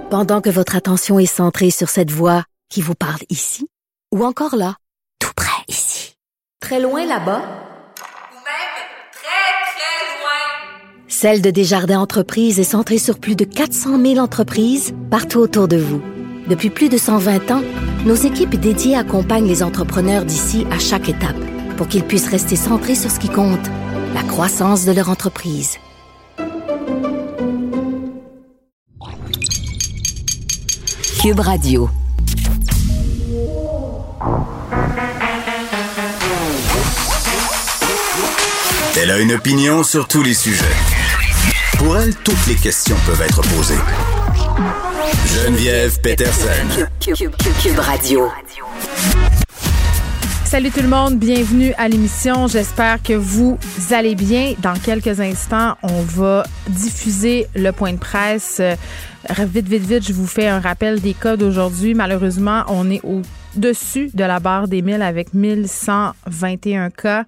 Pendant que votre attention est centrée sur cette voix qui vous parle ici, ou encore là, tout près ici, très loin là-bas, ou même très, très loin. Celle de Desjardins Entreprises est centrée sur plus de 400 000 entreprises partout autour de vous. Depuis plus de 120 ans, nos équipes dédiées accompagnent les entrepreneurs d'ici à chaque étape pour qu'ils puissent rester centrés sur ce qui compte, la croissance de leur entreprise. Cube Radio. Elle a une opinion sur tous les sujets. Pour elle, toutes les questions peuvent être posées. Geneviève Peterson. Cube Radio. Salut tout le monde, bienvenue à l'émission. J'espère que vous allez bien. Dans quelques instants, on va diffuser le point de presse. Vite, je vous fais un rappel des cas d'aujourd'hui. Malheureusement, on est au-dessus de la barre des 1000 avec 1121 cas,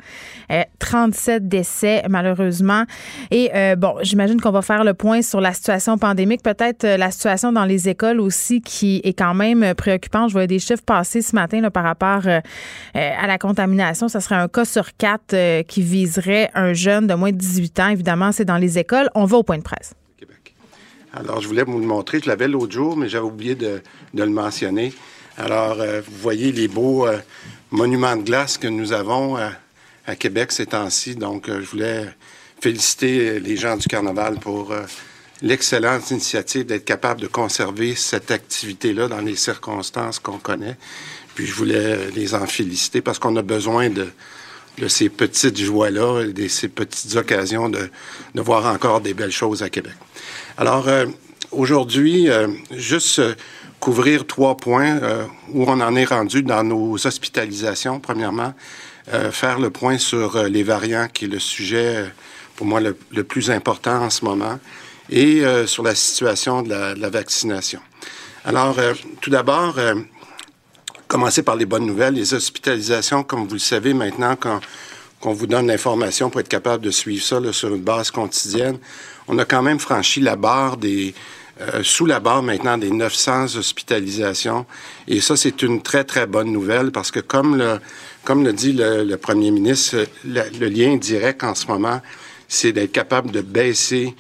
37 décès malheureusement. Et j'imagine qu'on va faire le point sur la situation pandémique, peut-être la situation dans les écoles aussi qui est quand même préoccupante. Je voyais des chiffres passer ce matin là, par rapport à la contamination. Ça serait un cas sur 4 qui viserait un jeune de moins de 18 ans. Évidemment, c'est dans les écoles. On va au point de presse. Alors, je voulais vous le montrer. Je l'avais l'autre jour, mais j'avais oublié de le mentionner. Alors, vous voyez les beaux monuments de glace que nous avons à Québec ces temps-ci. Donc, je voulais féliciter les gens du Carnaval pour l'excellente initiative d'être capable de conserver cette activité-là dans les circonstances qu'on connaît. Puis, je voulais les en féliciter parce qu'on a besoin de ces petites joies-là, de ces petites occasions de voir encore des belles choses à Québec. Alors, aujourd'hui, juste couvrir 3 points où on en est rendu dans nos hospitalisations. Premièrement, faire le point sur les variants, qui est le sujet, pour moi, le plus important en ce moment, et sur la situation de la vaccination. Alors, tout d'abord, commencer par les bonnes nouvelles. Les hospitalisations, comme vous le savez maintenant, qu'on vous donne l'information pour être capable de suivre ça là, sur une base quotidienne, on a quand même franchi la barre sous la barre maintenant des 900 hospitalisations. Et ça, c'est une très, très bonne nouvelle parce que comme le dit le premier ministre, le lien direct en ce moment, c'est d'être capable de baisser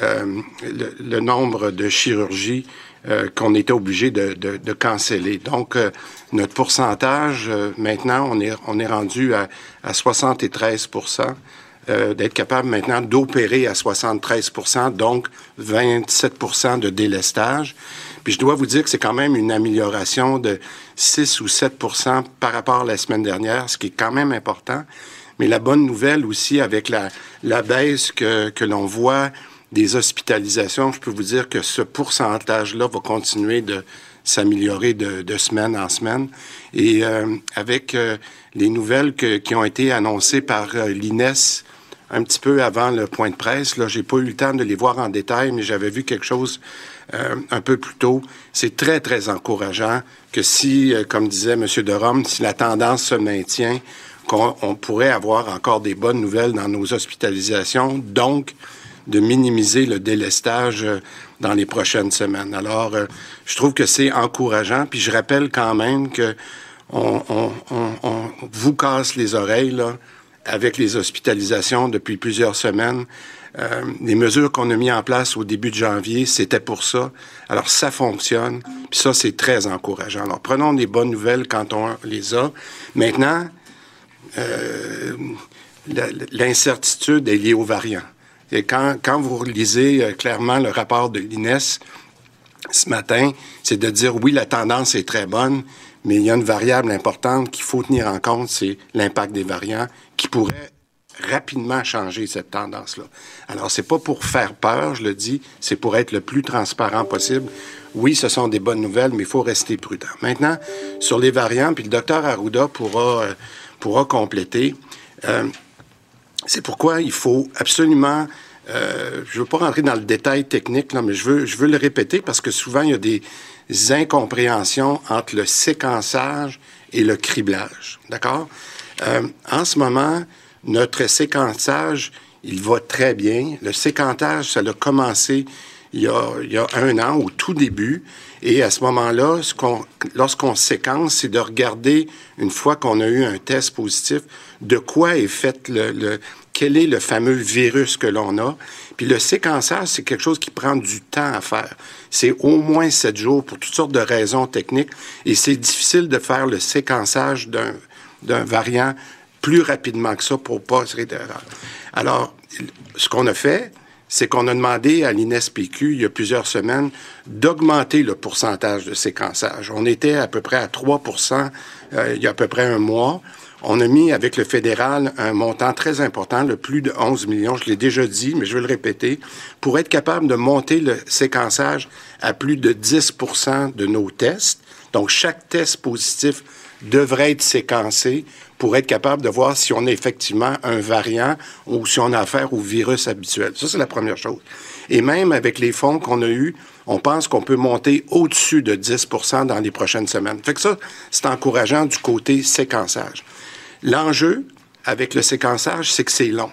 le nombre de chirurgies qu'on était obligé de canceller. Donc, notre pourcentage, maintenant, on est rendu à 73 %. D'être capable maintenant d'opérer à 73 %, donc 27 % de délestage. Puis je dois vous dire que c'est quand même une amélioration de 6 ou 7 % par rapport à la semaine dernière, ce qui est quand même important. Mais la bonne nouvelle aussi, avec la baisse que l'on voit des hospitalisations, je peux vous dire que ce pourcentage-là va continuer de s'améliorer de semaine en semaine. Et avec les nouvelles qui ont été annoncées par l'INES un petit peu avant le point de presse, là, j'ai pas eu le temps de les voir en détail, mais j'avais vu quelque chose un peu plus tôt. C'est très, très encourageant que si, comme disait M. Derome, si la tendance se maintient, qu'on pourrait avoir encore des bonnes nouvelles dans nos hospitalisations, donc de minimiser le délestage dans les prochaines semaines. Alors, je trouve que c'est encourageant, puis je rappelle quand même que on vous casse les oreilles, là, avec les hospitalisations depuis plusieurs semaines. Les mesures qu'on a mises en place au début de janvier, c'était pour ça. Alors, ça fonctionne, puis ça, c'est très encourageant. Alors, prenons des bonnes nouvelles quand on les a. Maintenant, l'incertitude est liée aux variants. Et quand vous lisez clairement le rapport de l'INES ce matin, c'est de dire, oui, la tendance est très bonne, mais il y a une variable importante qu'il faut tenir en compte, c'est l'impact des variants qui pourrait rapidement changer cette tendance-là. Alors, c'est pas pour faire peur, je le dis, c'est pour être le plus transparent possible. Oui, ce sont des bonnes nouvelles, mais il faut rester prudent. Maintenant, sur les variants, puis le docteur Arruda pourra compléter, c'est pourquoi il faut absolument... je veux pas rentrer dans le détail technique, là, mais je veux le répéter parce que souvent, il y a des incompréhensions entre le séquençage et le criblage. D'accord? En ce moment, notre séquençage, il va très bien. Le séquençage, ça a commencé il y a 1 an, au tout début. Et à ce moment-là, lorsqu'on séquence, c'est de regarder, une fois qu'on a eu un test positif, de quoi est fait quel est le fameux virus que l'on a. Puis le séquençage, c'est quelque chose qui prend du temps à faire. C'est au moins 7 jours pour toutes sortes de raisons techniques. Et c'est difficile de faire le séquençage d'un variant plus rapidement que ça pour pas se d'erreur. Alors, ce qu'on a fait, c'est qu'on a demandé à l'INSPQ, il y a plusieurs semaines, d'augmenter le pourcentage de séquençage. On était à peu près à 3% il y a à peu près un mois. On a mis avec le fédéral un montant très important, le plus de 11 millions, je l'ai déjà dit, mais je vais le répéter, pour être capable de monter le séquençage à plus de 10% de nos tests. Donc, chaque test positif devrait être séquencé pour être capable de voir si on a effectivement un variant ou si on a affaire au virus habituel. Ça, c'est la première chose. Et même avec les fonds qu'on a eus, on pense qu'on peut monter au-dessus de 10% dans les prochaines semaines. Fait que ça, c'est encourageant du côté séquençage. L'enjeu avec le séquençage, c'est que c'est long.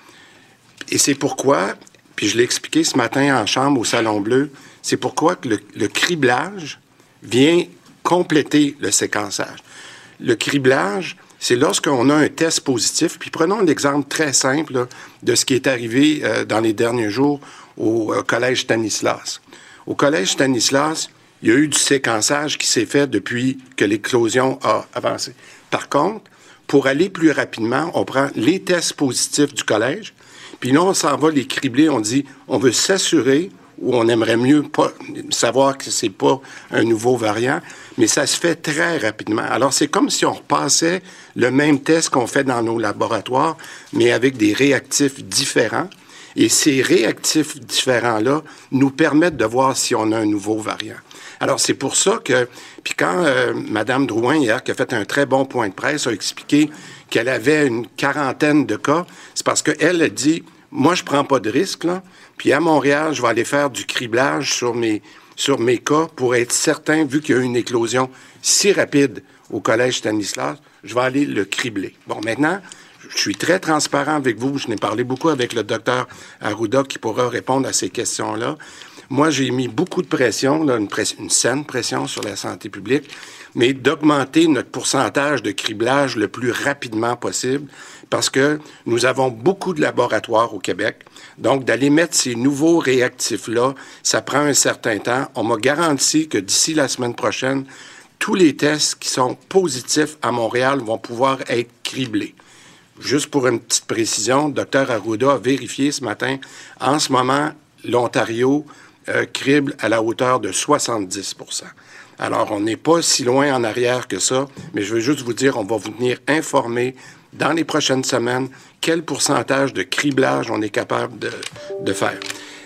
Et c'est pourquoi, puis je l'ai expliqué ce matin en chambre au Salon Bleu, c'est pourquoi que le criblage vient compléter le séquençage. Le criblage, c'est lorsqu'on a un test positif, puis prenons l'exemple très simple là, de ce qui est arrivé dans les derniers jours au Collège Stanislas. Au Collège Stanislas, il y a eu du séquençage qui s'est fait depuis que l'éclosion a avancé. Par contre, pour aller plus rapidement, on prend les tests positifs du collège, puis là, on s'en va les cribler, on dit, on veut s'assurer, ou on aimerait mieux pas savoir que c'est pas un nouveau variant, mais ça se fait très rapidement. Alors, c'est comme si on repassait le même test qu'on fait dans nos laboratoires, mais avec des réactifs différents. Et ces réactifs différents-là nous permettent de voir si on a un nouveau variant. Alors, c'est pour ça que... Puis quand Mme Drouin, hier, qui a fait un très bon point de presse, a expliqué qu'elle avait une 40aine de cas, c'est parce qu'elle a dit, moi, je prends pas de risque, là, puis à Montréal, je vais aller faire du criblage sur mes cas pour être certain, vu qu'il y a eu une éclosion si rapide au Collège Stanislas, je vais aller le cribler. Bon, maintenant, je suis très transparent avec vous. Je n'ai parlé beaucoup avec le docteur Arruda qui pourra répondre à ces questions-là. Moi, j'ai mis beaucoup de pression, là, une saine pression sur la santé publique, mais d'augmenter notre pourcentage de criblage le plus rapidement possible parce que nous avons beaucoup de laboratoires au Québec. Donc, d'aller mettre ces nouveaux réactifs-là, ça prend un certain temps. On m'a garanti que d'ici la semaine prochaine, tous les tests qui sont positifs à Montréal vont pouvoir être criblés. Juste pour une petite précision, le Dr Arruda a vérifié ce matin. En ce moment, l'Ontario crible à la hauteur de 70%. Alors, on n'est pas si loin en arrière que ça, mais je veux juste vous dire, on va vous tenir informés dans les prochaines semaines quel pourcentage de criblage on est capable de faire.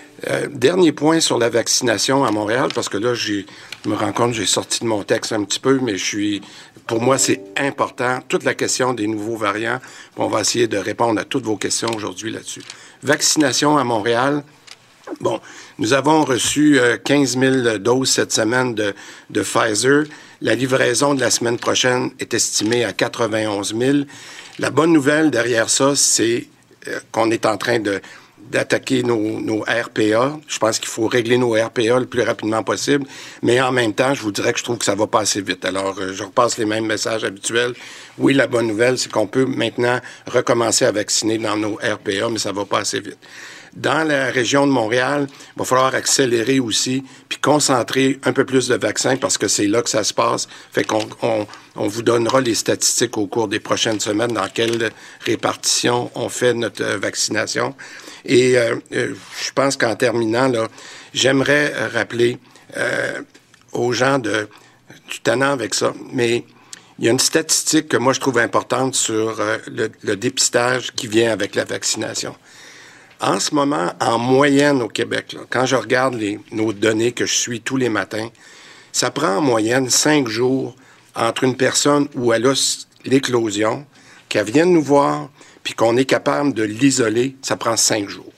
Dernier point sur la vaccination à Montréal, parce que là, je me rends compte, j'ai sorti de mon texte un petit peu, mais pour moi, c'est important. Toute la question des nouveaux variants, on va essayer de répondre à toutes vos questions aujourd'hui là-dessus. Vaccination à Montréal. Bon, nous avons reçu 15 000 doses cette semaine de Pfizer. La livraison de la semaine prochaine est estimée à 91 000. La bonne nouvelle derrière ça, c'est qu'on est en train d'attaquer nos RPA. Je pense qu'il faut régler nos RPA le plus rapidement possible. Mais en même temps, je vous dirais que je trouve que ça va pas assez vite. Alors, je repasse les mêmes messages habituels. Oui, la bonne nouvelle, c'est qu'on peut maintenant recommencer à vacciner dans nos RPA, mais ça va pas assez vite. Dans la région de Montréal, il va falloir accélérer aussi, puis concentrer un peu plus de vaccins parce que c'est là que ça se passe. Fait qu'on vous donnera les statistiques au cours des prochaines semaines dans quelle répartition on fait notre vaccination. Et je pense qu'en terminant, là, j'aimerais rappeler aux gens du tannant avec ça, mais il y a une statistique que moi je trouve importante sur le dépistage qui vient avec la vaccination. En ce moment, en moyenne au Québec, là, quand je regarde nos données que je suis tous les matins, ça prend en moyenne 5 jours entre une personne où elle a l'éclosion, qu'elle vienne nous voir, puis qu'on est capable de l'isoler, ça prend 5 jours.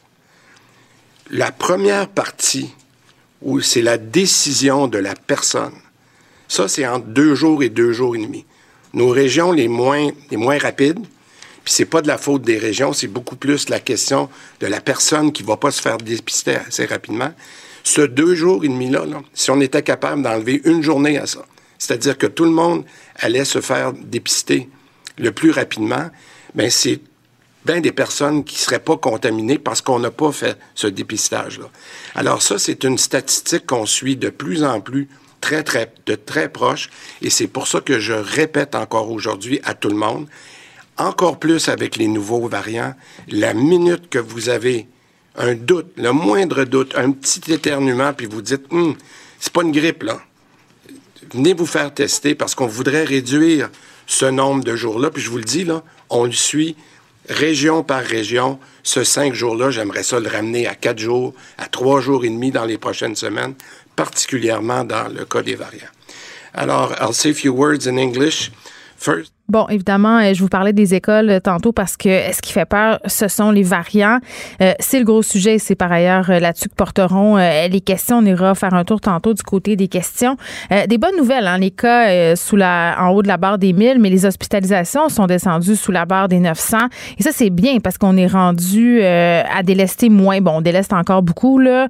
La première partie, où c'est la décision de la personne, ça, c'est entre 2 jours et 2 jours et demi. Nos régions les moins rapides, puis c'est pas de la faute des régions, c'est beaucoup plus la question de la personne qui va pas se faire dépister assez rapidement. Ce 2 jours et demi-là, si on était capable d'enlever une journée à ça, c'est-à-dire que tout le monde allait se faire dépister le plus rapidement, bien, c'est bien des personnes qui ne seraient pas contaminées parce qu'on n'a pas fait ce dépistage-là. Alors ça, c'est une statistique qu'on suit de plus en plus de très proche, et c'est pour ça que je répète encore aujourd'hui à tout le monde, encore plus avec les nouveaux variants, la minute que vous avez un doute, le moindre doute, un petit éternuement, puis vous dites « c'est pas une grippe, là », venez vous faire tester parce qu'on voudrait réduire ce nombre de jours-là. Puis je vous le dis, là, on le suit région par région. Ce 5 jours-là, j'aimerais ça le ramener à 4 jours, à 3 jours et demi dans les prochaines semaines, particulièrement dans le cas des variants. Alors, I'll say a few words in English. First, Bon, évidemment, je vous parlais des écoles tantôt parce que ce qui fait peur, ce sont les variants. C'est le gros sujet et c'est par ailleurs là-dessus que porteront les questions. On ira faire un tour tantôt du côté des questions. Des bonnes nouvelles, hein, les cas en haut de la barre des 1000, mais les hospitalisations sont descendues sous la barre des 900. Et ça, c'est bien parce qu'on est rendu à délester moins. Bon, on déleste encore beaucoup, là,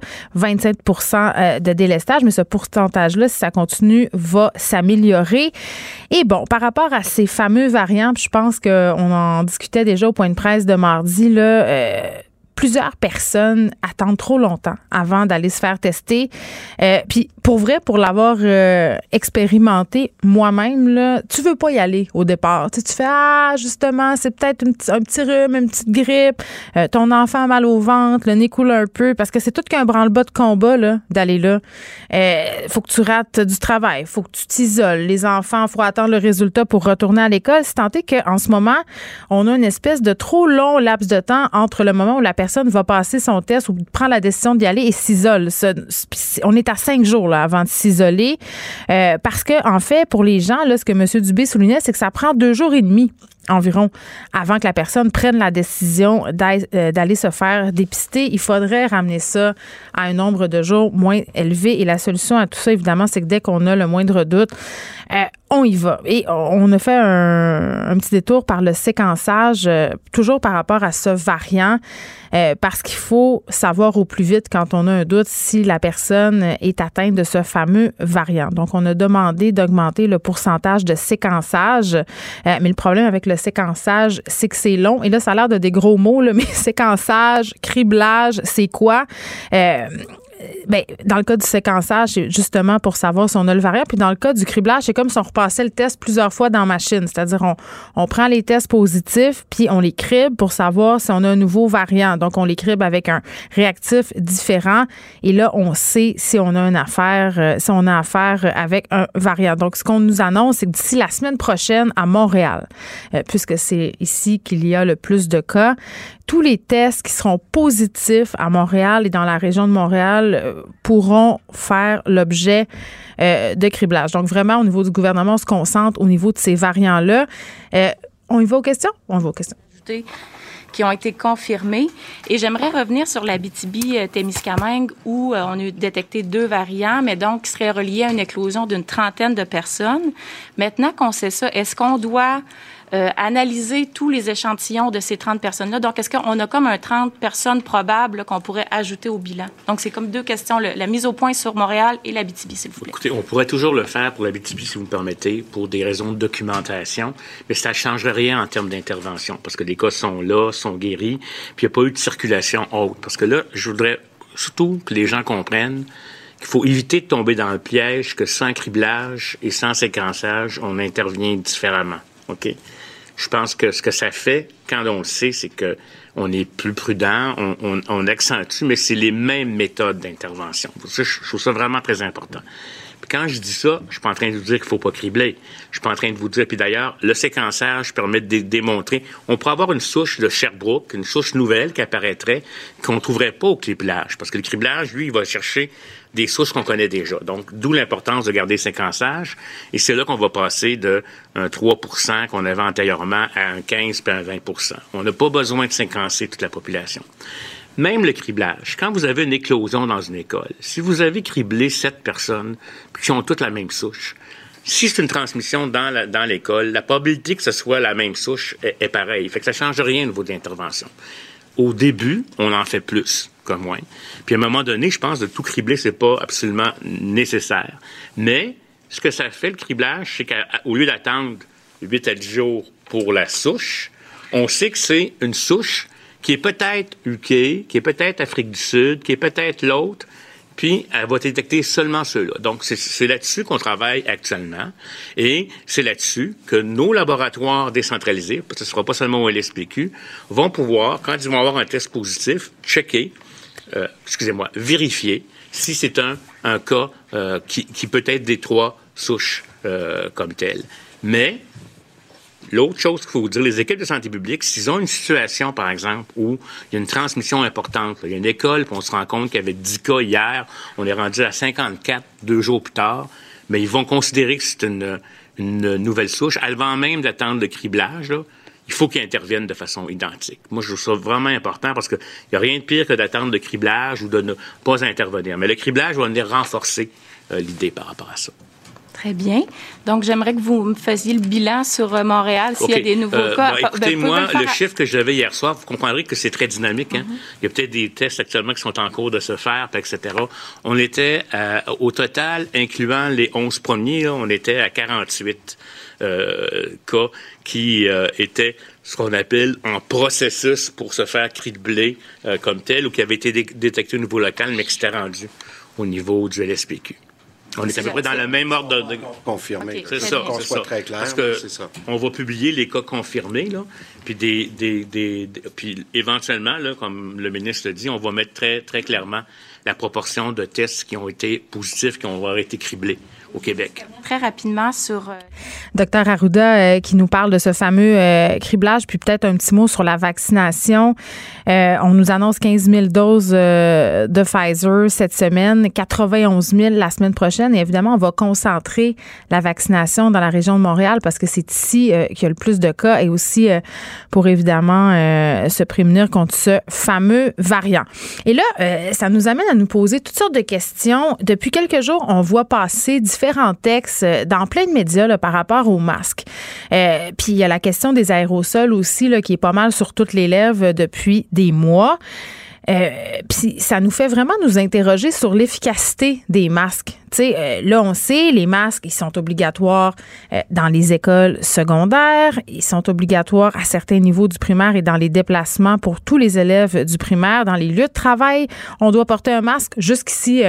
27% de délestage, mais ce pourcentage-là, si ça continue, va s'améliorer. Et bon, par rapport à ces fameux variants, puis je pense qu'on en discutait déjà au point de presse de mardi, là, plusieurs personnes attendent trop longtemps avant d'aller se faire tester. Puis pour vrai, pour l'avoir expérimenté moi-même, là, tu veux pas y aller au départ. Tu fais justement, c'est peut-être un petit rhume, une petite grippe, ton enfant a mal au ventre, le nez coule un peu, parce que c'est tout qu'un branle-bas de combat là, d'aller là. Faut que tu rates du travail, faut que tu t'isoles. Les enfants, faut attendre le résultat pour retourner à l'école. C'est tant est qu'en ce moment, on a une espèce de trop long laps de temps entre le moment où la personne va passer son test ou prend la décision d'y aller et s'isole. On est à 5 jours là, avant de s'isoler parce que, en fait, pour les gens, là, ce que M. Dubé soulignait, c'est que ça prend 2 jours et demi environ avant que la personne prenne la décision d'aller se faire dépister. Il faudrait ramener ça à un nombre de jours moins élevé. Et la solution à tout ça, évidemment, c'est que dès qu'on a le moindre doute, on y va. Et on a fait un petit détour par le séquençage, toujours par rapport à ce variant, parce qu'il faut savoir au plus vite quand on a un doute si la personne est atteinte de ce fameux variant. Donc, on a demandé d'augmenter le pourcentage de séquençage, mais le problème avec le séquençage, c'est que c'est long. Et là, ça a l'air de des gros mots, là, mais séquençage, criblage, c'est quoi? Ben, dans le cas du séquençage, c'est justement pour savoir si on a le variant. Puis dans le cas du criblage, c'est comme si on repassait le test plusieurs fois dans la machine. C'est-à-dire, on prend les tests positifs, puis on les crible pour savoir si on a un nouveau variant. Donc, on les crible avec un réactif différent. Et là, on sait si on a affaire avec un variant. Donc, ce qu'on nous annonce, c'est que d'ici la semaine prochaine à Montréal, puisque c'est ici qu'il y a le plus de cas, tous les tests qui seront positifs à Montréal et dans la région de Montréal pourront faire l'objet de criblage. Donc, vraiment, au niveau du gouvernement, on se concentre au niveau de ces variants-là. On y va aux questions? On y va aux questions. Qui ont été confirmés. Et j'aimerais revenir sur l'Abitibi-Témiscamingue où on a détecté 2 variants, mais donc qui seraient reliés à une éclosion d'une 30aine de personnes. Maintenant qu'on sait ça, est-ce qu'on doit analyser tous les échantillons de ces 30 personnes-là? Donc, est-ce qu'on a comme un 30 personnes probables là, qu'on pourrait ajouter au bilan? Donc, c'est comme 2 questions, la mise au point sur Montréal et l'Abitibi, s'il vous plaît. Écoutez, on pourrait toujours le faire pour l'Abitibi, si vous me permettez, pour des raisons de documentation, mais ça ne changerait rien en termes d'intervention, parce que les cas sont là, sont guéris, puis il n'y a pas eu de circulation haute. Parce que là, je voudrais surtout que les gens comprennent qu'il faut éviter de tomber dans le piège que sans criblage et sans séquençage, on intervient différemment. OK? Je pense que ce que ça fait, quand on le sait, c'est que on est plus prudent, on accentue, mais c'est les mêmes méthodes d'intervention. Ça, je trouve ça vraiment très important. Puis quand je dis ça, je suis pas en train de vous dire qu'il faut pas cribler. Je suis pas en train de vous dire... Puis d'ailleurs, le séquençage permet de démontrer... On pourrait avoir une souche de Sherbrooke, une souche nouvelle qui apparaîtrait, qu'on trouverait pas au criblage. Parce que le criblage, lui, il va chercher des souches qu'on connaît déjà. Donc, d'où l'importance de garder le séquençage. Et c'est là qu'on va passer de un 3% qu'on avait antérieurement à un 15 puis un 20%. On n'a pas besoin de séquencer toute la population. Même le criblage. Quand vous avez une éclosion dans une école, si vous avez criblé 7 personnes qui ont toutes la même souche, si c'est une transmission dans l'école, la probabilité que ce soit la même souche est pareille. Fait que ça ne change rien au niveau de l'intervention. Au début, on en fait plus. cas moins. Puis à un moment donné, je pense de tout cribler, c'est pas absolument nécessaire. Mais ce que ça fait, le criblage, c'est qu'au lieu d'attendre 8 à 10 jours pour la souche, on sait que c'est une souche qui est peut-être UK, qui est peut-être Afrique du Sud, qui est peut-être l'autre, puis elle va détecter seulement ceux-là. Donc, c'est là-dessus qu'on travaille actuellement, et c'est là-dessus que nos laboratoires décentralisés, parce que ce ne sera pas seulement au LSPQ, vont pouvoir, quand ils vont avoir un test positif, vérifier si c'est un cas qui peut être des 3 souches comme telles. Mais l'autre chose qu'il faut vous dire, les équipes de santé publique, s'ils ont une situation, par exemple, où il y a une transmission importante, il y a une école, puis on se rend compte qu'il y avait 10 cas hier, on est rendu à 54 2 jours plus tard, mais ils vont considérer que c'est une nouvelle souche. Avant même d'attendre le criblage, là, il faut qu'ils interviennent de façon identique. Moi, je trouve ça vraiment important parce qu'il n'y a rien de pire que d'attendre le criblage ou de ne pas intervenir. Mais le criblage va venir renforcer l'idée par rapport à ça. Très bien. Donc, j'aimerais que vous me fassiez le bilan sur Montréal, s'il y a des nouveaux cas. Écoutez-moi, le chiffre que j'avais hier soir, vous comprendrez que c'est très dynamique. Hein? Il y a peut-être des tests actuellement qui sont en cours de se faire, etc. On était, au total, incluant les 11 premiers, là, on était à 48 cas qui étaient ce qu'on appelle en processus pour se faire cribler comme tel ou qui avaient été détectés au niveau local, mais qui s'étaient rendus au niveau du LSPQ. On est à peu près dans le même ordre de... Confirmé. Okay, c'est ça, qu'on c'est soit ça. très clair. Parce que c'est ça. on va publier les cas confirmés, là, puis puis éventuellement, là, comme le ministre l'a dit, on va mettre très, très clairement la proportion de tests qui ont été positifs, qui ont été criblés au Québec. Très rapidement sur... Docteur Arruda qui nous parle de ce fameux criblage, puis peut-être un petit mot sur la vaccination. On nous annonce 15 000 doses de Pfizer cette semaine, 91 000 la semaine prochaine. Et évidemment, on va concentrer la vaccination dans la région de Montréal parce que c'est ici qu'il y a le plus de cas et aussi pour évidemment se prémunir contre ce fameux variant. Et là, ça nous amène à nous poser toutes sortes de questions. Depuis quelques jours, on voit passer différents textes dans plein de médias là, par rapport aux masques. Puis il y a la question des aérosols aussi là, qui est pas mal sur toutes les lèvres depuis des mois. Puis ça nous fait vraiment nous interroger sur l'efficacité des masques. Tu sais, là, on sait, les masques, ils sont obligatoires dans les écoles secondaires, ils sont obligatoires à certains niveaux du primaire et dans les déplacements pour tous les élèves du primaire. Dans les lieux de travail, on doit porter un masque. Juste ici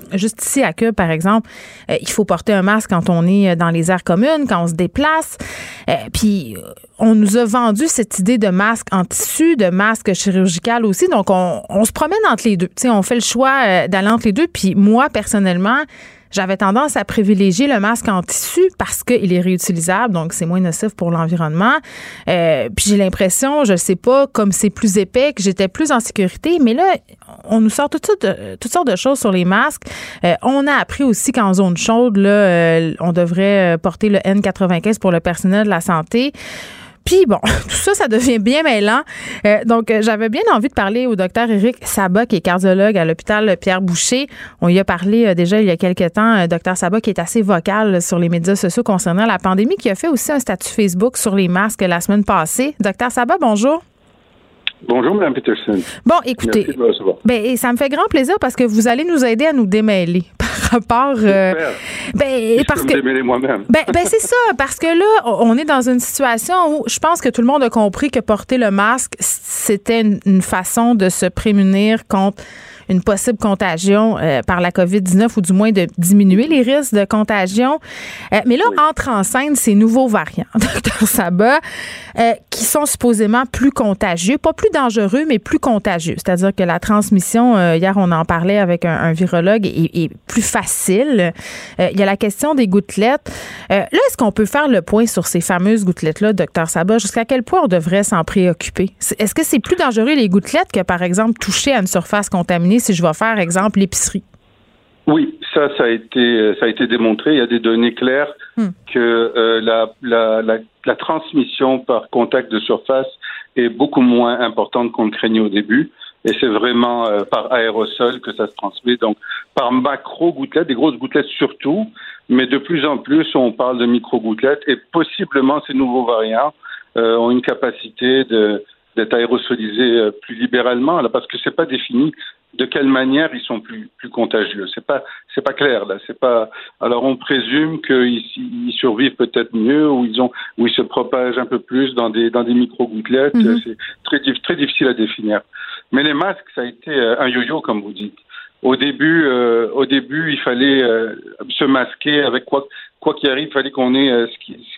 à Cube, par exemple, il faut porter un masque quand on est dans les aires communes, quand on se déplace. Puis on nous a vendu cette idée de masque en tissu, de masque chirurgical aussi. Donc, on se promène entre les deux. Tu sais, on fait le choix d'aller entre les deux. Puis moi, personnellement, j'avais tendance à privilégier le masque en tissu parce qu'il est réutilisable, donc c'est moins nocif pour l'environnement. Puis j'ai l'impression, je sais pas, comme c'est plus épais, que j'étais plus en sécurité. Mais là, on nous sort toutes sortes de choses sur les masques. On a appris aussi qu'en zone chaude, là, on devrait porter le N95 pour le personnel de la santé. Puis bon, tout ça devient bien mêlant. Donc, j'avais bien envie de parler au docteur Éric Sabat, qui est cardiologue à l'hôpital Pierre-Boucher. On y a parlé déjà il y a quelques temps. Docteur Sabat, qui est assez vocal sur les médias sociaux concernant la pandémie, qui a fait aussi un statut Facebook sur les masques la semaine passée. Docteur Sabat, bonjour. Bonjour, Mme Peterson. Bon, écoutez, ça me fait grand plaisir parce que vous allez nous aider à nous démêler par rapport... parce que me démêler moi-même. C'est ça, parce que là, on est dans une situation où je pense que tout le monde a compris que porter le masque, c'était une façon de se prémunir contre une possible contagion par la COVID-19 ou du moins de diminuer les risques de contagion. Mais là, entrent en scène ces nouveaux variants, Dr Sabat, qui sont supposément plus contagieux, pas plus dangereux, mais plus contagieux. C'est-à-dire que la transmission, hier, on en parlait avec un virologue, est plus facile. Il y a la question des gouttelettes. Là, est-ce qu'on peut faire le point sur ces fameuses gouttelettes-là, Dr Sabat? Jusqu'à quel point on devrait s'en préoccuper? Est-ce que c'est plus dangereux, les gouttelettes, que, par exemple, toucher à une surface contaminée si je vais faire, exemple, l'épicerie? Oui, ça a été démontré. Il y a des données claires que la transmission par contact de surface est beaucoup moins importante qu'on le craignait au début. Et c'est vraiment par aérosol que ça se transmet. Donc, par macro-gouttelettes, des grosses gouttelettes surtout, mais de plus en plus, on parle de micro-gouttelettes et possiblement ces nouveaux variants ont une capacité d'être aérosolisés plus libéralement, là, parce que c'est pas défini. de quelle manière ils sont plus contagieux. C'est pas clair là. C'est pas. Alors on présume qu'ils survivent peut-être mieux ou ils se propagent un peu plus dans des micro-gouttelettes. Mm-hmm. C'est très difficile à définir. Mais les masques, ça a été un yo-yo comme vous dites. Au début, il fallait se masquer avec quoi qu'il arrive. Il fallait qu'on ait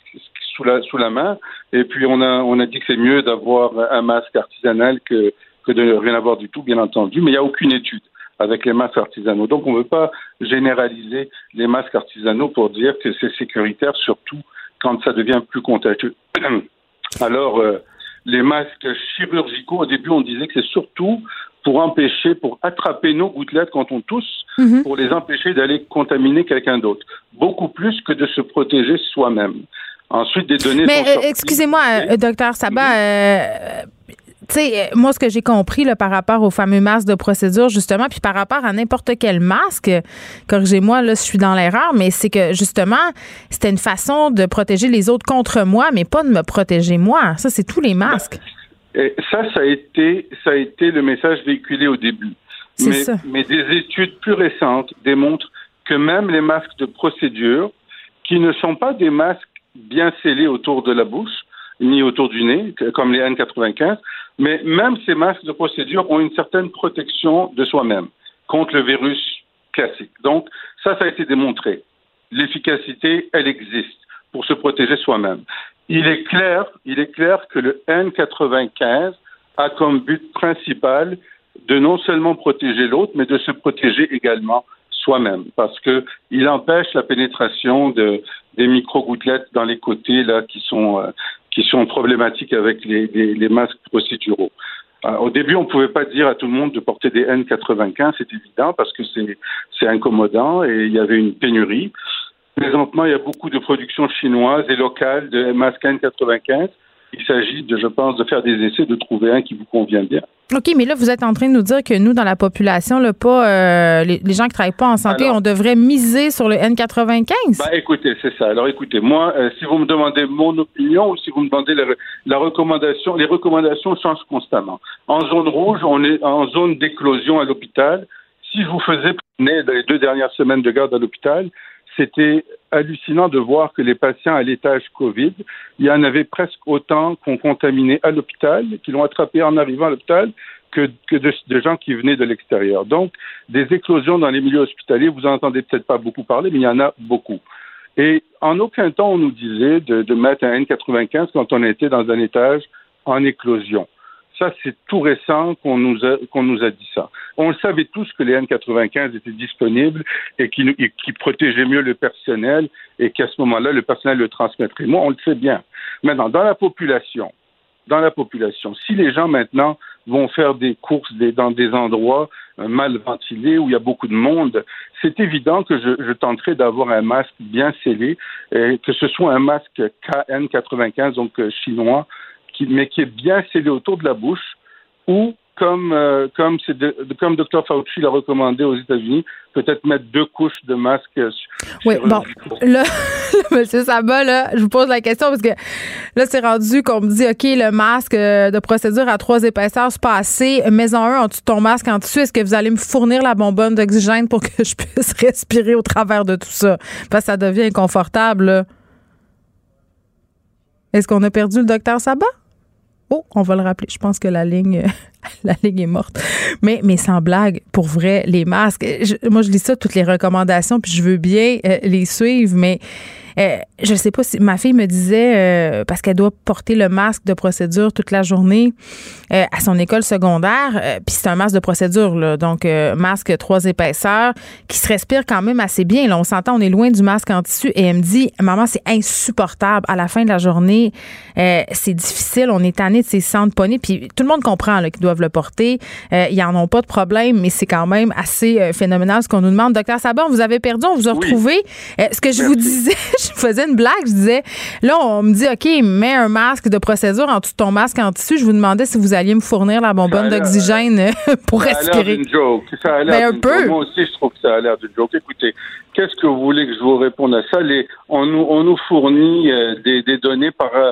sous la main. Et puis on a dit que c'est mieux d'avoir un masque artisanal que de rien avoir du tout, bien entendu. Mais il n'y a aucune étude avec les masques artisanaux. Donc on ne veut pas généraliser les masques artisanaux pour dire que c'est sécuritaire, surtout quand ça devient plus contagieux. Alors les masques chirurgicaux, au début on disait que c'est surtout pour attraper nos gouttelettes quand on tousse, pour les empêcher d'aller contaminer quelqu'un d'autre. Beaucoup plus que de se protéger soi-même. Ensuite, des données sont sorties. Mais excusez-moi, docteur Sabat, tu sais, moi, ce que j'ai compris là, par rapport aux fameux masques de procédure, justement, puis par rapport à n'importe quel masque, corrigez-moi, là, je suis dans l'erreur, mais c'est que, justement, c'était une façon de protéger les autres contre moi, mais pas de me protéger moi. Ça, c'est tous les masques. Et ça a été le message véhiculé au début. Mais des études plus récentes démontrent que même les masques de procédure, qui ne sont pas des masques bien scellés autour de la bouche, ni autour du nez, comme les N95, mais même ces masques de procédure ont une certaine protection de soi-même contre le virus classique. Donc, ça a été démontré. L'efficacité, elle existe pour se protéger soi-même. Il est clair que le N95 a comme but principal de non seulement protéger l'autre, mais de se protéger également soi-même, parce que il empêche la pénétration des micro-gouttelettes dans les côtés là qui sont problématiques avec les masques procéduraux. Au début, on ne pouvait pas dire à tout le monde de porter des N95, c'est évident, parce que c'est incommodant et il y avait une pénurie. Présentement, il y a beaucoup de productions chinoises et locales de masques N95. Il s'agit, je pense, de faire des essais, de trouver un qui vous convient bien. OK, mais là, vous êtes en train de nous dire que nous, dans la population, là, pas les gens qui ne travaillent pas en santé, on devrait miser sur le N95? Écoutez, c'est ça. Alors, écoutez, moi, si vous me demandez mon opinion ou si vous me demandez la recommandation, les recommandations changent constamment. En zone rouge, on est en zone d'éclosion à l'hôpital. Si vous faisiez dans les 2 dernières semaines de garde à l'hôpital, c'était hallucinant de voir que les patients à l'étage COVID, il y en avait presque autant qu'on contaminait à l'hôpital, qui l'ont attrapé en arrivant à l'hôpital, que de gens qui venaient de l'extérieur. Donc, des éclosions dans les milieux hospitaliers, vous en entendez peut-être pas beaucoup parler, mais il y en a beaucoup. Et en aucun temps, on nous disait de mettre un N95 quand on était dans un étage en éclosion. Ça, c'est tout récent qu'on nous a dit ça. On le savait tous que les N95 étaient disponibles et qui protégeaient mieux le personnel et qu'à ce moment-là, le personnel le transmettrait. Moi, on le sait bien. Maintenant, dans la population, si les gens maintenant vont faire des courses dans des endroits mal ventilés où il y a beaucoup de monde, c'est évident que je tenterai d'avoir un masque bien scellé, que ce soit un masque KN95, donc chinois, mais qui est bien scellé autour de la bouche, ou comme Dr Fauci l'a recommandé aux États-Unis, peut-être mettre 2 couches de masque. Oui, bon, là, M. Sabat, là, je vous pose la question parce que là, c'est rendu qu'on me dit, OK, le masque de procédure à 3 épaisseurs, c'est pas assez. Mets-en un en dessous de ton masque en dessous. Est-ce que vous allez me fournir la bonbonne d'oxygène pour que je puisse respirer au travers de tout ça? Parce que ça devient inconfortable, là. Est-ce qu'on a perdu le docteur Sabat? Oh, on va le rappeler. Je pense que la ligne est morte. Mais sans blague, pour vrai, les masques, moi, je lis ça, toutes les recommandations, puis je veux bien les suivre, mais je ne sais pas si ma fille me disait, parce qu'elle doit porter le masque de procédure toute la journée à son école secondaire, puis c'est un masque de procédure, là, donc masque 3 épaisseurs, qui se respire quand même assez bien. Là, on s'entend, on est loin du masque en tissu, et elle me dit, maman, c'est insupportable. À la fin de la journée, c'est difficile, on est tanné de ces centres pognés, puis tout le monde comprend là, qu'ils doivent le porter. Ils n'en ont pas de problème, mais c'est quand même assez phénoménal ce qu'on nous demande. Docteur Sabat, on vous avait perdu, on vous a retrouvé. Ce que je vous disais, je faisais une blague, je disais, là, on me dit, OK, mets un masque de procédure en dessous de ton masque en tissu. Je vous demandais si vous alliez me fournir la bonbonne d'oxygène pour respirer. Ça a l'air d'une joke. Moi aussi, je trouve que ça a l'air d'une joke. Écoutez, qu'est-ce que vous voulez que je vous réponde à ça? On nous fournit des données par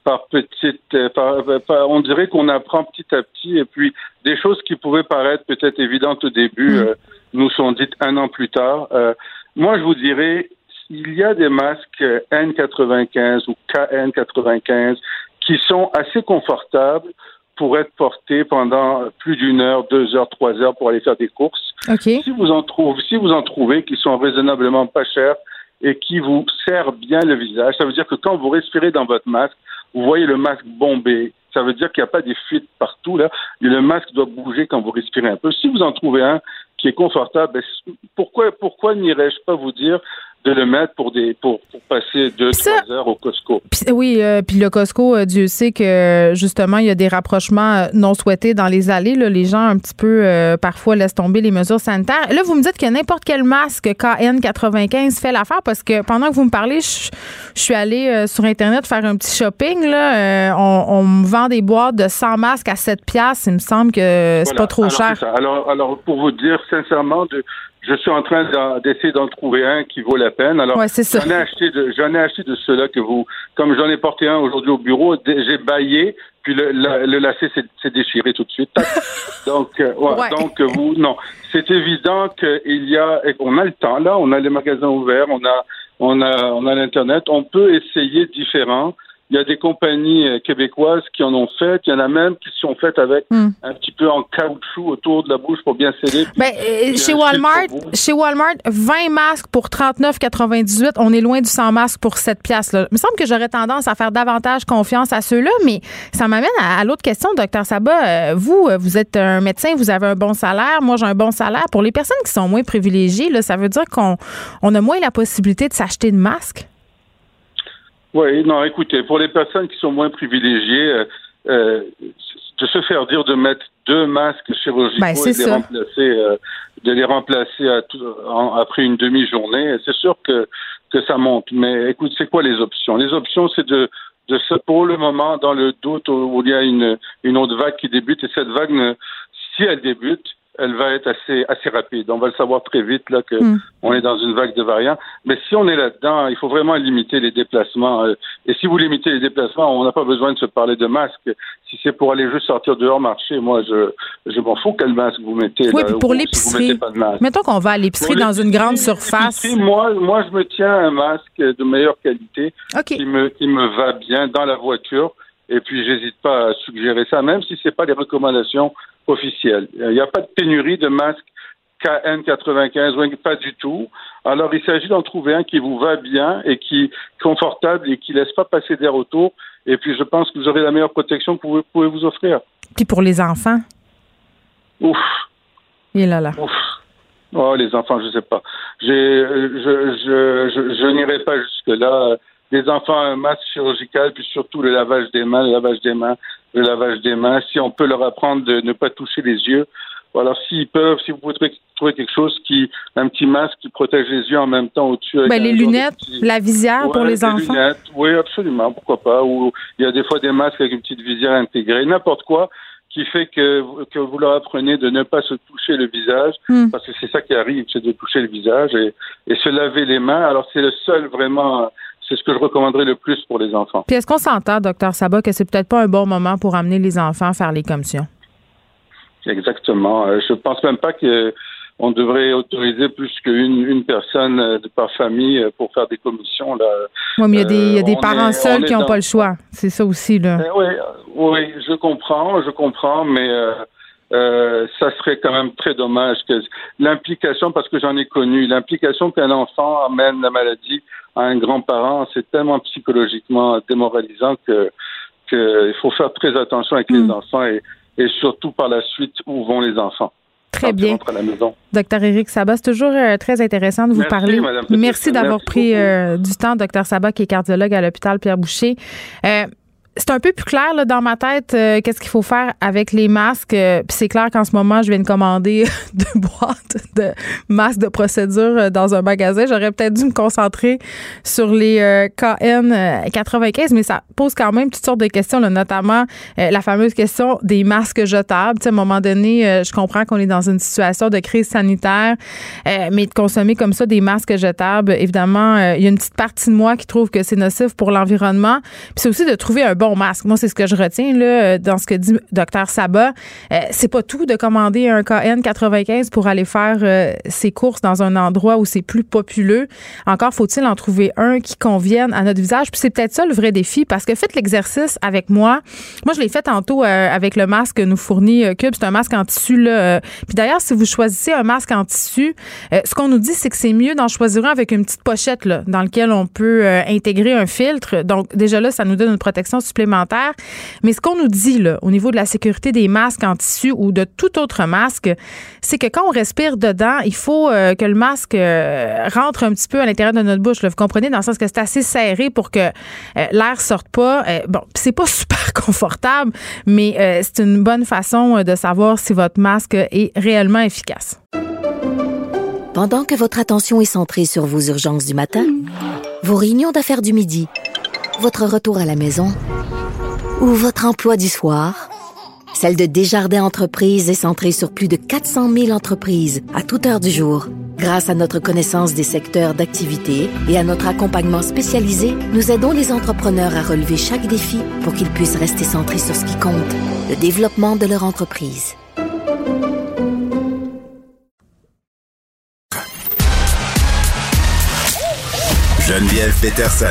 on dirait qu'on apprend petit à petit, et puis des choses qui pouvaient paraître peut-être évidentes au début nous sont dites un an plus tard. Moi, je vous dirais, il y a des masques N95 ou KN95 qui sont assez confortables pour être portés pendant plus d'1 heure, 2 heures, 3 heures pour aller faire des courses. Okay. Si vous en trouvez qui sont raisonnablement pas chers et qui vous serrent bien le visage, ça veut dire que quand vous respirez dans votre masque, vous voyez le masque bomber. Ça veut dire qu'il n'y a pas des fuites partout, là. Le masque doit bouger quand vous respirez un peu. Si vous en trouvez un qui est confortable, pourquoi n'irais-je pas vous dire de le mettre pour passer 2-3 heures au Costco. Oui, puis le Costco, Dieu sait que justement, il y a des rapprochements non souhaités dans les allées. Là, les gens un petit peu parfois laissent tomber les mesures sanitaires. Là, vous me dites que n'importe quel masque KN95 fait l'affaire parce que pendant que vous me parlez, je suis allée sur Internet faire un petit shopping. Là, on me vend des boîtes de 100 masques à 7$. Il me semble que c'est pas trop cher. C'est ça. Alors, pour vous dire sincèrement, je suis en train d'essayer d'en trouver un qui vaut la peine. Alors, c'est ça. J'en ai acheté de ceux-là comme j'en ai porté un aujourd'hui au bureau, j'ai baillé, puis le lacet s'est déchiré tout de suite. Donc, non. C'est évident on a le temps, là, on a les magasins ouverts, on a l'Internet, on peut essayer différent. Il y a des compagnies québécoises qui en ont fait. Il y en a même qui sont faites avec un petit peu en caoutchouc autour de la bouche pour bien sceller. Chez Walmart, 20 masques pour 39,98. On est loin du 100 masques pour 7$. Là. Il me semble que j'aurais tendance à faire davantage confiance à ceux-là, mais ça m'amène à l'autre question, Dr Sabat. Vous êtes un médecin, vous avez un bon salaire. Moi, j'ai un bon salaire. Pour les personnes qui sont moins privilégiées, là, ça veut dire qu'on a moins la possibilité de s'acheter de masques? Oui, non, écoutez, pour les personnes qui sont moins privilégiées, de se faire dire de mettre 2 masques chirurgicaux et de les remplacer après une demi-journée, c'est sûr que ça monte. Mais écoute, c'est quoi les options? Les options, c'est pour le moment, dans le doute où il y a une autre vague qui débute, et cette vague, si elle débute, elle va être assez rapide. On va le savoir très vite là que on est dans une vague de variants. Mais si on est là-dedans, il faut vraiment limiter les déplacements. Et si vous limitez les déplacements, on n'a pas besoin de se parler de masque. Si c'est pour aller juste sortir dehors marcher, moi je m'en fous quel masque vous mettez. Oui, là, pour l'épicerie. Mettons qu'on va à l'épicerie dans une grande surface. Moi, je me tiens un masque de meilleure qualité qui me va bien dans la voiture. Et puis, j'hésite pas à suggérer ça, même si c'est pas les recommandations officielles. Il n'y a pas de pénurie de masques KN95, pas du tout. Alors, il s'agit d'en trouver un qui vous va bien et qui est confortable et qui laisse pas passer d'air autour. Et puis, je pense que vous aurez la meilleure protection que vous pouvez vous offrir. Puis pour les enfants? Ouf. Et là. Ouf. Oh, les enfants, je sais pas. Je n'irai pas jusque-là. Les enfants, un masque chirurgical, puis surtout le lavage des mains. Si on peut leur apprendre de ne pas toucher les yeux. Alors, si vous pouvez trouver quelque chose un petit masque qui protège les yeux en même temps au-dessus. Les lunettes, la visière pour les enfants. Lunettes, oui, absolument, pourquoi pas. Ou il y a des fois des masques avec une petite visière intégrée. N'importe quoi qui fait que vous leur apprenez de ne pas se toucher le visage, parce que c'est ça qui arrive, c'est de toucher le visage et se laver les mains. Alors, c'est le seul vraiment... C'est ce que je recommanderais le plus pour les enfants. Puis est-ce qu'on s'entend, Dr Sabat, que c'est peut-être pas un bon moment pour amener les enfants à faire les commissions? Exactement. Je pense même pas qu'on devrait autoriser plus qu'une personne par famille pour faire des commissions. Oui, mais il y a des parents seuls qui n'ont pas le choix. C'est ça aussi, là. Oui, je comprends, mais ça serait quand même très dommage que l'implication, parce que j'en ai connu, l'implication qu'un enfant amène la maladie à un grand-parent, c'est tellement psychologiquement démoralisant que il faut faire très attention avec les enfants et surtout par la suite où vont les enfants. Très bien. À la maison. Dr Éric Sabat, c'est toujours très intéressant de vous parler. Merci d'avoir pris du temps, Dr Sabat, qui est cardiologue à l'hôpital Pierre-Boucher. C'est un peu plus clair là, dans ma tête qu'est-ce qu'il faut faire avec les masques. Puis c'est clair qu'en ce moment, je viens de commander 2 boîtes de masques de procédure dans un magasin. J'aurais peut-être dû me concentrer sur les KN95, mais ça pose quand même toutes sortes de questions, là, notamment la fameuse question des masques jetables. Tu sais, à un moment donné, je comprends qu'on est dans une situation de crise sanitaire, mais de consommer comme ça des masques jetables, évidemment, il y a une petite partie de moi qui trouve que c'est nocif pour l'environnement. Puis c'est aussi de trouver un bon masque. Moi, c'est ce que je retiens là, dans ce que dit Dr Sabat. C'est pas tout de commander un KN95 pour aller faire ses courses dans un endroit où c'est plus populeux. Encore faut-il en trouver un qui convienne à notre visage. Puis c'est peut-être ça le vrai défi, parce que faites l'exercice avec moi. Moi, je l'ai fait tantôt avec le masque que nous fournit Cube. C'est un masque en tissu là. Puis d'ailleurs, si vous choisissez un masque en tissu, ce qu'on nous dit, c'est que c'est mieux d'en choisir un avec une petite pochette là, dans lequel on peut intégrer un filtre. Donc déjà là, ça nous donne une protection supplémentaire. Mais ce qu'on nous dit là, au niveau de la sécurité des masques en tissu ou de tout autre masque, c'est que quand on respire dedans, il faut que le masque rentre un petit peu à l'intérieur de notre bouche. Là. Vous comprenez, dans le sens que c'est assez serré pour que l'air sorte pas. Bon, c'est pas super confortable, mais c'est une bonne façon de savoir si votre masque est réellement efficace. Pendant que votre attention est centrée sur vos urgences du matin, vos réunions d'affaires du midi, votre retour à la maison ou votre emploi du soir, celle de Desjardins Entreprises est centrée sur plus de 400 000 entreprises à toute heure du jour. Grâce à notre connaissance des secteurs d'activité et à notre accompagnement spécialisé, nous aidons les entrepreneurs à relever chaque défi pour qu'ils puissent rester centrés sur ce qui compte, le développement de leur entreprise. Geneviève Peterson.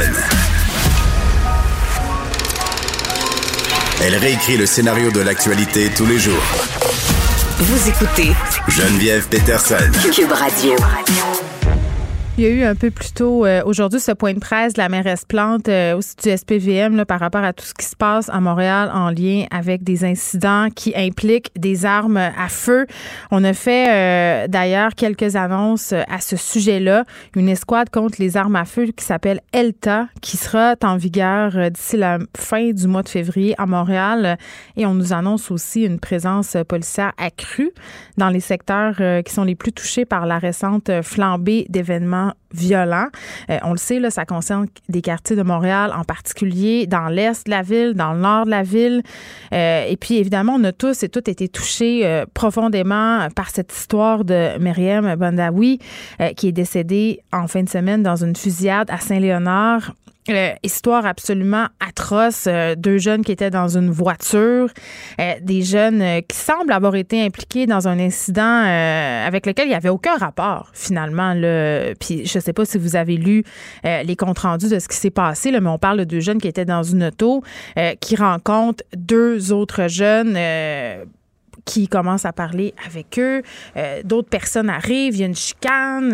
Elle réécrit le scénario de l'actualité tous les jours. Vous écoutez Geneviève Peterson. Cube Radio. Il y a eu un peu plus tôt aujourd'hui ce point de presse de la mairesse Plante aussi du SPVM là, par rapport à tout ce qui se passe à Montréal en lien avec des incidents qui impliquent des armes à feu. On a fait d'ailleurs quelques annonces à ce sujet-là. Une escouade contre les armes à feu qui s'appelle ELTA, qui sera en vigueur d'ici la fin du mois de février à Montréal. Et on nous annonce aussi une présence policière accrue dans les secteurs qui sont les plus touchés par la récente flambée d'événements violents. On le sait, là, ça concerne des quartiers de Montréal, en particulier dans l'est de la ville, dans le nord de la ville. Et puis, évidemment, on a tous et toutes été touchés profondément par cette histoire de Myriam Bondaoui qui est décédée en fin de semaine dans une fusillade à Saint-Léonard. Histoire absolument atroce. 2 jeunes qui étaient dans une voiture, des jeunes qui semblent avoir été impliqués dans un incident avec lequel il n'y avait aucun rapport finalement. Là. Puis je ne sais pas si vous avez lu les comptes rendus de ce qui s'est passé, là, mais on parle de 2 jeunes qui étaient dans une auto qui rencontrent 2 autres jeunes qui commencent à parler avec eux. D'autres personnes arrivent, il y a une chicane.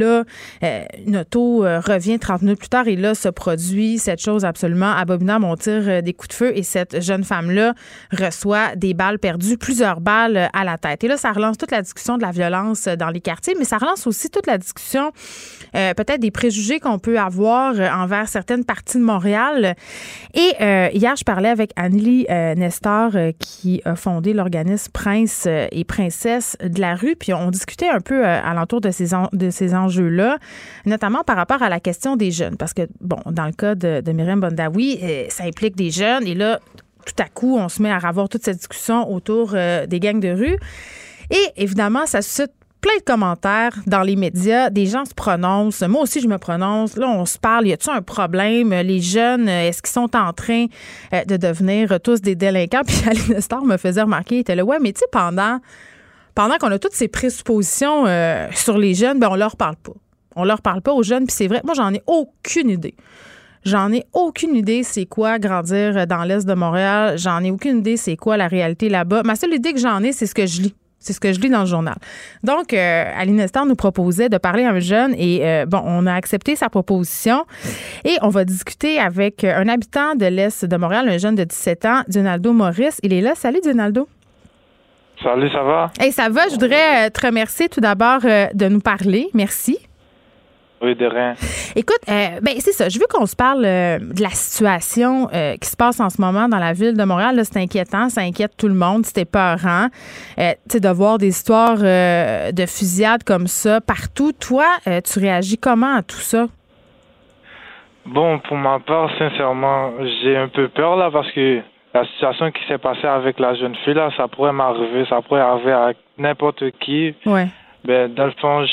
Une auto revient 30 minutes plus tard et là se produit cette chose absolument abominable. On tire des coups de feu et cette jeune femme-là reçoit des balles perdues, plusieurs balles à la tête. Et là, ça relance toute la discussion de la violence dans les quartiers, mais ça relance aussi toute la discussion peut-être des préjugés qu'on peut avoir envers certaines parties de Montréal. Et hier, je parlais avec Annélie Nestor qui a fondé l'organisme Prince et Princesse de la rue, puis on discutait un peu alentour de ces enjeux-là, notamment par rapport à la question des jeunes, parce que, bon, dans le cas de Myriam Bondaoui, ça implique des jeunes, et là, tout à coup, on se met à avoir toute cette discussion autour des gangs de rue, et évidemment, ça suscite plein de commentaires dans les médias. Des gens se prononcent. Moi aussi, je me prononce. Là, on se parle. Y a-t-il un problème? Les jeunes, est-ce qu'ils sont en train de devenir tous des délinquants? Puis Aline Nestor me faisait remarquer, il était là, ouais, mais tu sais, pendant qu'on a toutes ces présuppositions sur les jeunes, ben on leur parle pas. On leur parle pas aux jeunes. Puis c'est vrai, moi, j'en ai aucune idée. J'en ai aucune idée c'est quoi grandir dans l'est de Montréal. J'en ai aucune idée c'est quoi la réalité là-bas. Ma seule idée que j'en ai, c'est ce que je lis. C'est ce que je lis dans le journal. Donc, Aline Nestor nous proposait de parler à un jeune et, on a accepté sa proposition et on va discuter avec un habitant de l'Est de Montréal, un jeune de 17 ans, Donaldo Maurice. Il est là. Salut, Donaldo. Salut, ça va? Hey, ça va. Je voudrais te remercier tout d'abord de nous parler. Merci. Oui, de rien. Écoute, c'est ça. Je veux qu'on se parle de la situation qui se passe en ce moment dans la ville de Montréal. Là, c'est inquiétant, ça inquiète tout le monde. C'était peurant, de voir des histoires de fusillades comme ça partout. Toi, tu réagis comment à tout ça? Bon, pour ma part, sincèrement, j'ai un peu peur là parce que la situation qui s'est passée avec la jeune fille là, ça pourrait m'arriver, ça pourrait arriver à n'importe qui. Ouais. Ben, dans le fond,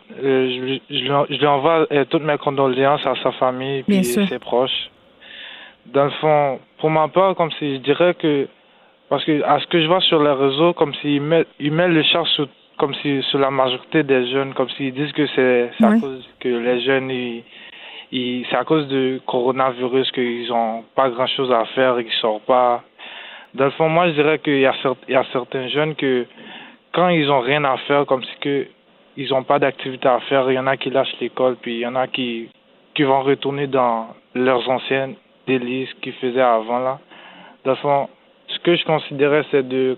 je lui envoie toutes mes condoléances à sa famille et ses proches. Dans le fond, pour ma part, comme si je dirais que, parce que à ce que je vois sur les réseaux, comme s'ils mettent le charge sur la majorité des jeunes, comme s'ils disent que c'est à cause que les jeunes, c'est à cause du coronavirus qu'ils ont pas grand chose à faire et qu'ils sortent pas. Dans le fond, moi, je dirais qu'il y a certains jeunes que, quand ils ont rien à faire, comme si que ils ont pas d'activité à faire, il y en a qui lâchent l'école, puis il y en a qui vont retourner dans leurs anciennes délices qu'ils faisaient avant, là. Dans le fond, ce que je considérais, c'est de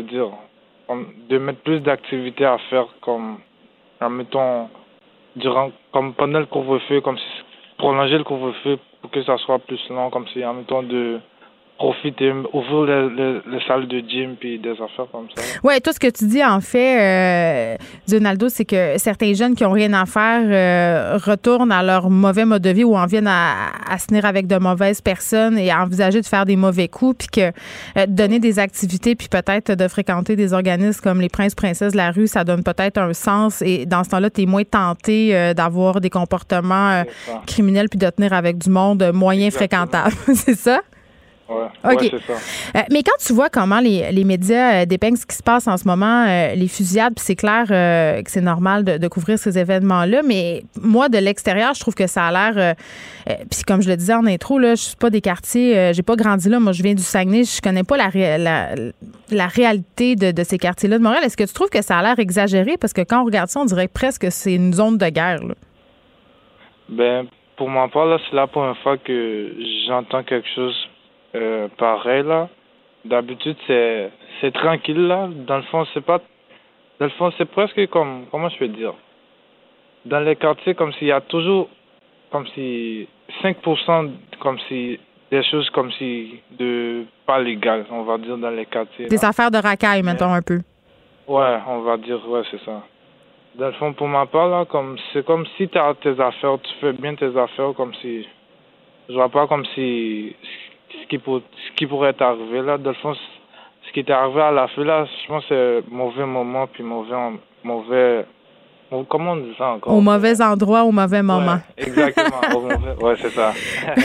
mettre plus d'activités à faire, comme, admettons, comme pendant le couvre-feu, comme si prolonger le couvre-feu pour que ça soit plus long, comme si, admettons, de profiter, ouvrir les salles de gym puis des affaires comme ça. Oui, tout ce que tu dis, en fait, Donaldo, c'est que certains jeunes qui n'ont rien à faire retournent à leur mauvais mode de vie ou en viennent à se tenir avec de mauvaises personnes et à envisager de faire des mauvais coups, puis que donner des activités puis peut-être de fréquenter des organismes comme les Princes-Princesses de la rue, ça donne peut-être un sens et dans ce temps-là, tu es moins tenté d'avoir des comportements criminels puis de tenir avec du monde moyen fréquentable. C'est ça? Ouais, OK. Ouais, c'est ça. Mais quand tu vois comment les médias dépeignent ce qui se passe en ce moment, les fusillades, puis c'est clair que c'est normal de couvrir ces événements-là, mais moi, de l'extérieur, je trouve que ça a l'air... puis comme je le disais en intro, là, je suis pas des quartiers... j'ai pas grandi là. Moi, je viens du Saguenay. Je connais pas la réalité de ces quartiers-là de Montréal. Est-ce que tu trouves que ça a l'air exagéré? Parce que quand on regarde ça, on dirait presque que c'est une zone de guerre, là. Ben, pour ma part, là, c'est la première fois que j'entends quelque chose pareil, là. D'habitude, c'est tranquille, là. Dans le fond, c'est presque comme... Comment je peux dire? Dans les quartiers, comme s'il y a toujours... Comme si... 5%, comme si... Des choses comme si... de pas légales, on va dire, dans les quartiers. Des affaires de racaille, mettons, un peu. Ouais, on va dire... Ouais, c'est ça. Dans le fond, pour ma part, là, c'est comme si tu as tes affaires, tu fais bien tes affaires, comme si... Je vois pas comme si... Ce qui pourrait t'arriver là, dans le fond, ce qui t'est arrivé à la fin là, je pense que c'est mauvais moment puis mauvais comment on dit ça encore? Au mauvais endroit, au mauvais moment. Ouais, exactement. Ouais, c'est ça.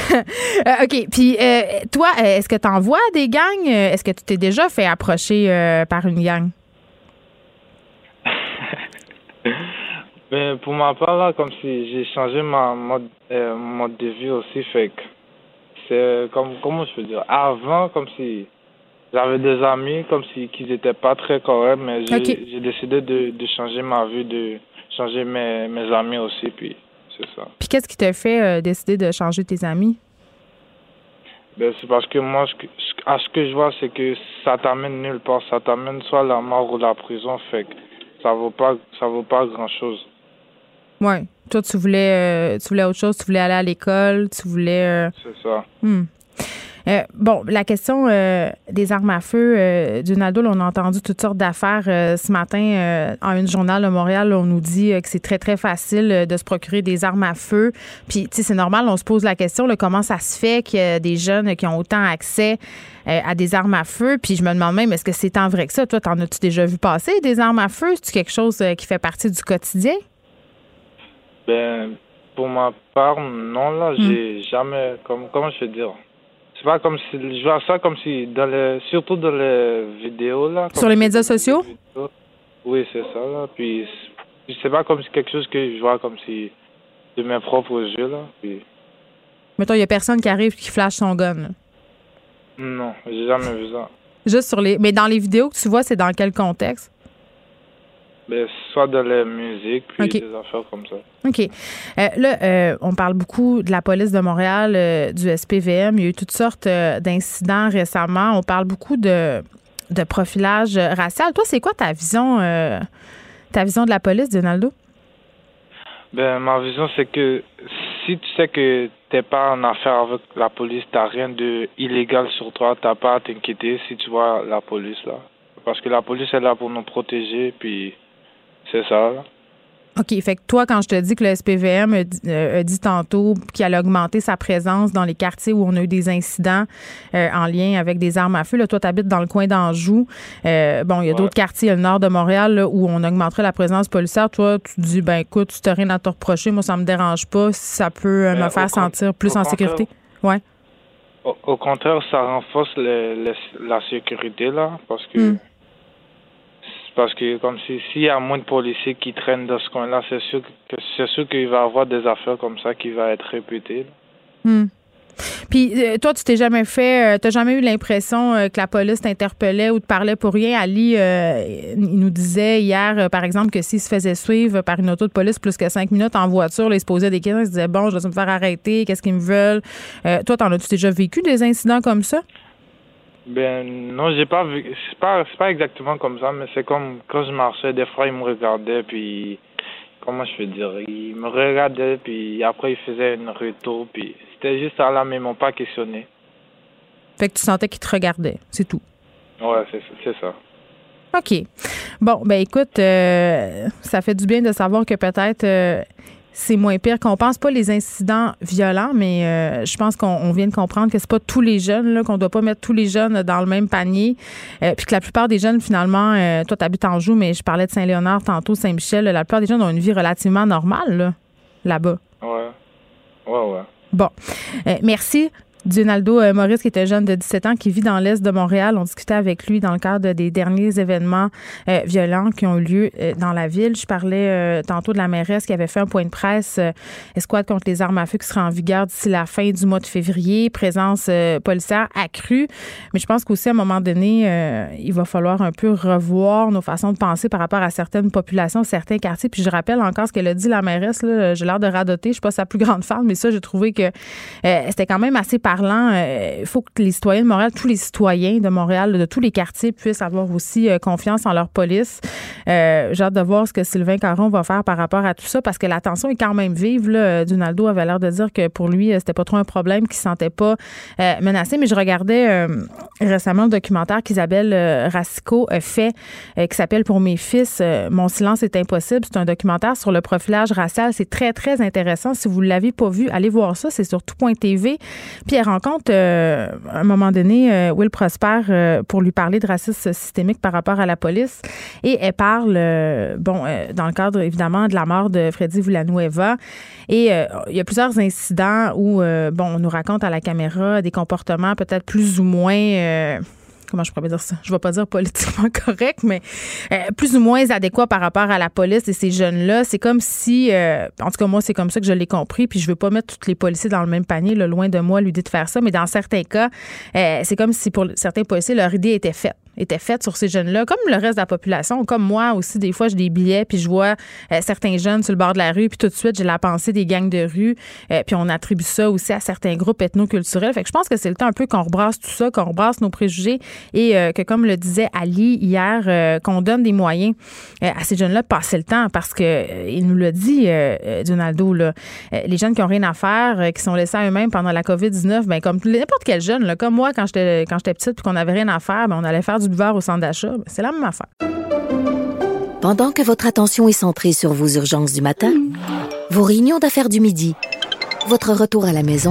OK. Puis toi, est-ce que tu en vois des gangs? Est-ce que tu t'es déjà fait approcher par une gang? Ben, pour ma part là, comme si j'ai changé ma mode de vie aussi, fait que c'est comment je peux dire, avant, comme si j'avais des amis comme si qu'ils étaient pas très corrects, mais j'ai décidé de changer ma vie, de changer mes amis aussi, puis c'est ça. Puis qu'est-ce qui t'a fait décider de changer tes amis? Ben, c'est parce que moi, ce que je vois, c'est que ça t'amène nulle part, ça t'amène soit la mort ou la prison, fait que ça vaut pas grand-chose. Ouais. Toi, tu voulais autre chose, tu voulais aller à l'école, tu voulais... C'est ça. Bon, la question des armes à feu, Donaldo, on a entendu toutes sortes d'affaires ce matin en une journal de Montréal. On nous dit que c'est très, très facile de se procurer des armes à feu. Puis, tu sais, c'est normal, on se pose la question, là, comment ça se fait qu'il y a des jeunes qui ont autant accès à des armes à feu? Puis, je me demande même, est-ce que c'est tant vrai que ça? Toi, t'en as-tu déjà vu passer des armes à feu? C'est-tu quelque chose qui fait partie du quotidien? Ben, pour ma part, non, là, j'ai jamais... Comment je peux dire? C'est pas comme si... Je vois ça comme si... surtout dans les vidéos, là. Sur les médias sociaux? Oui, c'est ça, là. Puis, c'est pas comme si quelque chose que je vois comme si... de mes propres yeux, là. Puis... Mettons, il y a personne qui arrive et qui flash son gun, là. Non, j'ai jamais vu ça. Juste sur les... Mais dans les vidéos que tu vois, c'est dans quel contexte? Ben, soit dans la musique, puis des affaires comme ça. OK. Là, on parle beaucoup de la police de Montréal, du SPVM. Il y a eu toutes sortes d'incidents récemment. On parle beaucoup de profilage racial. Toi, c'est quoi ta vision de la police, Donaldo? Ben, ma vision, c'est que si tu sais que t'es pas en affaire avec la police, t'as rien de illégal sur toi, t'as pas à t'inquiéter si tu vois la police, là. Parce que la police est là pour nous protéger, puis... C'est ça, là. OK. Fait que toi, quand je te dis que le SPVM a dit tantôt qu'il allait augmenter sa présence dans les quartiers où on a eu des incidents en lien avec des armes à feu, là, toi, tu habites dans le coin d'Anjou. Il y a d'autres quartiers, le nord de Montréal, là, où on augmenterait la présence policière. Toi, tu dis, ben écoute, tu n'as rien à te reprocher. Moi, ça me dérange pas si ça peut me faire sentir plus en sécurité. Ouais. au contraire, ça renforce la sécurité, là, parce que comme s'il y a moins de policiers qui traînent dans ce coin-là, c'est sûr qu'il va y avoir des affaires comme ça qui vont être répétées. Puis toi, tu t'es jamais t'as jamais eu l'impression que la police t'interpellait ou te parlait pour rien. Ali, il nous disait hier, par exemple, que s'il se faisait suivre par une auto de police plus que 5 minutes en voiture, là, il se posait des questions, il se disait, bon, je dois me faire arrêter, qu'est-ce qu'ils me veulent? Toi, as-tu déjà vécu des incidents comme ça? Ben non, j'ai pas vu. C'est pas exactement comme ça, mais c'est comme quand je marchais, des fois, il me regardait, puis comment je peux dire, il me regardait, puis après, il faisait une retour, puis c'était juste à là, mais ils m'ont pas questionné. Fait que tu sentais qu'il te regardait, c'est tout. Ouais, c'est ça. OK. Bon, ben écoute, ça fait du bien de savoir que peut-être c'est moins pire qu'on pense. Pas les incidents violents, mais je pense qu'on vient de comprendre que c'est pas tous les jeunes, là, qu'on doit pas mettre tous les jeunes dans le même panier. Puis que la plupart des jeunes, finalement, toi, t'habites en Anjou, mais je parlais de Saint-Léonard tantôt, Saint-Michel, la plupart des jeunes ont une vie relativement normale, là-bas. Ouais. Bon. Merci. Dunaldo Maurice, qui est un jeune de 17 ans qui vit dans l'est de Montréal. On discutait avec lui dans le cadre des derniers événements violents qui ont eu lieu dans la ville. Je parlais tantôt de la mairesse qui avait fait un point de presse escouade contre les armes à feu qui sera en vigueur d'ici la fin du mois de février. Présence policière accrue. Mais je pense qu'aussi, à un moment donné, il va falloir un peu revoir nos façons de penser par rapport à certaines populations, certains quartiers. Puis je rappelle encore ce qu'elle a dit, la mairesse. Là, j'ai l'air de radoter. Je suis pas sa plus grande fan, mais ça, j'ai trouvé que c'était quand même assez parlant. Il faut que les citoyens de Montréal, tous les citoyens de Montréal, de tous les quartiers, puissent avoir aussi confiance en leur police. J'ai hâte de voir ce que Sylvain Caron va faire par rapport à tout ça, parce que la tension est quand même vive. Là. Dunaldo avait l'air de dire que pour lui, c'était pas trop un problème, qu'il ne se sentait pas menacé. Mais je regardais récemment le documentaire qu'Isabelle Racicot a fait, qui s'appelle « Pour mes fils, mon silence est impossible ». C'est un documentaire sur le profilage racial. C'est très, très intéressant. Si vous ne l'avez pas vu, allez voir ça. C'est sur tout.tv. Puis elle rencontre, à un moment donné, Will Prosper pour lui parler de racisme systémique par rapport à la police. Et elle parle, dans le cadre, évidemment, de la mort de Freddy Villanueva. Et il y a plusieurs incidents où, on nous raconte à la caméra des comportements peut-être plus ou moins... comment je pourrais dire ça? Je ne vais pas dire politiquement correct, mais plus ou moins adéquat par rapport à la police et ces jeunes-là. C'est comme si, en tout cas, moi, c'est comme ça que je l'ai compris, puis je veux pas mettre tous les policiers dans le même panier, là, loin de moi, l'idée de faire ça, mais dans certains cas, c'est comme si pour certains policiers, leur idée était faite sur ces jeunes-là, comme le reste de la population, comme moi aussi, des fois, j'ai des billets, puis je vois certains jeunes sur le bord de la rue, puis tout de suite, j'ai la pensée des gangs de rue, puis on attribue ça aussi à certains groupes ethnoculturels. Fait que je pense que c'est le temps un peu qu'on rebrasse tout ça, qu'on rebrasse nos préjugés et que, comme le disait Ali hier, qu'on donne des moyens à ces jeunes-là de passer le temps, parce que il nous l'a dit, Dunaldo, là, les jeunes qui n'ont rien à faire, qui sont laissés à eux-mêmes pendant la COVID-19, ben comme n'importe quel jeune, là, comme moi, quand j'étais petite puis qu'on n'avait rien à faire, ben on allait faire du buvard au centre d'achat. Ben, c'est la même affaire. Pendant que votre attention est centrée sur vos urgences du matin, vos réunions d'affaires du midi, votre retour à la maison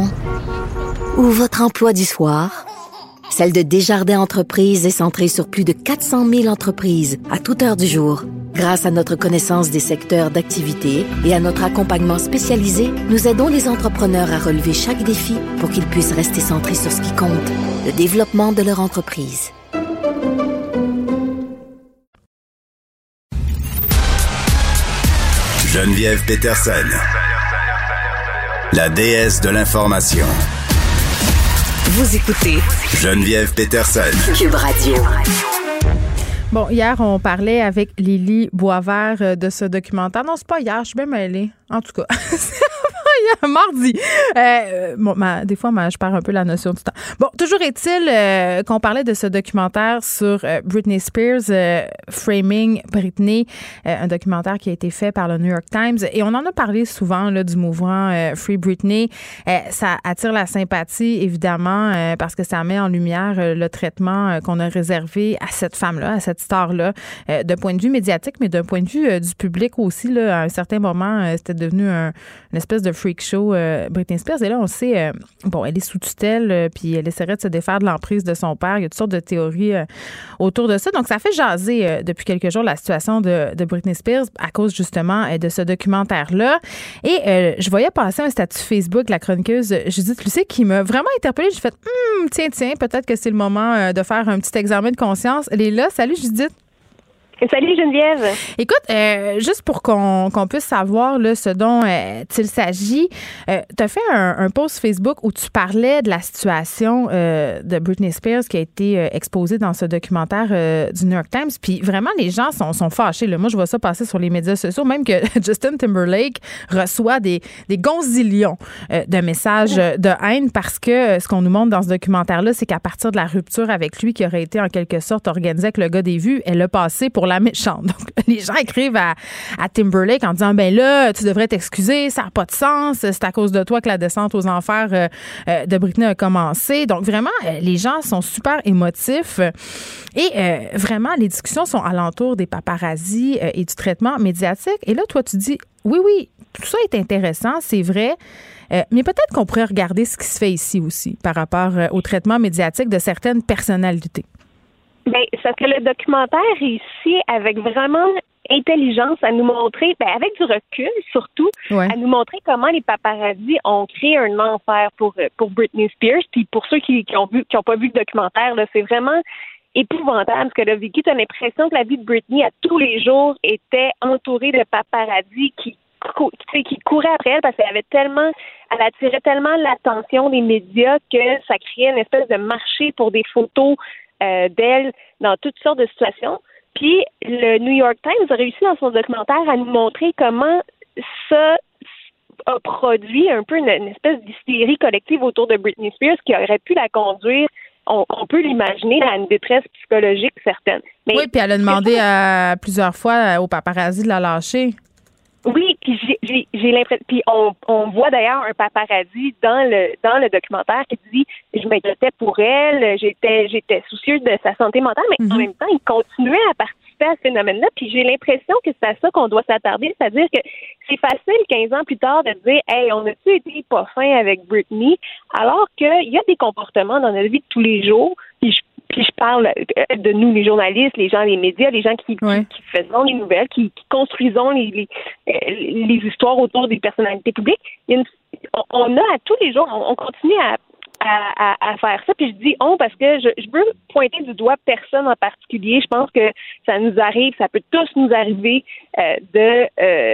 ou votre emploi du soir, celle de Desjardins Entreprises est centrée sur plus de 400 000 entreprises à toute heure du jour. Grâce à notre connaissance des secteurs d'activité et à notre accompagnement spécialisé, nous aidons les entrepreneurs à relever chaque défi pour qu'ils puissent rester centrés sur ce qui compte, le développement de leur entreprise. Geneviève Peterson, la déesse de l'information. Vous écoutez Geneviève Peterson, Cube Radio. Bon, hier, on parlait avec Lily Boisvert de ce documentaire. Non, c'est pas hier, je suis bien mêlée. En tout cas, mardi. Des fois, je perds un peu la notion du temps. Bon, toujours est-il qu'on parlait de ce documentaire sur Britney Spears, Framing Britney, un documentaire qui a été fait par le New York Times. Et on en a parlé souvent là, du mouvement Free Britney. Ça attire la sympathie, évidemment, parce que ça met en lumière le traitement qu'on a réservé à cette femme-là, à cette star-là, d'un point de vue médiatique, mais d'un point de vue du public aussi. Là, à un certain moment, c'était devenu une espèce de freak Freak Show, Britney Spears. Et là, on sait, elle est sous tutelle, puis elle essaierait de se défaire de l'emprise de son père. Il y a toutes sortes de théories autour de ça. Donc, ça fait jaser depuis quelques jours la situation de Britney Spears à cause justement de ce documentaire-là. Et je voyais passer un statut Facebook, la chroniqueuse Judith Lucet, qui m'a vraiment interpellée. J'ai fait, tiens, peut-être que c'est le moment de faire un petit examen de conscience. Elle est là. Salut, Judith. Salut Geneviève. Écoute, juste pour qu'on puisse savoir là, ce dont il s'agit, tu as fait un post Facebook où tu parlais de la situation de Britney Spears qui a été exposée dans ce documentaire du New York Times. Puis vraiment, les gens sont fâchés. Là. Moi, je vois ça passer sur les médias sociaux, même que Justin Timberlake reçoit des gonzillions de messages de haine parce que ce qu'on nous montre dans ce documentaire-là, c'est qu'à partir de la rupture avec lui, qui aurait été en quelque sorte organisée avec le gars des vues, elle a passé pour la méchante. Donc, les gens écrivent à Timberlake en disant, ben là, tu devrais t'excuser, ça n'a pas de sens, c'est à cause de toi que la descente aux enfers de Britney a commencé. Donc, vraiment, les gens sont super émotifs et vraiment, les discussions sont alentour des paparazzis et du traitement médiatique. Et là, toi, tu dis, oui, tout ça est intéressant, c'est vrai, mais peut-être qu'on pourrait regarder ce qui se fait ici aussi par rapport au traitement médiatique de certaines personnalités. Bien, c'est que le documentaire réussit avec vraiment intelligence à nous montrer, avec du recul surtout, à nous montrer comment les paparazzis ont créé un enfer pour Britney Spears. Puis pour ceux qui ont pas vu le documentaire, là, c'est vraiment épouvantable ce qu'elle a vécu. Tu as l'impression que la vie de Britney à tous les jours était entourée de paparazzis qui couraient après elle parce elle attirait tellement l'attention des médias que ça créait une espèce de marché pour des photos d'elle dans toutes sortes de situations. Puis le New York Times a réussi dans son documentaire à nous montrer comment ça a produit un peu une espèce d'hystérie collective autour de Britney Spears qui aurait pu la conduire, on peut l'imaginer, à une détresse psychologique certaine. Mais oui, puis elle a demandé plusieurs fois aux paparazzi de la lâcher. Oui, puis j'ai l'impression, puis on voit d'ailleurs un paparazzi dans le documentaire qui dit je m'inquiétais pour elle, j'étais soucieuse de sa santé mentale, mais en même temps il continuait à participer à ce phénomène-là, puis j'ai l'impression que c'est à ça qu'on doit s'attarder, c'est-à-dire que c'est facile 15 ans plus tard de dire hey, on a-tu été pas fin avec Britney, alors qu'il y a des comportements dans notre vie de tous les jours, puis je parle de nous, les journalistes, les gens, les médias, les gens qui faisons les nouvelles, qui construisons les histoires autour des personnalités publiques. On a à tous les jours, on continue à faire ça. Puis je dis parce que je veux pointer du doigt personne en particulier. Je pense que ça nous arrive, ça peut tous nous arriver de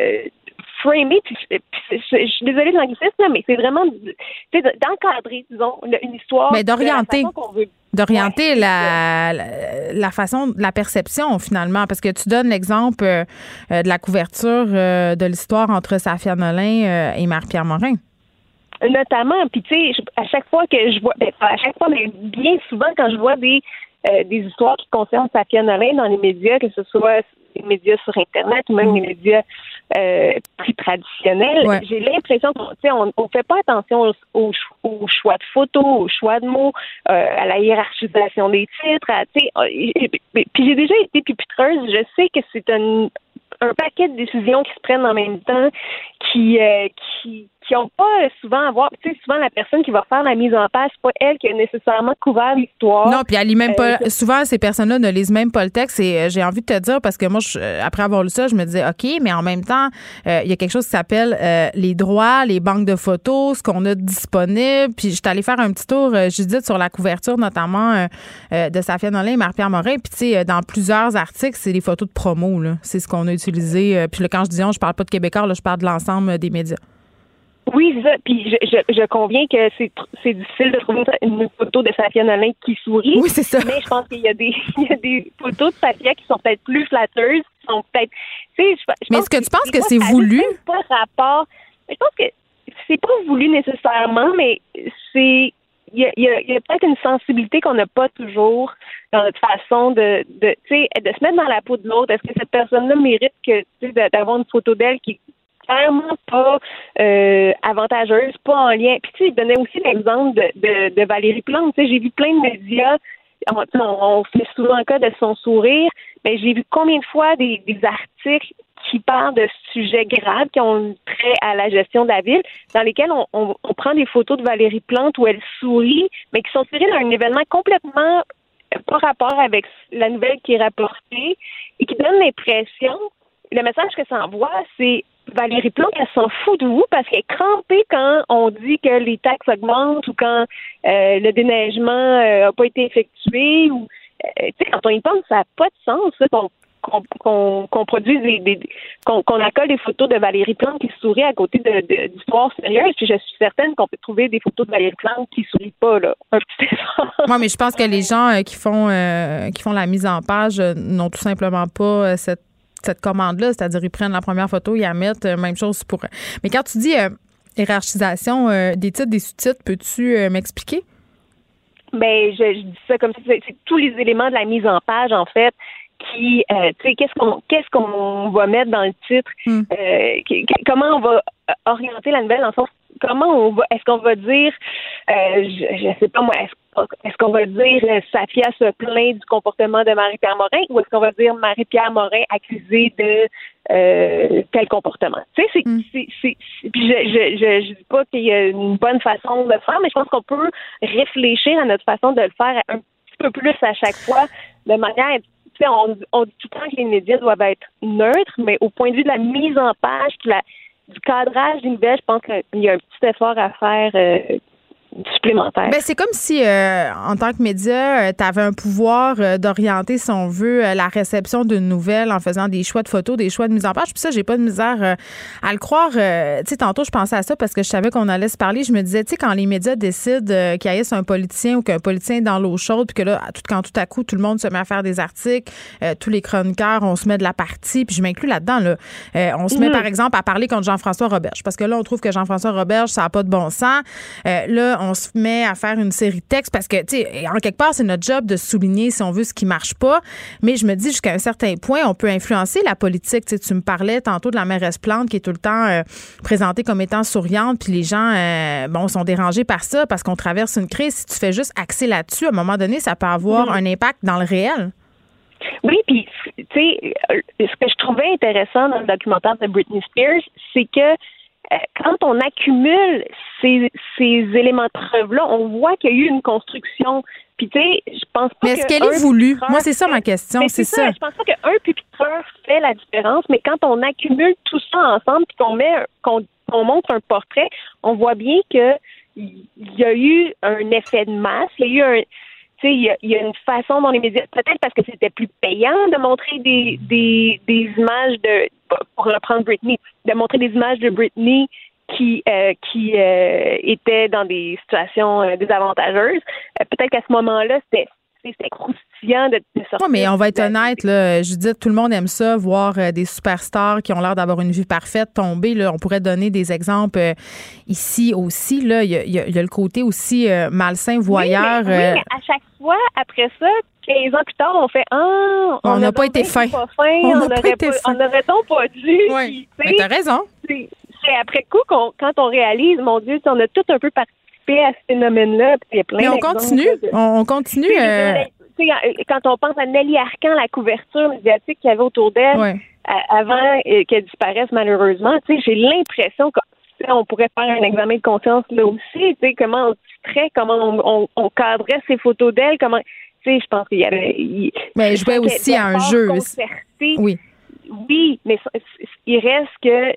framer, puis je suis désolée de l'anglicisme, mais c'est vraiment d'encadrer, disons, une histoire. Mais d'orienter. D'orienter la façon, la perception finalement, parce que tu donnes l'exemple de la couverture de l'histoire entre Safia Nolin et Marie-Pierre Morin. Notamment, puis tu sais, à chaque fois que je vois, pas à chaque fois, mais bien souvent quand je vois des histoires qui concernent Safia Nolin dans les médias, que ce soit les médias sur Internet ou même les médias plus traditionnels, j'ai l'impression qu'on fait pas attention au choix de photos, au choix de mots, à la hiérarchisation des titres. Puis j'ai déjà été pupitreuse, je sais que c'est un paquet de décisions qui se prennent en même temps, qui n'ont pas souvent à voir. Tu sais, souvent la personne qui va faire la mise en page, c'est pas elle qui a nécessairement couvert l'histoire. Non, puis elle lit même pas. Souvent, ces personnes-là ne lisent même pas le texte. Et j'ai envie de te dire, parce que moi, après avoir lu ça, je me disais, OK, mais en même temps, il y a quelque chose qui s'appelle les droits, les banques de photos, ce qu'on a disponible. Puis j'étais allée faire un petit tour, Judith, sur la couverture, notamment de Safia Nolin et Marie-Pierre Morin. Puis tu sais, dans plusieurs articles, c'est des photos de promo, là. C'est ce qu'on a utilisé. Puis là, quand je dis je parle pas de Québécois, là, je parle de l'ensemble des médias. Oui, c'est ça. Puis je conviens que c'est difficile de trouver une photo de Safia Nolin qui sourit. Oui, c'est ça. Mais je pense qu'il y a des photos de Safia qui sont peut-être plus flatteuses, qui sont peut-être. Mais est-ce que tu penses que c'est voulu? Pas rapport. Je pense que c'est pas voulu nécessairement, mais c'est. Il y a peut-être une sensibilité qu'on n'a pas toujours dans notre façon de se mettre dans la peau de l'autre. Est-ce que cette personne-là mérite d'avoir une photo d'elle qui est clairement pas avantageuse, pas en lien. Puis tu sais, il donnait aussi l'exemple de Valérie Plante. Tu sais, j'ai vu plein de médias, on fait souvent cas de son sourire, mais j'ai vu combien de fois des articles qui parlent de sujets graves qui ont trait à la gestion de la ville, dans lesquels on prend des photos de Valérie Plante où elle sourit, mais qui sont tirées d'un événement complètement pas rapport avec la nouvelle qui est rapportée et qui donne l'impression, le message que ça envoie, c'est Valérie Plante, elle s'en fout de vous parce qu'elle est crampée quand on dit que les taxes augmentent ou quand le déneigement n'a pas été effectué ou quand on y pense, ça n'a pas de sens ça, qu'on produise qu'on accole des photos de Valérie Plante qui sourit à côté d'histoires sérieuses. Puis je suis certaine qu'on peut trouver des photos de Valérie Plante qui sourit pas, là. Un petit effort. Oui, mais je pense que les gens qui font la mise en page n'ont tout simplement pas cette commande-là, c'est-à-dire ils prennent la première photo, ils la mettent, même chose pour... Mais quand tu dis hiérarchisation des titres, des sous-titres, peux-tu m'expliquer? Ben, je dis ça comme ça, c'est tous les éléments de la mise en page, en fait, qui, tu sais, qu'est-ce qu'on va mettre dans le titre, comment on va orienter la nouvelle, en sens, est-ce qu'on va dire, je sais pas moi, est-ce qu'on va dire Safia se plaint du comportement de Marie-Pierre Morin ou est-ce qu'on va dire Marie-Pierre Morin accusée de tel comportement? Tu sais, puis je dis pas qu'il y a une bonne façon de le faire, mais je pense qu'on peut réfléchir à notre façon de le faire un petit peu plus à chaque fois, de manière, tu sais, on dit tout le temps que les médias doivent être neutres, mais au point de vue de la mise en page, du cadrage d'une nouvelle, je pense qu'il y a un petit effort à faire supplémentaire. Ben, c'est comme si, en tant que média, tu avais un pouvoir d'orienter, si on veut, la réception d'une nouvelle en faisant des choix de photos, des choix de mise en page. Puis ça, j'ai pas de misère à le croire. Tu sais, tantôt, je pensais à ça parce que je savais qu'on allait se parler. Je me disais, tu sais, quand les médias décident qu'il haïssent un politicien ou qu'un politicien est dans l'eau chaude, puis que là, quand tout à coup, tout le monde se met à faire des articles, tous les chroniqueurs, on se met de la partie, puis je m'inclus là-dedans, là. On se met, par exemple, à parler contre Jean-François Roberge. Parce que là, on trouve que Jean-François Roberge, ça n'a pas de bon sens. Là, on se met à faire une série de textes parce que, tu sais, en quelque part, c'est notre job de souligner, si on veut, ce qui marche pas. Mais je me dis, jusqu'à un certain point, on peut influencer la politique. Tu sais, tu me parlais tantôt de la mairesse Plante qui est tout le temps présentée comme étant souriante, puis les gens, sont dérangés par ça parce qu'on traverse une crise. Si tu fais juste axer là-dessus, à un moment donné, ça peut avoir un impact dans le réel. Oui, puis, tu sais, ce que je trouvais intéressant dans le documentaire de Britney Spears, c'est que quand on accumule ces éléments de preuve-là, on voit qu'il y a eu une construction. Puis, tu sais, je pense pas. Mais est-ce qu'elle est voulue? Moi, c'est ça ma question. C'est ça. Je pense pas qu'un pupitreur fait la différence, mais quand on accumule tout ça ensemble puis qu'on montre un portrait, on voit bien que il y a eu un effet de masse. Il y a eu il y a une façon dont les médias, peut-être parce que c'était plus payant de montrer des images pour reprendre Britney, de montrer des images de Britney qui étaient dans des situations désavantageuses. Peut-être qu'à ce moment-là, c'était croustillant de sortir. Oui, mais on va être honnête, là, Judith, tout le monde aime ça, voir des superstars qui ont l'air d'avoir une vie parfaite tomber. Là, on pourrait donner des exemples ici aussi. Là, il y a le côté aussi malsain, voyeur. Oui, mais à chaque fois, après ça, 15 ans plus tard, on fait on n'a pas été fin. On n'aurait-on pas dû. Oui, mais t'as raison. C'est après coup quand on réalise, mon Dieu, on a tout un peu participé à ce phénomène-là. Il y a plein mais on continue. On continue. Quand on pense à Nelly Arcan, la couverture médiatique qu'il y avait autour d'elle avant qu'elle disparaisse malheureusement, j'ai l'impression qu'on pourrait faire un examen de conscience là aussi. Comment on titrait, comment on cadrait ces photos d'elle, comment. Je pense qu'il y avait. Mais je jouais aussi à un jeu. Oui. Oui, mais il reste que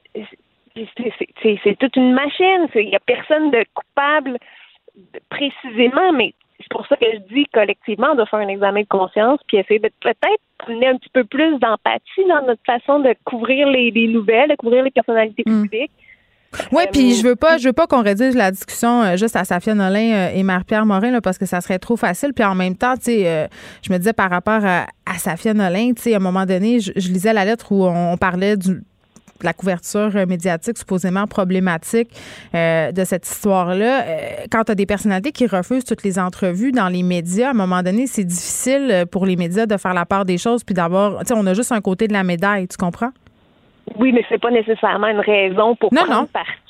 c'est toute une machine. Il n'y a personne de coupable précisément, mais c'est pour ça que je dis collectivement, on doit faire un examen de conscience puis essayer de peut-être amener un petit peu plus d'empathie dans notre façon de couvrir les nouvelles, de couvrir les personnalités publiques. Oui, puis je veux pas qu'on rédige la discussion juste à Safia Nolin et Marie-Pierre Morin là, parce que ça serait trop facile. Puis en même temps, tu sais, je me disais par rapport à Safia Nolin, tu sais, à un moment donné, je lisais la lettre où on parlait de la couverture médiatique supposément problématique de cette histoire-là. Quand tu as des personnalités qui refusent toutes les entrevues dans les médias, à un moment donné, c'est difficile pour les médias de faire la part des choses puis d'avoir... Tu sais, on a juste un côté de la médaille, tu comprends? Oui, mais c'est pas nécessairement une raison pour prendre parti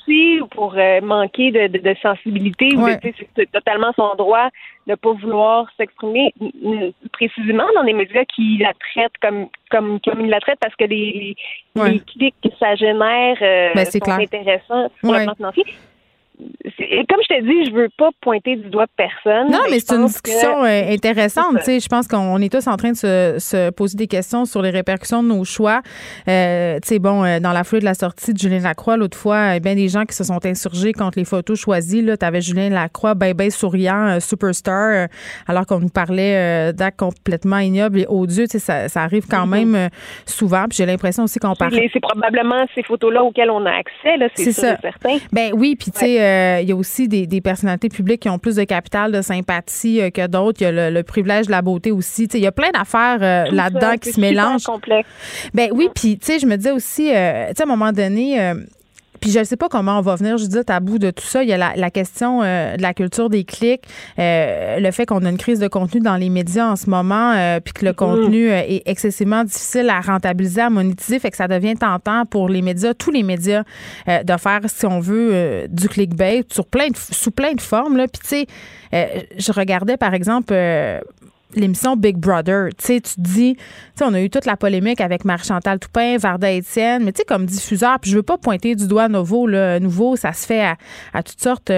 aussi ou pour manquer de sensibilité. Ouais. C'est totalement son droit de pas vouloir s'exprimer précisément dans des médias qui la traitent comme il la traite, parce que les clics que ça génère sont clair. Intéressants sur le plan financier. Comme je t'ai dit, je veux pas pointer du doigt personne. Non, mais c'est une discussion intéressante. Tu sais, je pense qu'on est tous en train de se poser des questions sur les répercussions de nos choix. Tu sais, bon, dans la foulée de la sortie de Julien Lacroix, l'autre fois, bien des gens qui se sont insurgés contre les photos choisies. Là, t'avais Julien Lacroix, ben souriant, superstar, alors qu'on nous parlait d'actes complètement ignobles et odieux. Tu sais, ça arrive quand même souvent. Puis j'ai l'impression aussi qu'on parle. C'est probablement ces photos-là auxquelles on a accès. Là, c'est sûr et certain. Ben oui, puis tu sais. Il y a aussi des personnalités publiques qui ont plus de capital de sympathie que d'autres. Il y a le privilège de la beauté aussi. Il y a plein d'affaires là-dedans qui se mélangent. Complexe. Ben oui, puis tu sais, je me disais aussi, tu sais, à un moment donné, puis je ne sais pas comment on va venir, Judith, à bout de tout ça. Il y a la question de la culture des clics, le fait qu'on a une crise de contenu dans les médias en ce moment, puis que le contenu est excessivement difficile à rentabiliser, à monétiser, fait que ça devient tentant pour les médias, tous les médias, de faire, si on veut, du clickbait sous plein de formes. Puis tu sais, je regardais, par exemple, l'émission Big Brother. Tu sais, tu te dis, tu sais, on a eu toute la polémique avec Marie-Chantal Toupin, Varda Étienne, mais tu sais, comme diffuseur, puis je veux pas pointer du doigt Nouveau, ça se fait à toutes sortes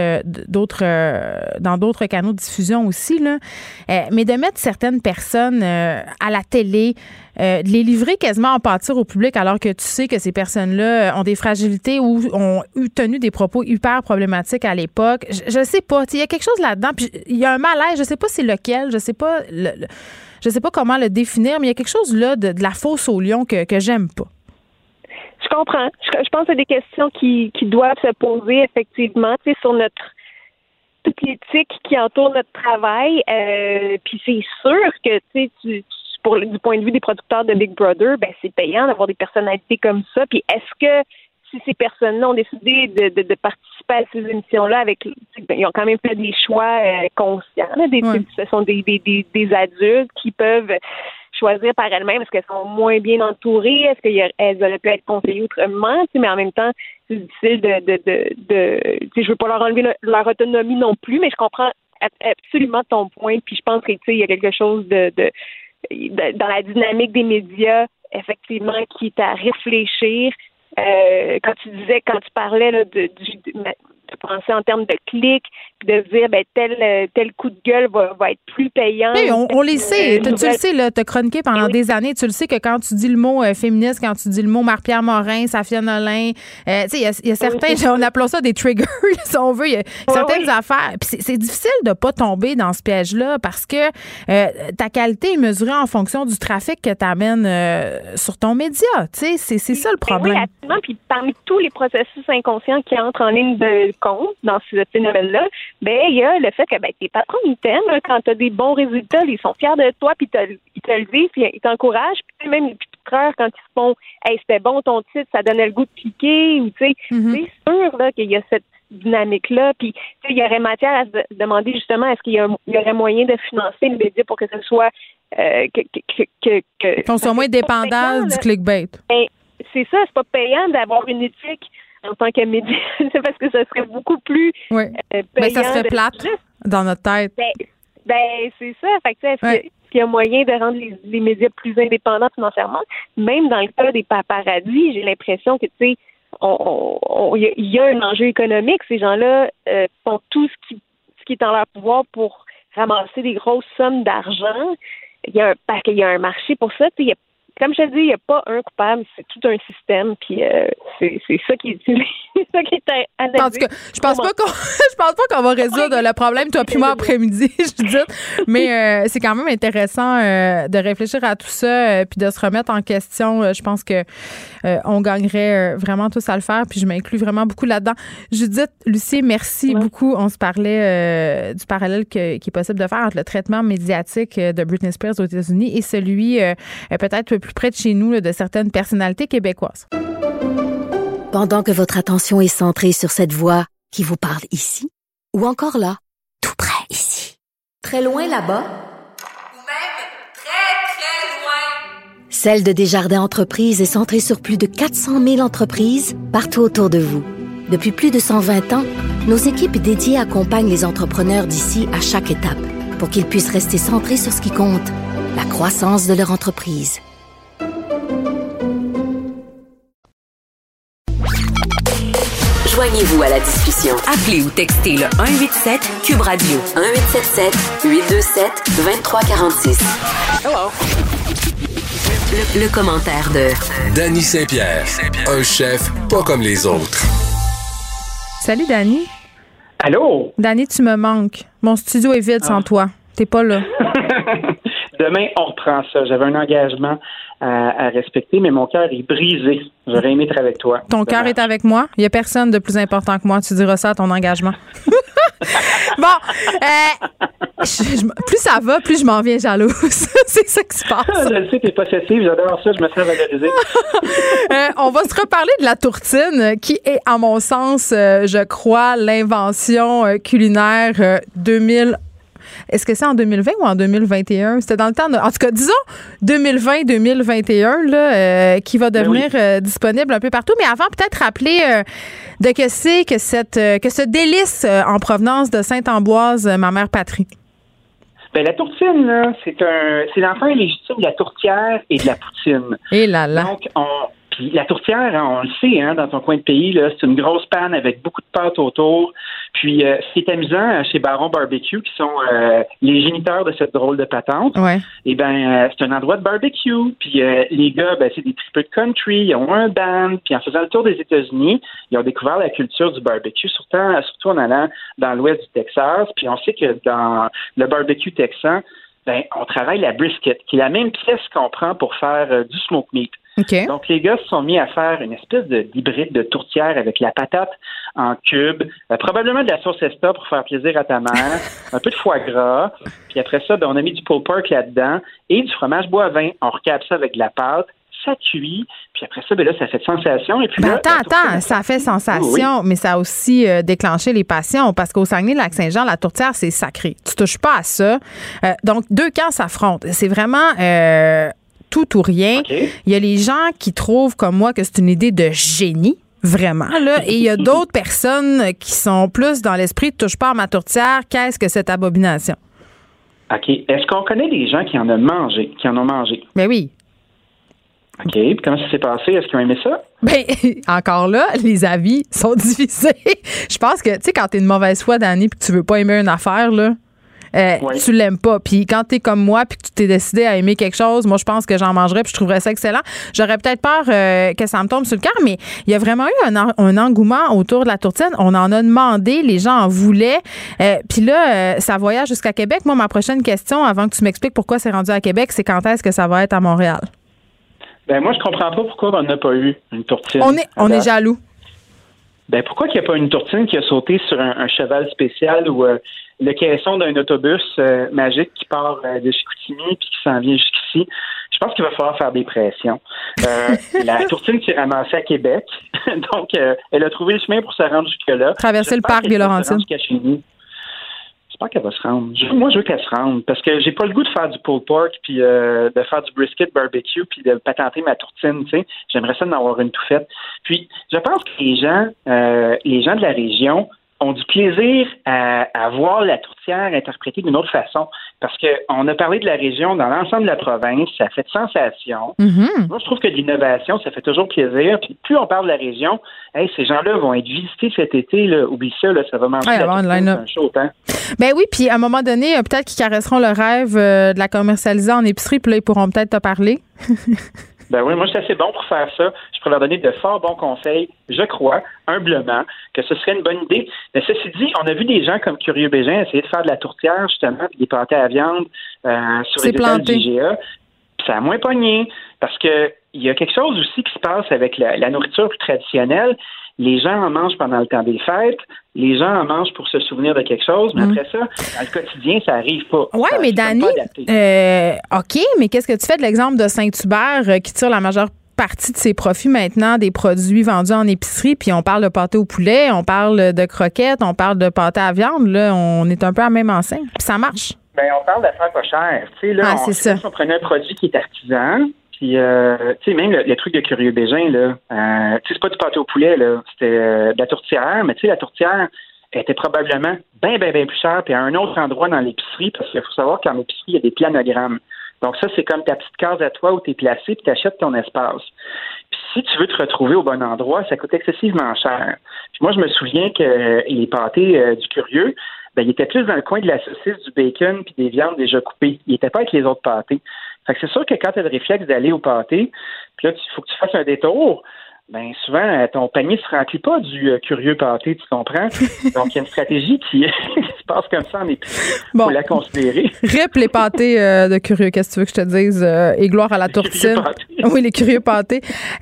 dans d'autres canaux de diffusion aussi, là. Mais de mettre certaines personnes à la télé, de les livrer quasiment en pâture au public, alors que tu sais que ces personnes-là ont des fragilités ou ont tenu des propos hyper problématiques à l'époque. Je sais pas. Il y a quelque chose là-dedans. Puis il y a un malaise. Je sais pas c'est lequel. Je sais pas comment le définir, mais il y a quelque chose là de la fosse au lion que j'aime pas. Je comprends. Je pense que c'est des questions qui doivent se poser effectivement, tu sais, sur toute l'éthique qui entoure notre travail. Puis c'est sûr que du point de vue des producteurs de Big Brother, ben c'est payant d'avoir des personnalités comme ça. Puis est-ce que si ces personnes-là ont décidé de participer à ces émissions-là ils ont quand même fait des choix conscients. Là, ce sont des adultes qui peuvent choisir par elles-mêmes. Est-ce qu'elles sont moins bien entourées? Est-ce qu'elles auraient pu être conseillées autrement? Mais en même temps, c'est difficile je veux pas leur enlever leur autonomie non plus, mais je comprends absolument ton point. Puis je pense que il y a quelque chose dans la dynamique des médias, effectivement, qui est à réfléchir. Quand tu parlais là, de penser en termes de clics, puis de se dire tel coup de gueule va être plus payant. Oui, on les sait. Tu le sais, tu as chroniqué pendant des années. Tu le sais que quand tu dis le mot féministe, quand tu dis le mot Marie-Pierre Morin, Safia Nolin, il y a certains, on appelle ça des triggers, si on veut. Il y a certaines affaires. Puis c'est difficile de pas tomber dans ce piège-là parce que ta qualité est mesurée en fonction du trafic que tu amènes sur ton média. C'est ça le problème. Oui, absolument. Puis parmi tous les processus inconscients qui entrent en ligne de compte dans ce phénomène-là, il y a le fait que tes patrons, ils t'aiment. Là, quand tu as des bons résultats, ils sont fiers de toi, puis ils te le disent, puis ils t'encouragent. Puis même les piqueurs, quand ils se font « Hey, c'était bon ton titre, ça donnait le goût de cliquer », ou c'est sûr là, qu'il y a cette dynamique-là. Puis il y aurait matière à se demander justement est-ce qu'il y aurait moyen de financer le média pour que ce soit qu'on soit moins dépendant du clickbait. C'est ça, c'est pas payant d'avoir une éthique en tant que média. C'est parce que ça serait beaucoup plus payant. Ça serait plate dans notre tête. C'est ça. Fait que, est-ce qu'il y a moyen de rendre les médias plus indépendants financièrement? Même dans le cas des paparazzis, j'ai l'impression que, tu sais, il y a un enjeu économique. Ces gens-là font tout ce qui est en leur pouvoir pour ramasser des grosses sommes d'argent. Il y a un marché pour ça. Tu sais, comme je te dis, il n'y a pas un coupable, c'est tout un système, puis c'est ça qui est analysé. En tout cas, je pense pas qu'on va résoudre le problème, toi puis moi, après-midi, je dis. Mais c'est quand même intéressant de réfléchir à tout ça, puis de se remettre en question. Je pense que on gagnerait vraiment tous à le faire, puis je m'inclus vraiment beaucoup là-dedans. Judith, Lucie, merci beaucoup. On se parlait du parallèle qui est possible de faire entre le traitement médiatique de Britney Spears aux États-Unis et celui peut-être plus près de chez nous là, de certaines personnalités québécoises. Pendant que votre attention est centrée sur cette voix qui vous parle ici, ou encore là, tout près ici, très loin là-bas, ou même très, très loin, Celle de Desjardins Entreprises est centrée sur plus de 400 000 entreprises partout autour de vous. Depuis plus de 120 ans, nos équipes dédiées accompagnent les entrepreneurs d'ici à chaque étape pour qu'ils puissent rester centrés sur ce qui compte, la croissance de leur entreprise. Joignez-vous à la discussion. Appelez ou textez le 187-CUBE Radio. 1877-827-2346. Hello. Le commentaire de Dany Saint-Pierre, un chef pas comme les autres. Salut, Dany. Allô? Dany, tu me manques. Mon studio est vide sans toi. T'es pas là. Demain, on reprend ça. J'avais un engagement à respecter, mais mon cœur est brisé. J'aurais aimé être avec toi. Ton cœur est avec moi. Il n'y a personne de plus important que moi. Tu diras ça à ton engagement. Bon, plus ça va, plus je m'en viens jalouse. C'est ça qui se passe. Je le sais, t'es possessive. J'adore ça. Je me sens valorisée. On va se reparler de la tourtine, qui est, à mon sens, je crois, l'invention culinaire 2000. Est-ce que c'est en 2020 ou en 2021? C'était dans le temps de... En tout cas, disons 2020-2021, là, qui va devenir disponible un peu partout. Mais avant, peut-être rappeler de que c'est que ce délice en provenance de Sainte-Ambroise, ma mère patrie. Ben, la tourtine, là, c'est l'enfant illégitime de la tourtière et de la poutine. Et là là. Donc, puis la tourtière, on le sait, dans ton coin de pays, là, c'est une grosse panne avec beaucoup de pâte autour. Puis, ce qui est amusant chez Baron Barbecue, qui sont les géniteurs de cette drôle de patente, c'est un endroit de barbecue. Puis, les gars, c'est des tripeux de country, ils ont un band. Puis, en faisant le tour des États-Unis, ils ont découvert la culture du barbecue, surtout en allant dans l'ouest du Texas. Puis, on sait que dans le barbecue texan, on travaille la brisket, qui est la même pièce qu'on prend pour faire du smoke meat. Okay. Donc, les gars se sont mis à faire une espèce d'hybride de tourtière avec la patate en cubes, probablement de la sauce Esta pour faire plaisir à ta mère, un peu de foie gras, puis après ça, on a mis du pulled pork là-dedans et du fromage boivin. On recape ça avec de la pâte, ça cuit, puis après ça, ça fait sensation. Et puis attends, ça fait sensation, mais ça a aussi déclenché les passions, parce qu'au Saguenay-Lac-Saint-Jean, la tourtière, c'est sacré. Tu touches pas à ça. Donc, deux camps s'affrontent. C'est vraiment... tout ou rien. Okay. Il y a les gens qui trouvent, comme moi, que c'est une idée de génie, vraiment, là, et il y a d'autres personnes qui sont plus dans l'esprit « touche pas à ma tourtière, qu'est-ce que cette abomination? » OK. Est-ce qu'on connaît des gens qui en ont mangé? Ben oui. OK. Puis comment ça s'est passé? Est-ce qu'ils ont aimé ça? Ben, encore là, les avis sont divisés. Je pense que, tu sais, quand t'es une mauvaise foi, Dany, puis que tu veux pas aimer une affaire, là, tu l'aimes pas. Puis quand t'es comme moi puis que tu t'es décidé à aimer quelque chose, moi je pense que j'en mangerais puis je trouverais ça excellent. J'aurais peut-être peur que ça me tombe sur le cœur, mais il y a vraiment eu un engouement autour de la tourtine. On en a demandé, les gens en voulaient. Puis là, ça voyage jusqu'à Québec. Moi, ma prochaine question, avant que tu m'expliques pourquoi c'est rendu à Québec, c'est quand est-ce que ça va être à Montréal? Ben moi, je comprends pas pourquoi on n'a pas eu une tourtine. On est jaloux. Ben pourquoi qu'il n'y a pas une tourtine qui a sauté sur un cheval spécial ou le caisson d'un autobus magique qui part de Chicoutimi puis qui s'en vient jusqu'ici? Je pense qu'il va falloir faire des pressions. La tourtine s'est ramassée à Québec, donc elle a trouvé le chemin pour se rendre jusque-là. Traverser le parc des Laurentides. J'espère qu'elle va se rendre. Moi, je veux qu'elle se rende parce que j'ai pas le goût de faire du pulled pork puis de faire du brisket barbecue puis de patenter ma tourtine, tu sais. J'aimerais ça d'en avoir une tout faite. Puis, je pense que les gens de la région ont du plaisir à voir la tourtière interprétée d'une autre façon. Parce qu'on a parlé de la région dans l'ensemble de la province, ça fait de sensation. Mm-hmm. Moi, je trouve que de l'innovation, ça fait toujours plaisir. Puis plus on parle de la région, ces gens-là vont être visités cet été. Là. Oublie ça, là, ça va manger un chaud temps. Ben oui, puis à un moment donné, peut-être qu'ils caresseront le rêve de la commercialiser en épicerie, puis là, ils pourront peut-être te parler. Ben oui, moi, je suis assez bon pour faire ça. Je pourrais leur donner de fort bons conseils. Je crois, humblement, que ce serait une bonne idée. Mais ceci dit, on a vu des gens comme Curieux Bégin essayer de faire de la tourtière, justement, puis des pâtés à viande sur les étals du IGA. Puis ça a moins pogné. Parce que il y a quelque chose aussi qui se passe avec la nourriture plus traditionnelle. Les gens en mangent pendant le temps des fêtes. Les gens en mangent pour se souvenir de quelque chose. Mais après ça, dans le quotidien, ça arrive pas. Oui, mais Dany, OK, mais qu'est-ce que tu fais de l'exemple de Saint-Hubert qui tire la majeure partie de ses profits maintenant des produits vendus en épicerie, puis on parle de pâté au poulet, on parle de croquettes, on parle de pâté à viande. Là, on est un peu à la même enseigne. Puis ça marche. Ben, on parle d'affaires pas chères. Tu sais, là, c'est ça. Si on prenait un produit qui est artisan, Puis, tu sais, même le truc de Curieux Bégin, là, tu sais, c'est pas du pâté au poulet, là. C'était de la tourtière, mais tu sais, la tourtière était probablement bien plus chère, puis à un autre endroit dans l'épicerie, parce qu'il faut savoir qu'en épicerie, il y a des planogrammes. Donc ça, c'est comme ta petite case à toi où tu es placé, puis tu achètes ton espace. Puis si tu veux te retrouver au bon endroit, ça coûte excessivement cher. Puis moi, je me souviens que les pâtés du Curieux, ben, ils étaient plus dans le coin de la saucisse, du bacon, puis des viandes déjà coupées. Ils n'étaient pas avec les autres pâtés. Fait que c'est sûr que quand tu as le réflexe d'aller au pâté, puis là, il faut que tu fasses un détour, ben souvent, ton panier ne se remplit pas du curieux pâté, tu comprends? Donc, il y a une stratégie qui se passe comme ça en épicerie. Il faut la considérer. Rip les pâtés de curieux, qu'est-ce que tu veux que je te dise? Et gloire à la tourtine. Oui, les curieux pâtés.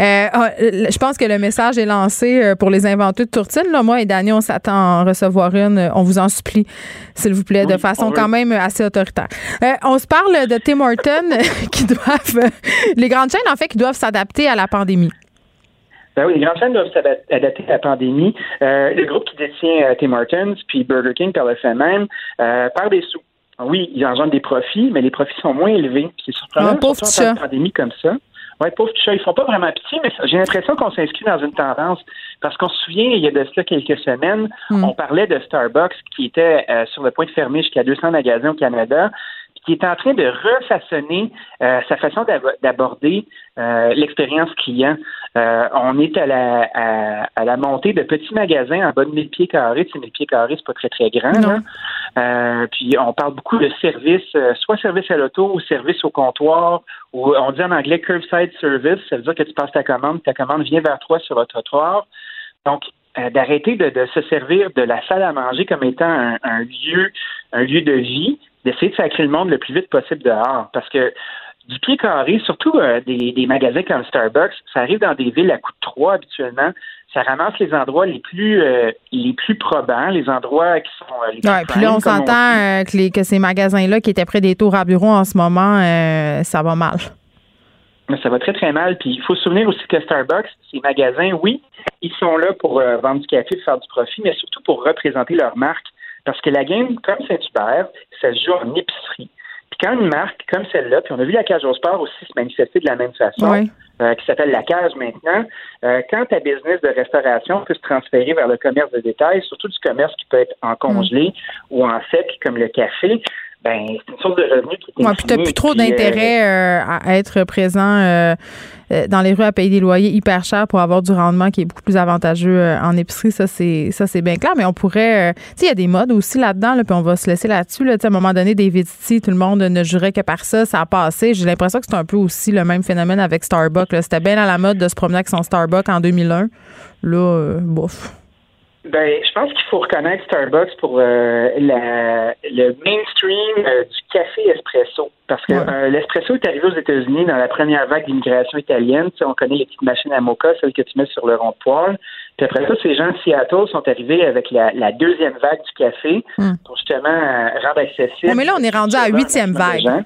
Je pense que le message est lancé pour les inventeurs de tourtine. Là, moi et Dany, on s'attend à en recevoir une. On vous en supplie, s'il vous plaît, de façon quand même assez autoritaire. On se parle de Tim Hortons qui doivent... les grandes chaînes, en fait, qui doivent s'adapter à la pandémie. Ben oui, les grandes chaînes doivent s'adapter à la pandémie. Le groupe qui détient Tim Hortons puis Burger King par le fait même perd des sous. Oui, ils engendrent des profits, mais les profits sont moins élevés. C'est surprenant, surtout en pandémie comme ça. Oui, pauvres petits chats, ils font pas vraiment pitié, mais j'ai l'impression qu'on s'inscrit dans une tendance. Parce qu'on se souvient, il y a de cela quelques semaines, on parlait de Starbucks qui était sur le point de fermer jusqu'à 200 magasins au Canada, qui est en train de refaçonner sa façon d'aborder l'expérience client. On est à la montée de petits magasins en bas de 1000 pieds carrés. Tu sais, 1000 pieds carrés, c'est pas très, très grand. Là. Puis on parle beaucoup de service, soit service à l'auto ou service au comptoir, ou on dit en anglais curbside service. Ça veut dire que tu passes ta commande vient vers toi sur le trottoir. Donc, d'arrêter de se servir de la salle à manger comme étant un lieu de vie, d'essayer de sacrer le monde le plus vite possible dehors. Parce que du pied carré, surtout des magasins comme Starbucks, ça arrive dans des villes à coup de 3 habituellement. Ça ramasse les endroits les plus probants, les endroits qui sont les plus puis là, on s'entend que ces magasins-là qui étaient près des tours à bureaux en ce moment, ça va mal. Mais ça va très, très mal. Puis il faut se souvenir aussi que Starbucks, ces magasins, oui, ils sont là pour vendre du café, faire du profit, mais surtout pour représenter leur marque. Parce que la game, comme Saint-Hubert, ça se joue en épicerie. Puis quand une marque comme celle-là, puis on a vu la Cage au sport aussi se manifester de la même façon, qui s'appelle la Cage maintenant, quand ta business de restauration peut se transférer vers le commerce de détail, surtout du commerce qui peut être en congelé ou en sec, comme le café, ben c'est une source de revenus qui est puis t'as plus trop d'intérêt à être présent dans les rues à payer des loyers hyper chers pour avoir du rendement qui est beaucoup plus avantageux en épicerie. Ça c'est bien clair, mais on pourrait... tu sais, il y a des modes aussi là-dedans, là, puis on va se laisser là-dessus. Là, à un moment donné, David City, tout le monde ne jurait que par ça. Ça a passé. J'ai l'impression que c'est un peu aussi le même phénomène avec Starbucks. Là. C'était bien à la mode de se promener avec son Starbucks en 2001. Là, bof. Ben, je pense qu'il faut reconnaître Starbucks pour le mainstream du café espresso. Parce que l'espresso est arrivé aux États-Unis dans la première vague d'immigration italienne. Tu sais, on connaît les petites machines à moka, celles que tu mets sur le rond de poêle. Puis après ça, ces gens de Seattle sont arrivés avec la deuxième vague du café pour justement rendre accessible. Mais là, on est rendu à la 8e vague.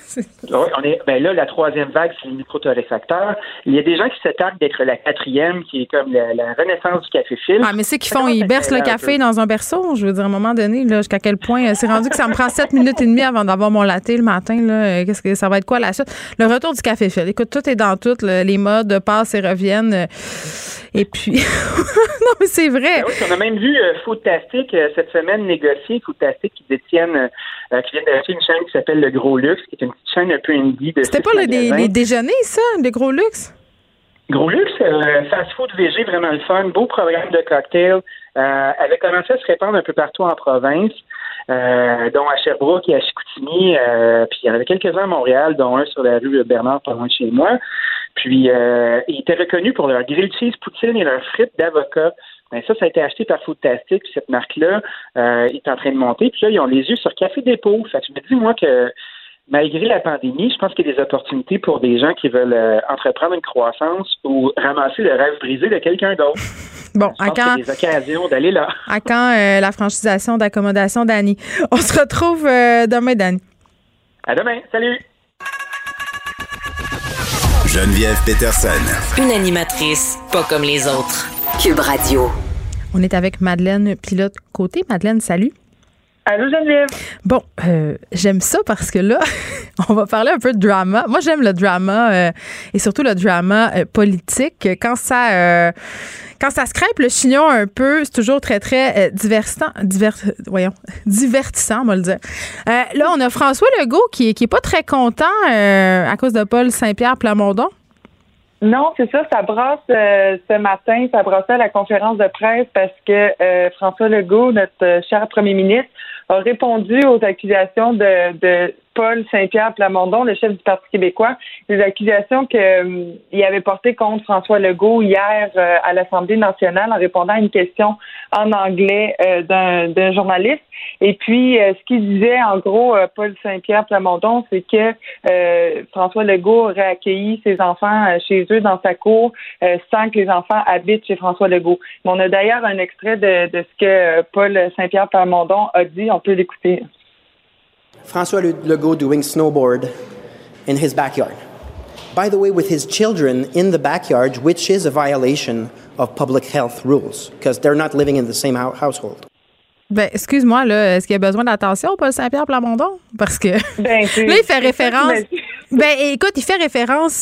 Oui, là, la 3e vague, c'est les micro-torréfacteurs. Il y a des gens qui se targuent d'être la 4e, qui est comme la renaissance du café filtre. Ah, mais c'est qu'ils font, ils bercent le café dans un berceau. Je veux dire, à un moment donné, là, jusqu'à quel point c'est rendu que ça me prend 7 minutes et demie avant d'avoir mon latte le matin. Là. Qu'est-ce que ça va être quoi la suite? Le retour du café filtre. Écoute, tout est dans tout. Les modes passent et reviennent. Et puis... non, mais c'est vrai. Ben oui, on a même vu Foodtastic cette semaine négocier. Foodtastic qui vient d'acheter une chaîne qui s'appelle Le Gros Luxe, qui est une petite chaîne un peu indie de... C'était pas les déjeuners, ça, le Gros Luxe? Gros Luxe, fast-food VG, vraiment le fun. Beau programme de cocktails. Avait commencé à se répandre un peu partout en province, dont à Sherbrooke et à Chicoutimi. Puis il y en avait quelques-uns à Montréal, dont un sur la rue Bernard, pas loin de chez moi. Puis ils étaient reconnus pour leur grilled cheese poutine et leur frites d'avocat. Ben ça a été acheté par Foodtastic, puis cette marque-là est en train de monter. Puis là, ils ont les yeux sur Café Dépôt. Fait que je me dis, moi, que malgré la pandémie, je pense qu'il y a des opportunités pour des gens qui veulent entreprendre une croissance ou ramasser le rêve brisé de quelqu'un d'autre. Bon, à quand des occasions d'aller là. À quand la franchisation d'accommodation, Dany? On se retrouve demain, Dany. À demain. Salut. Geneviève Peterson. Une animatrice pas comme les autres. Cube Radio. On est avec Madeleine Pilote-Côté. Madeleine, salut. Allô, Geneviève. Bon, j'aime ça parce que là, On va parler un peu de drama. Moi, j'aime le drama et surtout le drama politique. Quand ça se crêpe le chignon un peu, c'est toujours très, très divertissant, on va le dire. Là, on a François Legault qui est pas très content à cause de Paul Saint-Pierre Plamondon. Non, c'est ça, ça brasse ce matin, ça brassait à la conférence de presse parce que François Legault, notre cher premier ministre, a répondu aux accusations de Paul Saint-Pierre Plamondon, le chef du Parti québécois, des accusations qu'il avait portées contre François Legault hier à l'Assemblée nationale en répondant à une question en anglais d'un journaliste. Et puis, ce qu'il disait, en gros, Paul Saint-Pierre Plamondon, c'est que François Legault aurait accueilli ses enfants chez eux dans sa cour sans que les enfants habitent chez François Legault. Mais on a d'ailleurs un extrait de ce que Paul Saint-Pierre Plamondon a dit. On peut l'écouter. François Legault doing snowboard in his backyard. By the way, with his children in the backyard, which is a violation of public health rules, because they're not living in the same household. Ben, excuse-moi, là, est-ce qu'il y a besoin d'attention, Paul Saint-Pierre Plamondon? Parce que là, il fait référence. Ben, écoute, il fait référence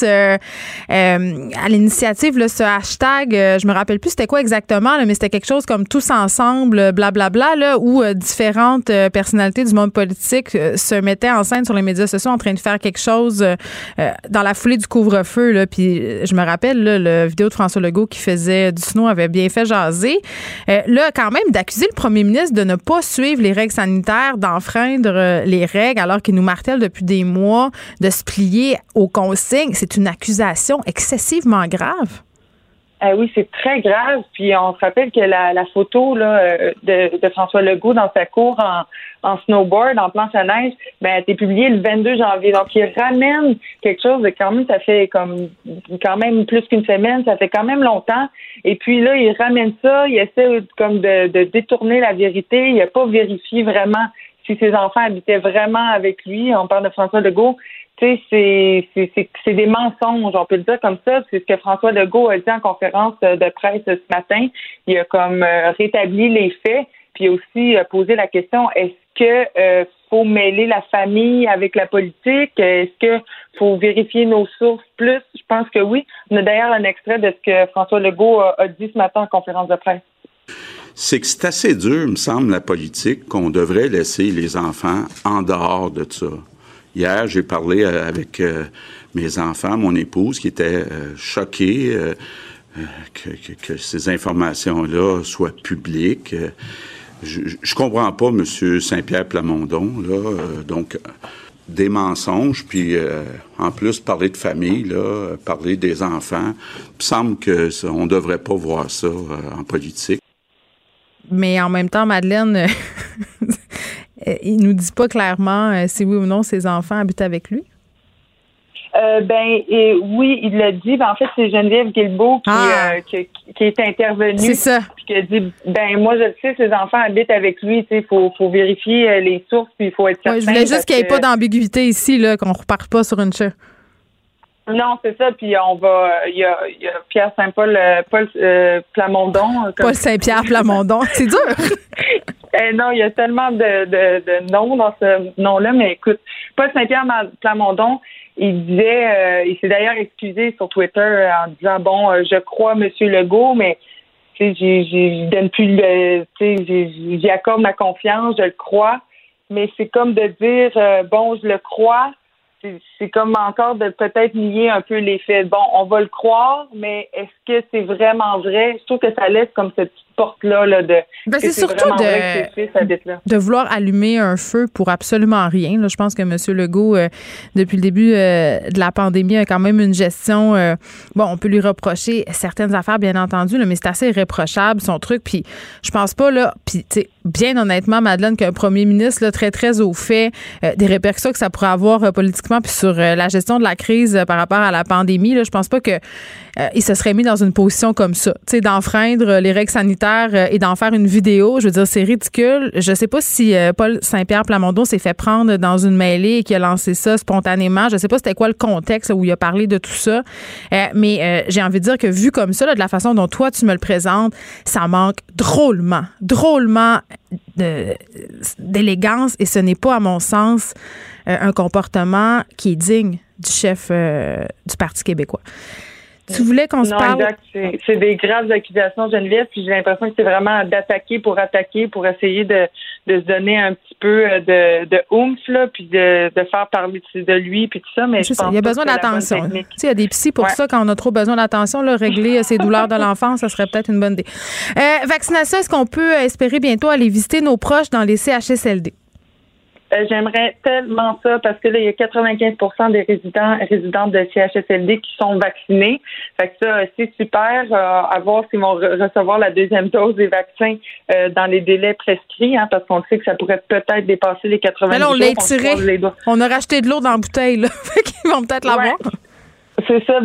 à l'initiative, là, ce hashtag, je me rappelle plus c'était quoi exactement, là, mais c'était quelque chose comme tous ensemble, blablabla, là, où différentes personnalités du monde politique se mettaient en scène sur les médias sociaux en train de faire quelque chose dans la foulée du couvre-feu, là. Puis je me rappelle, là, la vidéo de François Legault qui faisait du snow avait bien fait jaser. Là, quand même, d'accuser le premier ministre de ne pas suivre les règles sanitaires, d'enfreindre les règles alors qu'il nous martèle depuis des mois, de se plier aux consignes, c'est une accusation excessivement grave. Oui, c'est très grave. Puis on se rappelle que la photo là, de François Legault dans sa cour en snowboard, en planche à neige, ben, a été publiée le 22 janvier. Donc, il ramène quelque chose de quand même, ça fait quand même plus qu'une semaine, ça fait quand même longtemps. Et puis là, il ramène ça, il essaie comme de détourner la vérité. Il n'a pas vérifié vraiment si ses enfants habitaient vraiment avec lui. On parle de François Legault. Tu sais, c'est des mensonges, on peut le dire comme ça. C'est ce que François Legault a dit en conférence de presse ce matin. Il a comme rétabli les faits, puis il a aussi posé la question, est-ce que faut mêler la famille avec la politique? Est-ce que faut vérifier nos sources plus? Je pense que oui. On a d'ailleurs un extrait de ce que François Legault a dit ce matin en conférence de presse. C'est que c'est assez dur, me semble, la politique, qu'on devrait laisser les enfants en dehors de ça. Hier, j'ai parlé avec mes enfants, mon épouse, qui était choquée que ces informations-là soient publiques. Je comprends pas M. Saint-Pierre Plamondon, là, donc des mensonges, puis en plus parler de famille, là, parler des enfants. Il me semble qu'on devrait pas voir ça en politique. Mais en même temps, Madeleine, il nous dit pas clairement si oui ou non ses enfants habitent avec lui. Oui, il l'a dit. Ben, en fait, c'est Geneviève Guilbeault qui est intervenue. C'est ça. Puis qui a dit, moi, je le sais, ses enfants habitent avec lui. Tu sais, faut vérifier les sources, puis il faut être certain. Ouais, je voulais juste qu'il n'y ait pas d'ambiguïté ici, là, qu'on reparte pas sur une chaise. Non, c'est ça. Puis il y a Pierre Saint-Paul, Paul Plamondon. Paul Saint-Pierre Plamondon, c'est dur. Non, il y a tellement de noms dans ce nom-là, mais écoute, Paul Saint-Pierre Plamondon, il disait, il s'est d'ailleurs excusé sur Twitter en disant, je crois M. Legault, mais je donne plus j'y accorde ma confiance, je le crois, mais c'est comme de dire, je le crois. C'est comme encore de peut-être nier un peu les faits. On va le croire, mais est-ce que c'est vraiment vrai? Je trouve que ça laisse comme cette petite porte-là là, de c'est surtout de vouloir allumer un feu pour absolument rien. Là, je pense que M. Legault, depuis le début de la pandémie, a quand même une gestion... on peut lui reprocher certaines affaires, bien entendu, là, mais c'est assez irréprochable, son truc. Puis je pense pas, là... Puis, tu sais, bien honnêtement, Madeleine, qu'un premier ministre là, très, très au fait des répercussions que ça pourrait avoir politiquement puis sur la gestion de la crise par rapport à la pandémie, là, je pense pas que il se serait mis dans une position comme ça, tu sais, d'enfreindre les règles sanitaires et d'en faire une vidéo. Je veux dire, c'est ridicule. Je sais pas si Paul Saint-Pierre Plamondon s'est fait prendre dans une mêlée et qu'il a lancé ça spontanément. Je sais pas c'était quoi le contexte là, où il a parlé de tout ça. Mais j'ai envie de dire que vu comme ça, là, de la façon dont toi tu me le présentes, ça manque drôlement d'élégance et ce n'est pas, à mon sens, un comportement qui est digne du chef du Parti québécois. Tu voulais qu'on se parle... Non, exact. C'est des graves accusations, Geneviève, puis j'ai l'impression que c'est vraiment d'attaquer, pour essayer de se donner un petit peu de oomph, là, puis de faire parler de lui, puis tout ça, mais je pense il y a besoin d'attention. Il y a des psys pour ça, quand on a trop besoin d'attention, là, régler ces douleurs de l'enfance, ça serait peut-être une bonne idée. Vaccination, est-ce qu'on peut espérer bientôt aller visiter nos proches dans les CHSLD? J'aimerais tellement ça parce que là, il y a 95% des résidents de CHSLD qui sont vaccinés. Fait que ça, c'est super. À voir s'ils vont recevoir la deuxième dose des vaccins dans les délais prescrits, parce qu'on sait que ça pourrait peut-être dépasser les 90 jours. Mais là, on l'a étiré. On a racheté de l'eau dans la bouteille, là. Fait qu'ils vont peut-être l'avoir. Ouais. C'est ça,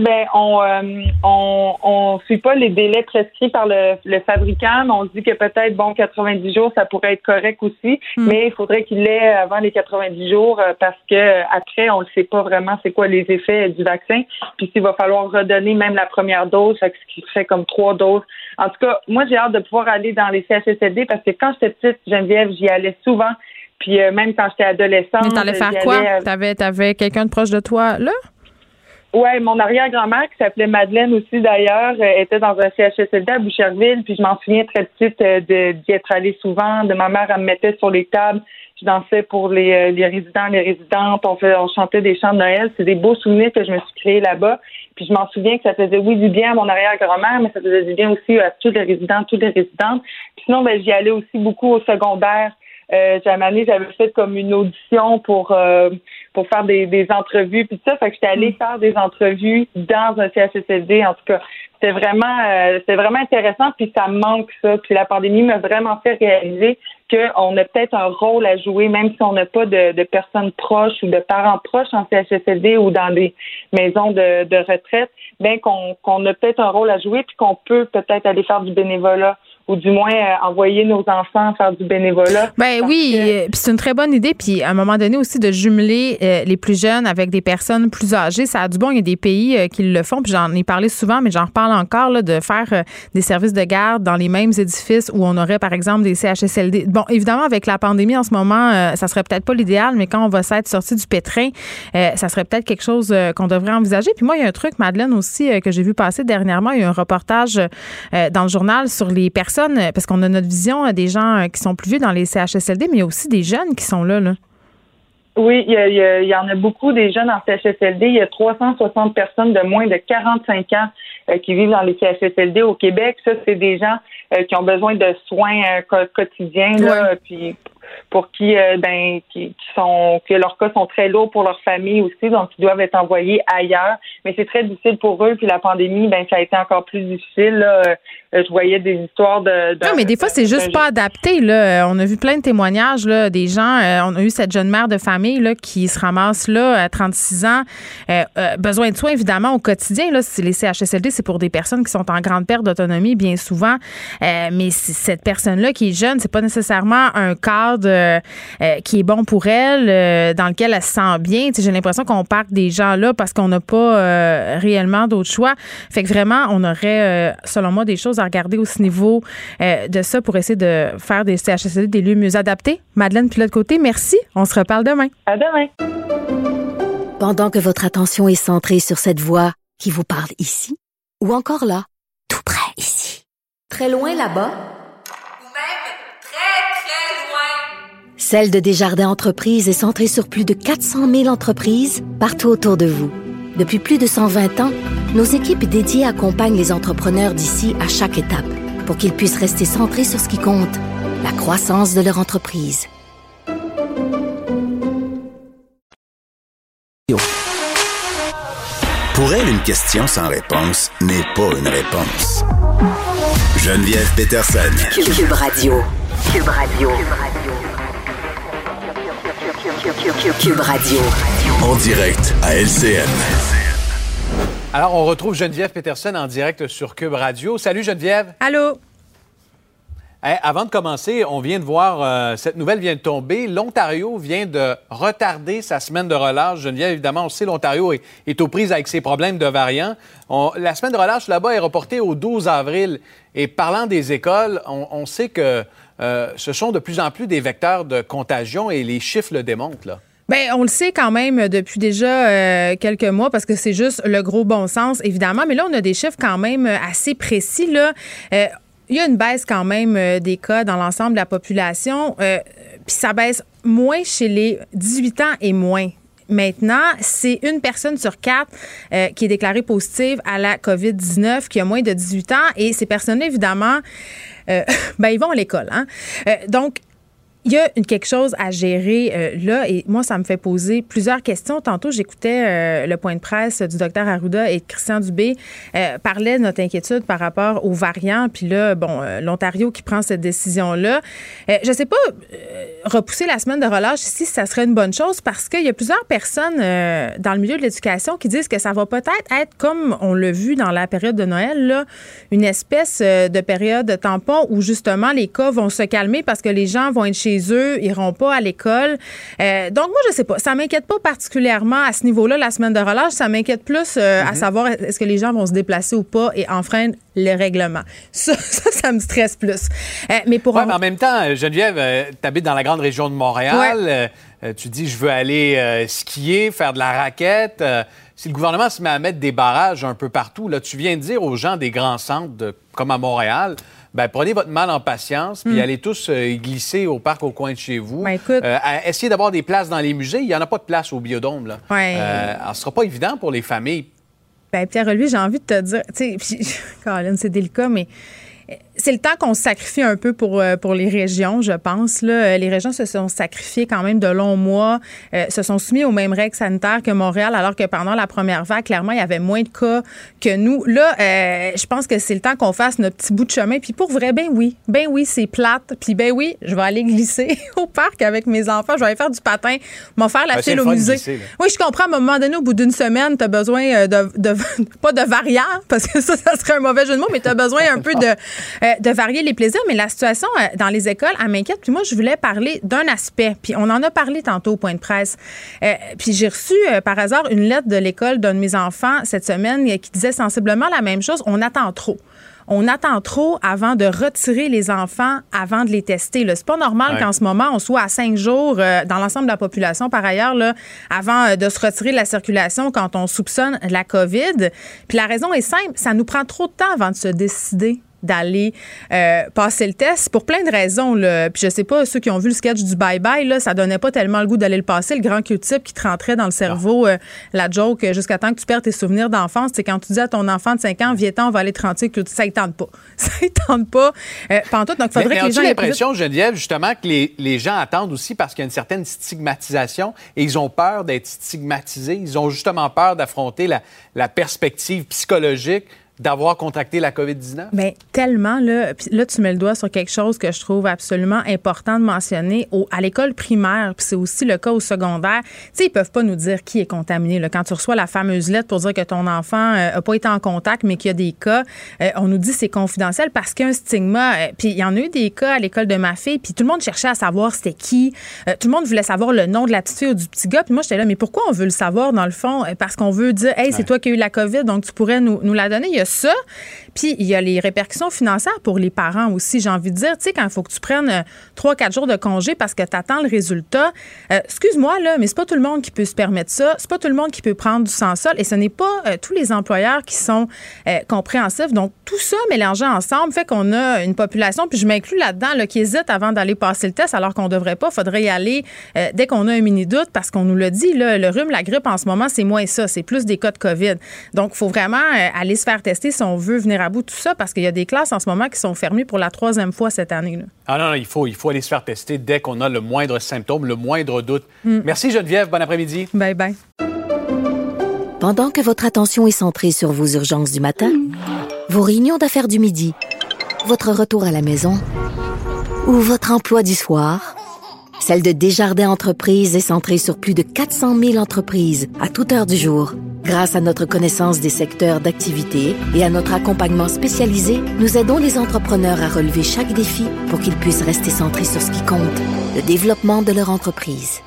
on suit pas les délais prescrits par le fabricant, mais on dit que peut-être, 90 jours, ça pourrait être correct aussi, mais il faudrait qu'il l'ait avant les 90 jours parce que après, on ne sait pas vraiment c'est quoi les effets du vaccin, puis s'il va falloir redonner même la première dose, ce qui ferait comme 3 doses. En tout cas, moi, j'ai hâte de pouvoir aller dans les CHSLD parce que quand j'étais petite, Geneviève, j'y allais souvent, puis même quand j'étais adolescente. Mais t'allais faire quoi? T'avais quelqu'un de proche de toi, là? Ouais, mon arrière-grand-mère, qui s'appelait Madeleine aussi d'ailleurs, était dans un CHSLD à Boucherville, puis je m'en souviens très petite d'y être allée souvent. De ma mère, elle me mettait sur les tables, je dansais pour les résidents, les résidentes, on chantait des chants de Noël. C'est des beaux souvenirs que je me suis créés là-bas. Puis je m'en souviens que ça faisait du bien à mon arrière-grand-mère, mais ça faisait du bien aussi à tous les résidents, toutes les résidentes. Puis sinon, j'y allais aussi beaucoup au secondaire. J'avais fait comme une audition pour faire des entrevues puis ça, fait que j'étais allée faire des entrevues dans un CHSLD. En tout cas, c'était vraiment intéressant, puis ça me manque ça. Puis la pandémie m'a vraiment fait réaliser qu'on a peut-être un rôle à jouer, même si on n'a pas de personnes proches ou de parents proches en CHSLD ou dans des maisons de retraite, qu'on a peut-être un rôle à jouer puis qu'on peut peut-être aller faire du bénévolat. Ou du moins envoyer nos enfants faire du bénévolat. Oui, c'est une très bonne idée. Puis à un moment donné aussi de jumeler les plus jeunes avec des personnes plus âgées. Ça a du bon. Il y a des pays qui le font. Puis j'en ai parlé souvent, mais j'en reparle encore, là, de faire des services de garde dans les mêmes édifices où on aurait, par exemple, des CHSLD. Bon, évidemment, avec la pandémie en ce moment, ça serait peut-être pas l'idéal, mais quand on va s'être sorti du pétrin, ça serait peut-être quelque chose qu'on devrait envisager. Puis moi, il y a un truc, Madeleine, aussi, que j'ai vu passer dernièrement. Il y a un reportage dans le journal sur les personnes, parce qu'on a notre vision des gens qui sont plus vieux dans les CHSLD, mais il y a aussi des jeunes qui sont là. Oui, il y en a beaucoup des jeunes en CHSLD. Il y a 360 personnes de moins de 45 ans qui vivent dans les CHSLD au Québec. Ça, c'est des gens qui ont besoin de soins quotidiens, là, puis pour que leurs cas sont très lourds pour leur famille aussi, donc ils doivent être envoyés ailleurs. Mais c'est très difficile pour eux, puis la pandémie, ça a été encore plus difficile, là. Je voyais des histoires non, mais des fois, c'est juste pas adapté, là. On a vu plein de témoignages, là, des gens. On a eu cette jeune mère de famille, là, qui se ramasse, là, à 36 ans. Besoin de soins, évidemment, au quotidien, là. Les CHSLD, c'est pour des personnes qui sont en grande perte d'autonomie, bien souvent. Mais cette personne-là qui est jeune, c'est pas nécessairement un cadre qui est bon pour elle, dans lequel elle se sent bien. T'sais, j'ai l'impression qu'on parque des gens là parce qu'on n'a pas réellement d'autres choix. Fait que vraiment, on aurait, selon moi, des choses à regarder au niveau de ça pour essayer de faire des CHSLD des lieux mieux adaptés. Madeleine, puis de l'autre côté, merci. On se reparle demain. À demain. Pendant que votre attention est centrée sur cette voix qui vous parle ici, ou encore là, tout près ici, très loin là-bas, ou même très, très loin. Celle de Desjardins Entreprises est centrée sur plus de 400 000 entreprises partout autour de vous. Depuis plus de 120 ans, nos équipes dédiées accompagnent les entrepreneurs d'ici à chaque étape pour qu'ils puissent rester centrés sur ce qui compte, la croissance de leur entreprise. Pour elle, une question sans réponse n'est pas une réponse. Geneviève Peterson. Cube Radio. Cube Radio. Cube Radio. En direct à LCN. Alors, on retrouve Geneviève Peterson en direct sur Cube Radio. Salut Geneviève. Allô. Avant de commencer, on vient de voir, cette nouvelle vient de tomber. L'Ontario vient de retarder sa semaine de relâche. Geneviève, évidemment, on sait l'Ontario est aux prises avec ses problèmes de variants. La semaine de relâche là-bas est reportée au 12 avril. Et parlant des écoles, on sait que ce sont de plus en plus des vecteurs de contagion et les chiffres le démontrent, là. Bien, on le sait quand même depuis déjà quelques mois parce que c'est juste le gros bon sens, évidemment. Mais là, on a des chiffres quand même assez précis, là. Il y a une baisse quand même des cas dans l'ensemble de la population. Puis ça baisse moins chez les 18 ans et moins. Maintenant, c'est une personne sur 4 qui est déclarée positive à la COVID-19 qui a moins de 18 ans. Et ces personnes-là, évidemment, ils vont à l'école. Hein? Donc, il y a quelque chose à gérer là et moi, ça me fait poser plusieurs questions. Tantôt, j'écoutais le point de presse du docteur Arruda et de Christian Dubé parlaient de notre inquiétude par rapport aux variants. Puis là, l'Ontario qui prend cette décision-là. Je ne sais pas, repousser la semaine de relâche ici, ça serait une bonne chose parce qu'il y a plusieurs personnes dans le milieu de l'éducation qui disent que ça va peut-être être comme on l'a vu dans la période de Noël, là, une espèce de période de tampon où justement les cas vont se calmer parce que les gens vont être chez eux, ils iront pas à l'école. Donc, moi, je sais pas. Ça m'inquiète pas particulièrement à ce niveau-là, la semaine de relâche. Ça m'inquiète plus à savoir est-ce que les gens vont se déplacer ou pas et enfreindre les règlements. Ça me stresse plus. Mais mais en même temps, Geneviève, tu habites dans la grande région de Montréal. Ouais. Tu dis, je veux aller skier, faire de la raquette. Si le gouvernement se met à mettre des barrages un peu partout, là, tu viens de dire aux gens des grands centres, comme à Montréal, prenez votre mal en patience, puis allez tous glisser au parc au coin de chez vous. Essayez d'avoir des places dans les musées. Il n'y en a pas de place au Biodôme. Là. Alors, ce ne sera pas évident pour les familles. Pierre-Olivier, j'ai envie de te dire, tu sais, Caroline, c'est délicat, mais c'est le temps qu'on se sacrifie un peu pour les régions, je pense. Là. Les régions se sont sacrifiées quand même de longs mois, se sont soumis aux mêmes règles sanitaires que Montréal, alors que pendant la première vague, clairement, il y avait moins de cas que nous. Là, je pense que c'est le temps qu'on fasse notre petit bout de chemin. Puis pour vrai, ben oui, c'est plate. Puis ben oui, je vais aller glisser au parc avec mes enfants. Je vais aller faire du patin, m'en faire la file au musée. Glisser, oui, je comprends. À un moment donné, au bout d'une semaine, tu as besoin pas de variants, parce que ça serait un mauvais jeu de mots, mais tu as besoin un peu de varier les plaisirs, mais la situation dans les écoles, elle m'inquiète. Puis moi, je voulais parler d'un aspect. Puis on en a parlé tantôt au point de presse. Puis j'ai reçu, par hasard, une lettre de l'école d'un de mes enfants cette semaine qui disait sensiblement la même chose. On attend trop. On attend trop avant de retirer les enfants, avant de les tester. Là. C'est pas normal qu'en ce moment, on soit à 5 jours dans l'ensemble de la population, par ailleurs, là, avant de se retirer de la circulation quand on soupçonne la COVID. Puis la raison est simple, ça nous prend trop de temps avant de se décider d'aller passer le test pour plein de raisons. Là. Puis je sais pas, ceux qui ont vu le sketch du bye-bye, là, ça donnait pas tellement le goût d'aller le passer. Le grand Q-tip qui te rentrait dans le cerveau, la joke, jusqu'à temps que tu perds tes souvenirs d'enfance, c'est quand tu dis à ton enfant de 5 ans, viens-t'en, on va aller te rentrer, ça ne tente pas. Ça ne tente pas. Pantoute, donc il faudrait que les gens... As-tu l'impression, Geneviève, justement, que les gens attendent aussi parce qu'il y a une certaine stigmatisation et ils ont peur d'être stigmatisés. Ils ont justement peur d'affronter la perspective psychologique d'avoir contracté la COVID-19? Bien, tellement, là. Puis là, tu mets le doigt sur quelque chose que je trouve absolument important de mentionner. À l'école primaire, puis c'est aussi le cas au secondaire, tu sais, ils peuvent pas nous dire qui est contaminé. Là. Quand tu reçois la fameuse lettre pour dire que ton enfant a pas été en contact, mais qu'il y a des cas, on nous dit que c'est confidentiel parce qu'il y a un stigma. Puis il y en a eu des cas à l'école de ma fille, puis tout le monde cherchait à savoir c'était qui. Tout le monde voulait savoir le nom de la petite fille ou du petit gars. Puis moi, j'étais là, mais pourquoi on veut le savoir, dans le fond? Parce qu'on veut dire, hey, c'est toi qui as eu la COVID, donc tu pourrais nous la donner. Il y a ça. Puis, il y a les répercussions financières pour les parents aussi. J'ai envie de dire, tu sais, quand il faut que tu prennes 3-4 jours de congé parce que tu attends le résultat, excuse-moi, là, mais c'est pas tout le monde qui peut se permettre ça. C'est pas tout le monde qui peut prendre du sans-sol. Et ce n'est pas tous les employeurs qui sont compréhensifs. Donc, tout ça mélangé ensemble fait qu'on a une population, puis je m'inclus là-dedans, là, qui hésite avant d'aller passer le test alors qu'on devrait pas. Faudrait y aller dès qu'on a un mini-doute parce qu'on nous l'a dit, là, le rhume, la grippe, en ce moment, c'est moins ça. C'est plus des cas de COVID. Donc, il faut vraiment aller se faire tester si on veut venir à bout de tout ça parce qu'il y a des classes en ce moment qui sont fermées pour la 3e fois cette année. Là. Ah non, il faut aller se faire tester dès qu'on a le moindre symptôme, le moindre doute. Merci Geneviève, bon après-midi. Bye bye. Pendant que votre attention est centrée sur vos urgences du matin, vos réunions d'affaires du midi, votre retour à la maison ou votre emploi du soir, celle de Desjardins Entreprises est centrée sur plus de 400 000 entreprises à toute heure du jour. Grâce à notre connaissance des secteurs d'activité et à notre accompagnement spécialisé, nous aidons les entrepreneurs à relever chaque défi pour qu'ils puissent rester centrés sur ce qui compte, le développement de leur entreprise.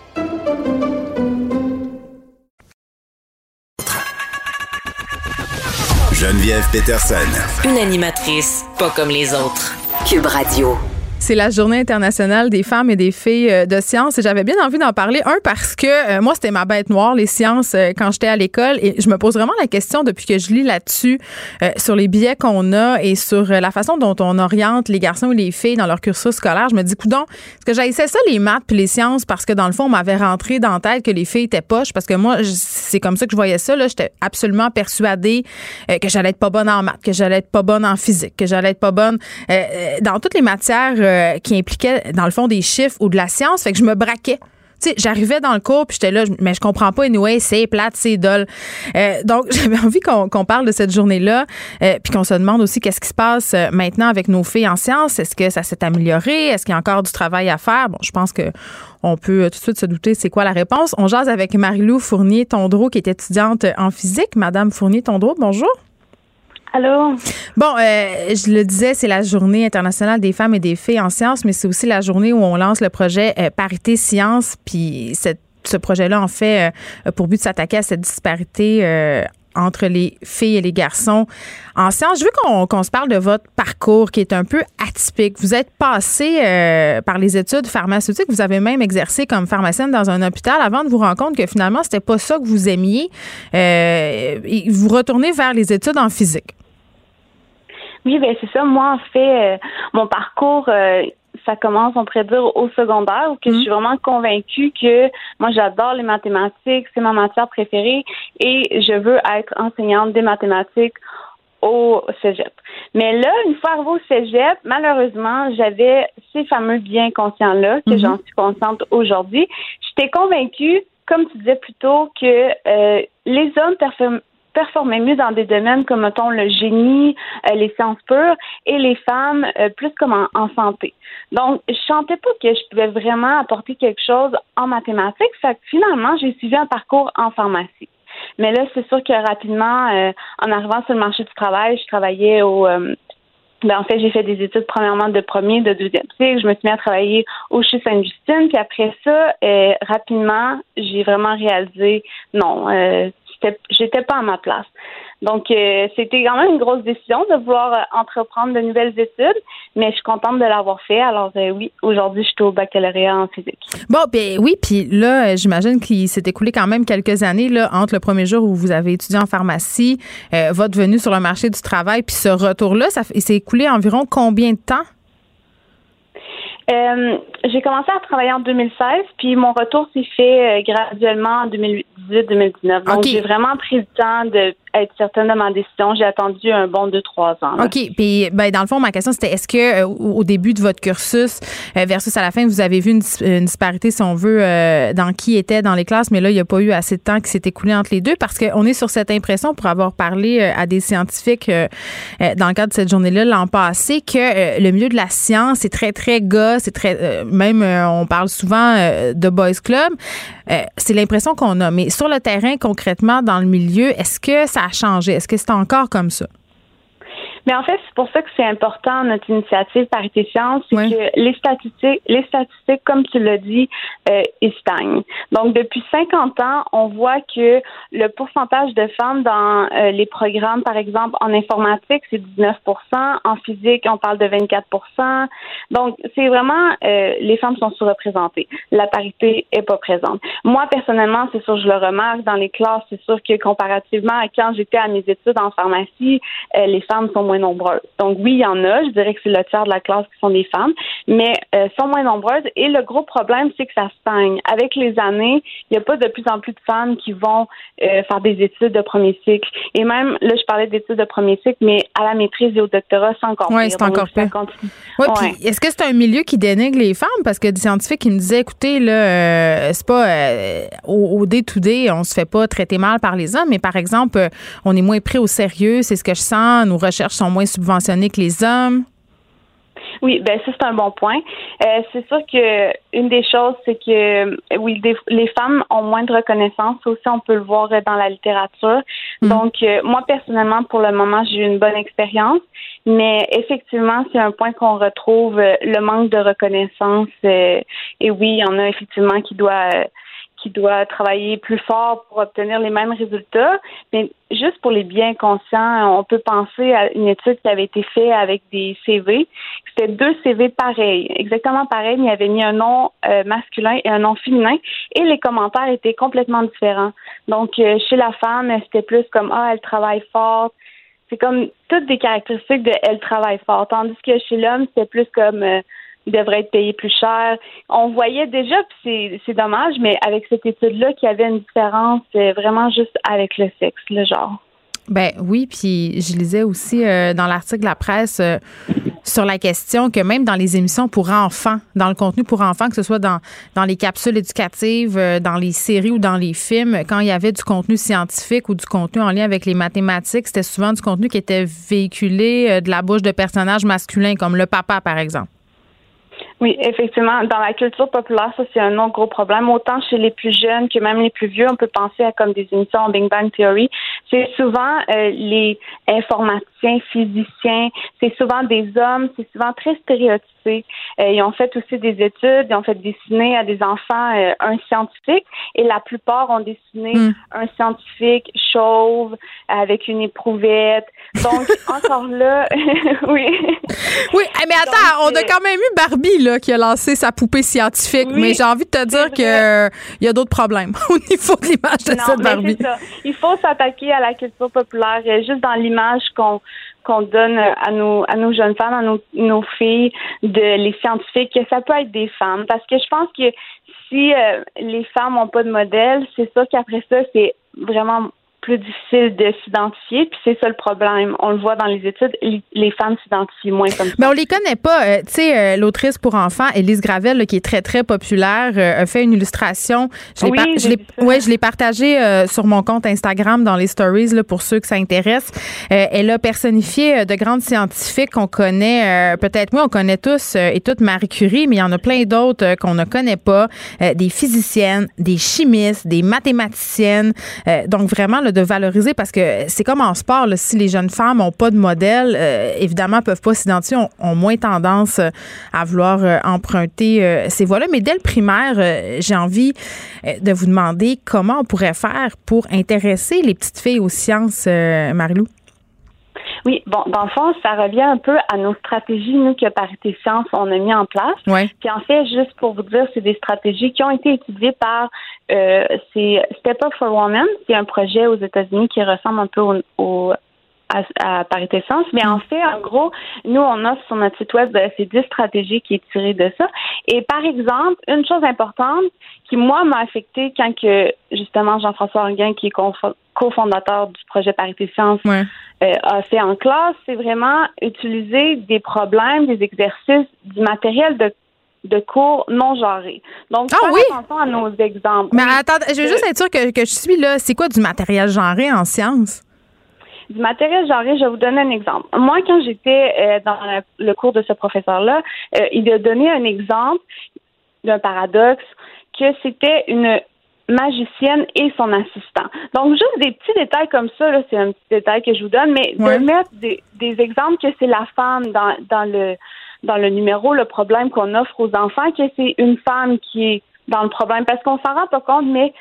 Geneviève Peterson. Une animatrice pas comme les autres. Cube Radio. C'est la Journée internationale des femmes et des filles de sciences et j'avais bien envie d'en parler. Parce que moi, c'était ma bête noire, les sciences, quand j'étais à l'école et je me pose vraiment la question depuis que je lis là-dessus sur les billets qu'on a et sur la façon dont on oriente les garçons et les filles dans leur cursus scolaire. Je me dis, coudonc, est-ce que j'haïssais ça, les maths puis les sciences, parce que dans le fond, on m'avait rentré dans la tête que les filles étaient poches, parce que moi, c'est comme ça que je voyais ça. Là, j'étais absolument persuadée que j'allais être pas bonne en maths, que j'allais être pas bonne en physique, que j'allais être pas bonne dans toutes les matières qui impliquaient, dans le fond, des chiffres ou de la science. Fait que je me braquais. Tu sais, j'arrivais dans le cours puis j'étais là, mais je comprends pas, anyway, c'est plate, c'est dole. Donc, j'avais envie qu'on parle de cette journée-là puis qu'on se demande aussi qu'est-ce qui se passe maintenant avec nos filles en sciences. Est-ce que ça s'est amélioré? Est-ce qu'il y a encore du travail à faire? Bon, je pense que on peut tout de suite se douter c'est quoi la réponse. On jase avec Marie-Lou Fournier-Tondreau, qui est étudiante en physique. Madame Fournier-Tondreau, bonjour. Allô? Bon, je le disais, c'est la Journée internationale des femmes et des filles en sciences, mais c'est aussi la journée où on lance le projet Parité Sciences. Puis ce projet-là, en fait, pour but de s'attaquer à cette disparité entre les filles et les garçons en sciences. Je veux qu'on se parle de votre parcours qui est un peu atypique. Vous êtes passé par les études pharmaceutiques. Vous avez même exercé comme pharmacienne dans un hôpital avant de vous rendre compte que finalement, c'était pas ça que vous aimiez. Et vous retournez vers les études en physique. Oui, ben c'est ça. Moi, en fait, mon parcours, ça commence, on pourrait dire, au secondaire, où que je suis vraiment convaincue que moi, j'adore les mathématiques, c'est ma matière préférée, et je veux être enseignante des mathématiques au cégep. Mais là, une fois arrivée au cégep, malheureusement, j'avais ces fameux biens conscients-là, que j'en suis consciente aujourd'hui. J'étais convaincue, comme tu disais plus tôt, que les hommes performaient mieux dans des domaines comme, mettons, le génie, les sciences pures, et les femmes plus comme en santé. Donc, je sentais pas que je pouvais vraiment apporter quelque chose en mathématiques. Fait que finalement, j'ai suivi un parcours en pharmacie. Mais là, c'est sûr que rapidement, en arrivant sur le marché du travail, je travaillais en fait, j'ai fait des études premièrement de premier, de deuxième cycle. Je me suis mis à travailler au CHU Sainte-Justine. Puis après ça, rapidement, j'ai vraiment réalisé, non, j'étais pas à ma place. Donc, c'était quand même une grosse décision de vouloir entreprendre de nouvelles études, mais je suis contente de l'avoir fait. Alors, oui, aujourd'hui, je suis au baccalauréat en physique. Bon, ben oui, puis là, j'imagine qu'il s'est écoulé quand même quelques années là, entre le premier jour où vous avez étudié en pharmacie, votre venue sur le marché du travail, puis ce retour-là, il s'est écoulé environ combien de temps? J'ai commencé à travailler en 2016, puis mon retour s'est fait graduellement en 2018-2019. Donc, j'ai vraiment pris le temps d'être certaine de ma décision. J'ai attendu un bon 2-3 ans. Là. OK. Puis, dans le fond, ma question, c'était est-ce que au début de votre cursus versus à la fin, vous avez vu une disparité, si on veut, dans qui était dans les classes, mais là, il n'y a pas eu assez de temps qui s'est écoulé entre les deux parce qu'on est sur cette impression, pour avoir parlé à des scientifiques dans le cadre de cette journée-là l'an passé, que le milieu de la science, c'est très, très gars, c'est très... même, on parle souvent de boys club. C'est l'impression qu'on a. Mais sur le terrain, concrètement, dans le milieu, est-ce que ça a changé? Est-ce que c'est encore comme ça? Mais en fait, c'est pour ça que c'est important, notre initiative Parité Sciences, c'est que les statistiques, comme tu l'as dit, ils stagnent. Donc, depuis 50 ans, on voit que le pourcentage de femmes dans les programmes, par exemple, en informatique, c'est 19 %. En physique, on parle de 24 %. Donc, c'est vraiment, les femmes sont sous-représentées. La parité est pas présente. Moi, personnellement, c'est sûr, je le remarque dans les classes, c'est sûr que comparativement à quand j'étais à mes études en pharmacie, les femmes sont moins nombreuses. Donc oui, il y en a, je dirais que c'est le tiers de la classe qui sont des femmes, mais sont moins nombreuses et le gros problème, c'est que ça stagne. Avec les années, il n'y a pas de plus en plus de femmes qui vont faire des études de premier cycle. Et même, là, je parlais d'études de premier cycle, mais à la maîtrise et au doctorat, c'est encore pire. Oui, c'est encore pire. Oui, puis est-ce que c'est un milieu qui dénigre les femmes? Parce que des scientifiques qui me disaient, écoutez, là, c'est pas au day-to-day, on se fait pas traiter mal par les hommes, mais par exemple, on est moins pris au sérieux, c'est ce que je sens, nos recherches sont moins subventionnés que les hommes? Oui, ben ça, c'est un bon point. C'est sûr que une des choses, c'est que oui, les femmes ont moins de reconnaissance. Aussi, on peut le voir dans la littérature. Donc, moi, personnellement, pour le moment, j'ai eu une bonne expérience. Mais effectivement, c'est un point qu'on retrouve, le manque de reconnaissance. Et oui, il y en a effectivement qui qui doit travailler plus fort pour obtenir les mêmes résultats. Mais juste pour les bien conscients, on peut penser à une étude qui avait été faite avec des CV. C'était 2 CV pareils, exactement pareils, mais il y avait mis un nom masculin et un nom féminin, et les commentaires étaient complètement différents. Donc, chez la femme, c'était plus comme « Ah, elle travaille fort ». C'est comme toutes des caractéristiques de « elle travaille fort », tandis que chez l'homme, c'était plus comme il devrait être payé plus cher. On voyait déjà, puis c'est dommage, mais avec cette étude-là, qu'il y avait une différence vraiment juste avec le sexe, le genre. Ben oui, puis je lisais aussi dans l'article de la presse sur la question que même dans les émissions pour enfants, dans le contenu pour enfants, que ce soit dans les capsules éducatives, dans les séries ou dans les films, quand il y avait du contenu scientifique ou du contenu en lien avec les mathématiques, c'était souvent du contenu qui était véhiculé de la bouche de personnages masculins, comme le papa, par exemple. Oui, effectivement. Dans la culture populaire, ça, c'est un autre gros problème. Autant chez les plus jeunes que même les plus vieux, on peut penser à comme des émissions Big Bang Theory. C'est souvent les informaticiens, physiciens, c'est souvent des hommes, c'est souvent très stéréotypé. Ils ont fait aussi des études, ils ont fait dessiner à des enfants un scientifique, et la plupart ont dessiné un scientifique chauve avec une éprouvette. Donc, encore là, oui. Oui, mais attends, on a quand même eu Barbie là, qui a lancé sa poupée scientifique, mais j'ai envie de te dire qu'il y a d'autres problèmes au niveau de l'image de cette Barbie. C'est ça. Il faut s'attaquer à la culture populaire, juste dans l'image qu'on donne à nos jeunes femmes, à nos filles, de les scientifiques, que ça peut être des femmes. Parce que je pense que si les femmes n'ont pas de modèle, c'est sûr qu'après ça, c'est vraiment plus difficile de s'identifier, puis c'est ça le problème. On le voit dans les études, les femmes s'identifient moins comme ça. Mais on les connaît pas. Tu sais, l'autrice pour enfants, Élise Gravel, là, qui est très, très populaire, a fait une illustration. Je l'ai partagée sur mon compte Instagram dans les stories, là, pour ceux que ça intéresse. Elle a personnifié de grandes scientifiques qu'on connaît, peut-être on connaît tous et toutes Marie Curie, mais il y en a plein d'autres qu'on ne connaît pas. Des physiciennes, des chimistes, des mathématiciennes. Donc, vraiment, là, de valoriser, parce que c'est comme en sport, là, si les jeunes femmes n'ont pas de modèle, évidemment, peuvent pas s'identifier, ont moins tendance à vouloir emprunter ces voies-là. Mais dès le primaire, j'ai envie de vous demander comment on pourrait faire pour intéresser les petites filles aux sciences, Marie-Lou. Oui, bon, dans le fond, ça revient un peu à nos stratégies, nous, que Parité Sciences, on a mis en place. Ouais. Puis en fait, juste pour vous dire, c'est des stratégies qui ont été étudiées par c'est Step Up for Women. C'est un projet aux États-Unis qui ressemble un peu à Parité Sciences. Mais en fait, en gros, nous, on offre sur notre site web ces 10 stratégies qui est tirée de ça. Et par exemple, une chose importante qui, moi, m'a affectée quand que, justement, Jean-François Arguin, qui est cofondateur du projet Parité Sciences, a fait en classe, c'est vraiment utiliser des problèmes, des exercices, du matériel de cours non genrés. Donc, attention à nos exemples. Mais attends, je veux juste être sûre que je suis là. C'est quoi du matériel genré en sciences? Du matériel genré, je vais vous donner un exemple. Moi, quand j'étais dans le cours de ce professeur-là, il a donné un exemple d'un paradoxe, que c'était une magicienne et son assistant. Donc, juste des petits détails comme ça, là, c'est un petit détail que je vous donne, mais de mettre des exemples que c'est la femme dans le numéro, le problème qu'on offre aux enfants, que c'est une femme qui est dans le problème, parce qu'on s'en rend pas compte, mais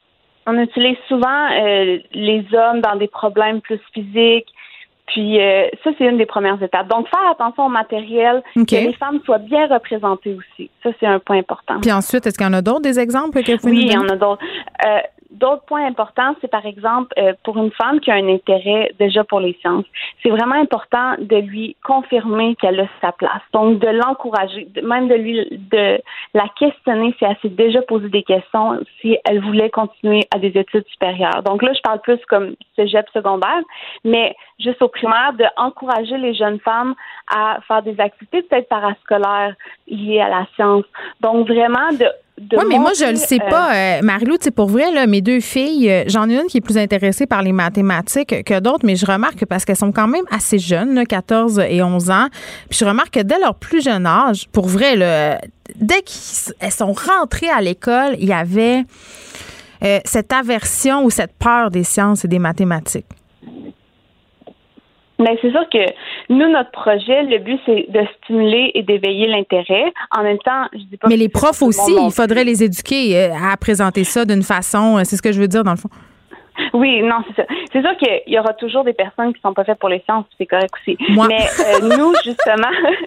on utilise souvent les hommes dans des problèmes plus physiques. Puis ça, c'est une des premières étapes. Donc, faire attention au matériel, que les femmes soient bien représentées aussi. Ça, c'est un point important. Puis ensuite, est-ce qu'il y en a d'autres, des exemples que vous pouvez nous donner? Oui, il y en a d'autres. D'autres points importants, c'est par exemple, pour une femme qui a un intérêt déjà pour les sciences, c'est vraiment important de lui confirmer qu'elle a sa place. Donc, de l'encourager, même de la questionner si elle s'est déjà posé des questions, si elle voulait continuer à des études supérieures. Donc là, je parle plus comme cégep secondaire, mais juste au primaire, d'encourager les jeunes femmes à faire des activités peut-être parascolaires liées à la science. Donc, vraiment, oui, mais moi, je le sais pas. Marie-Lou, tu sais, pour vrai, là, mes 2 filles, j'en ai une qui est plus intéressée par les mathématiques que d'autres, mais je remarque parce qu'elles sont quand même assez jeunes, là, 14 et 11 ans. Puis je remarque que dès leur plus jeune âge, pour vrai, là, dès qu'elles sont rentrées à l'école, il y avait cette aversion ou cette peur des sciences et des mathématiques. Mais c'est sûr que nous, notre projet, le but, c'est de stimuler et d'éveiller l'intérêt. En même temps, je dis pas. Mais les profs aussi, il faudrait les éduquer à présenter ça d'une façon. C'est ce que je veux dire dans le fond. Oui, non, c'est ça. C'est sûr qu'il y aura toujours des personnes qui sont pas faites pour les sciences, c'est correct aussi. Moi. Mais nous, justement,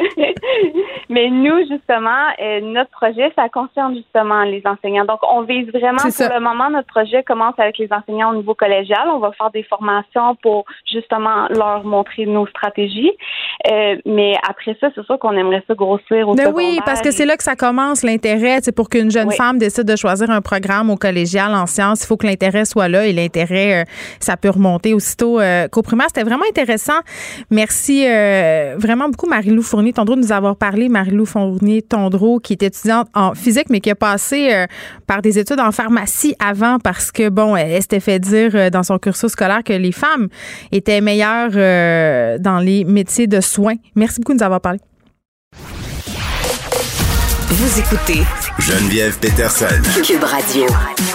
notre projet, ça concerne justement les enseignants. Donc, on vise vraiment, pour le moment, notre projet commence avec les enseignants au niveau collégial. On va faire des formations pour justement leur montrer nos stratégies. Mais après ça, c'est sûr qu'on aimerait ça grossir au secondaire. Oui, parce que c'est là que ça commence, l'intérêt. C'est pour qu'une jeune femme décide de choisir un programme au collégial en sciences, il faut que l'intérêt soit là et l'intérêt, ça peut remonter aussitôt qu'au primaire. C'était vraiment intéressant. Merci vraiment beaucoup, Marie-Lou Fournier-Tondreau, de nous avoir parlé. Marie-Lou Fournier-Tondreau, qui est étudiante en physique, mais qui a passé par des études en pharmacie avant parce que, bon, elle s'était fait dire dans son cursus scolaire que les femmes étaient meilleures dans les métiers de soins. Merci beaucoup de nous avoir parlé. Vous écoutez Geneviève Peterson. Cube Radio.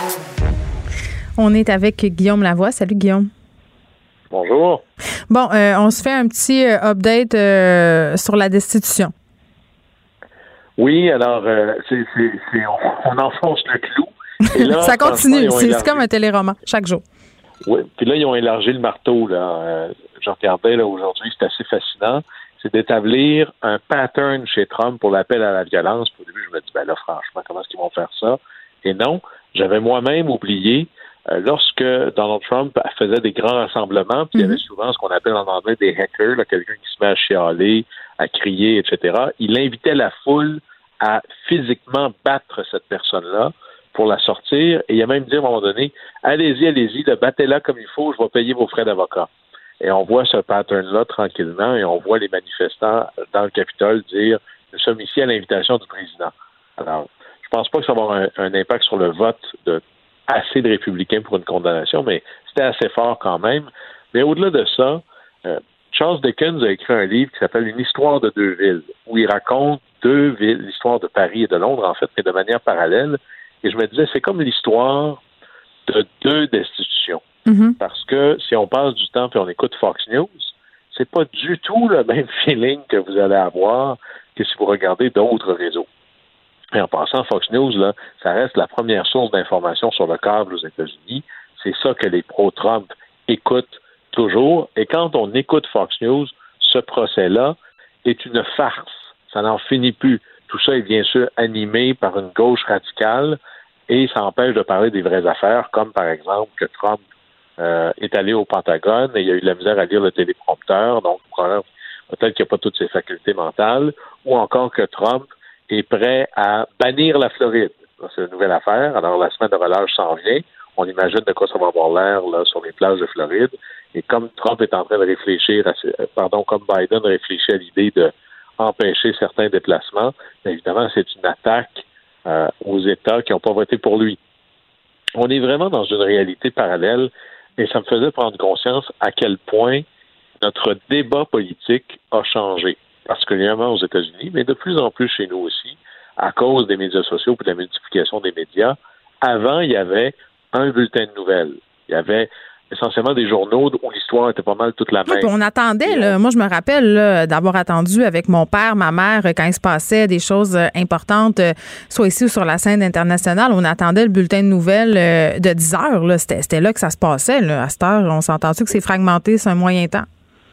On est avec Guillaume Lavoie. Salut, Guillaume. Bonjour. Bon, on se fait un petit update sur la destitution. Oui, alors, on enfonce le clou. Et là, ça continue. C'est comme un téléroman, chaque jour. Oui, puis là, ils ont élargi le marteau. Là. Je regardais là, aujourd'hui, c'est assez fascinant. C'est d'établir un pattern chez Trump pour l'appel à la violence. Au début, je me dis, ben là, franchement, comment est-ce qu'ils vont faire ça? Et non, j'avais moi-même oublié lorsque Donald Trump faisait des grands rassemblements, puis il y avait souvent ce qu'on appelle en anglais des hackers, là, quelqu'un qui se met à chialer, à crier, etc. Il invitait la foule à physiquement battre cette personne-là pour la sortir, et il a même dit à un moment donné, allez-y, battez-la comme il faut, je vais payer vos frais d'avocat. Et on voit ce pattern-là tranquillement, et on voit les manifestants dans le Capitole dire, nous sommes ici à l'invitation du président. Alors, je pense pas que ça va avoir un impact sur le vote de assez de républicains pour une condamnation, mais c'était assez fort quand même. Mais au-delà de ça, Charles Dickens a écrit un livre qui s'appelle Une histoire de deux villes, où il raconte deux villes, l'histoire de Paris et de Londres, en fait, mais de manière parallèle. Et je me disais, c'est comme l'histoire de deux destitutions. Parce que si on passe du temps et on écoute Fox News, c'est pas du tout le même feeling que vous allez avoir que si vous regardez d'autres réseaux. Et en passant, Fox News, là, ça reste la première source d'information sur le câble aux États-Unis. C'est ça que les pro-Trump écoutent toujours. Et quand on écoute Fox News, ce procès-là est une farce. Ça n'en finit plus. Tout ça est bien sûr animé par une gauche radicale et ça empêche de parler des vraies affaires, comme par exemple que Trump est allé au Pentagone et il a eu de la misère à lire le téléprompteur, donc peut-être qu'il n'y a pas toutes ses facultés mentales, ou encore que Trump est prêt à bannir la Floride. C'est une nouvelle affaire. Alors, la semaine de relâche s'en vient. On imagine de quoi ça va avoir l'air là, sur les plages de Floride. Et comme Trump est en train de réfléchir, comme Biden réfléchit à l'idée de empêcher certains déplacements, bien évidemment, c'est une attaque aux États qui n'ont pas voté pour lui. On est vraiment dans une réalité parallèle et ça me faisait prendre conscience à quel point notre débat politique a changé, particulièrement aux États-Unis, mais de plus en plus chez nous aussi, à cause des médias sociaux et de la multiplication des médias. Avant, il y avait un bulletin de nouvelles. Il y avait essentiellement des journaux où l'histoire était pas mal toute la même. Oui, on attendait, là, moi je me rappelle là, d'avoir attendu avec mon père, ma mère, quand il se passait des choses importantes, soit ici ou sur la scène internationale, on attendait le bulletin de nouvelles de 10 heures. Là. C'était là que ça se passait. Là. À cette heure, on s'est entendu que c'est fragmenté, c'est un moyen temps.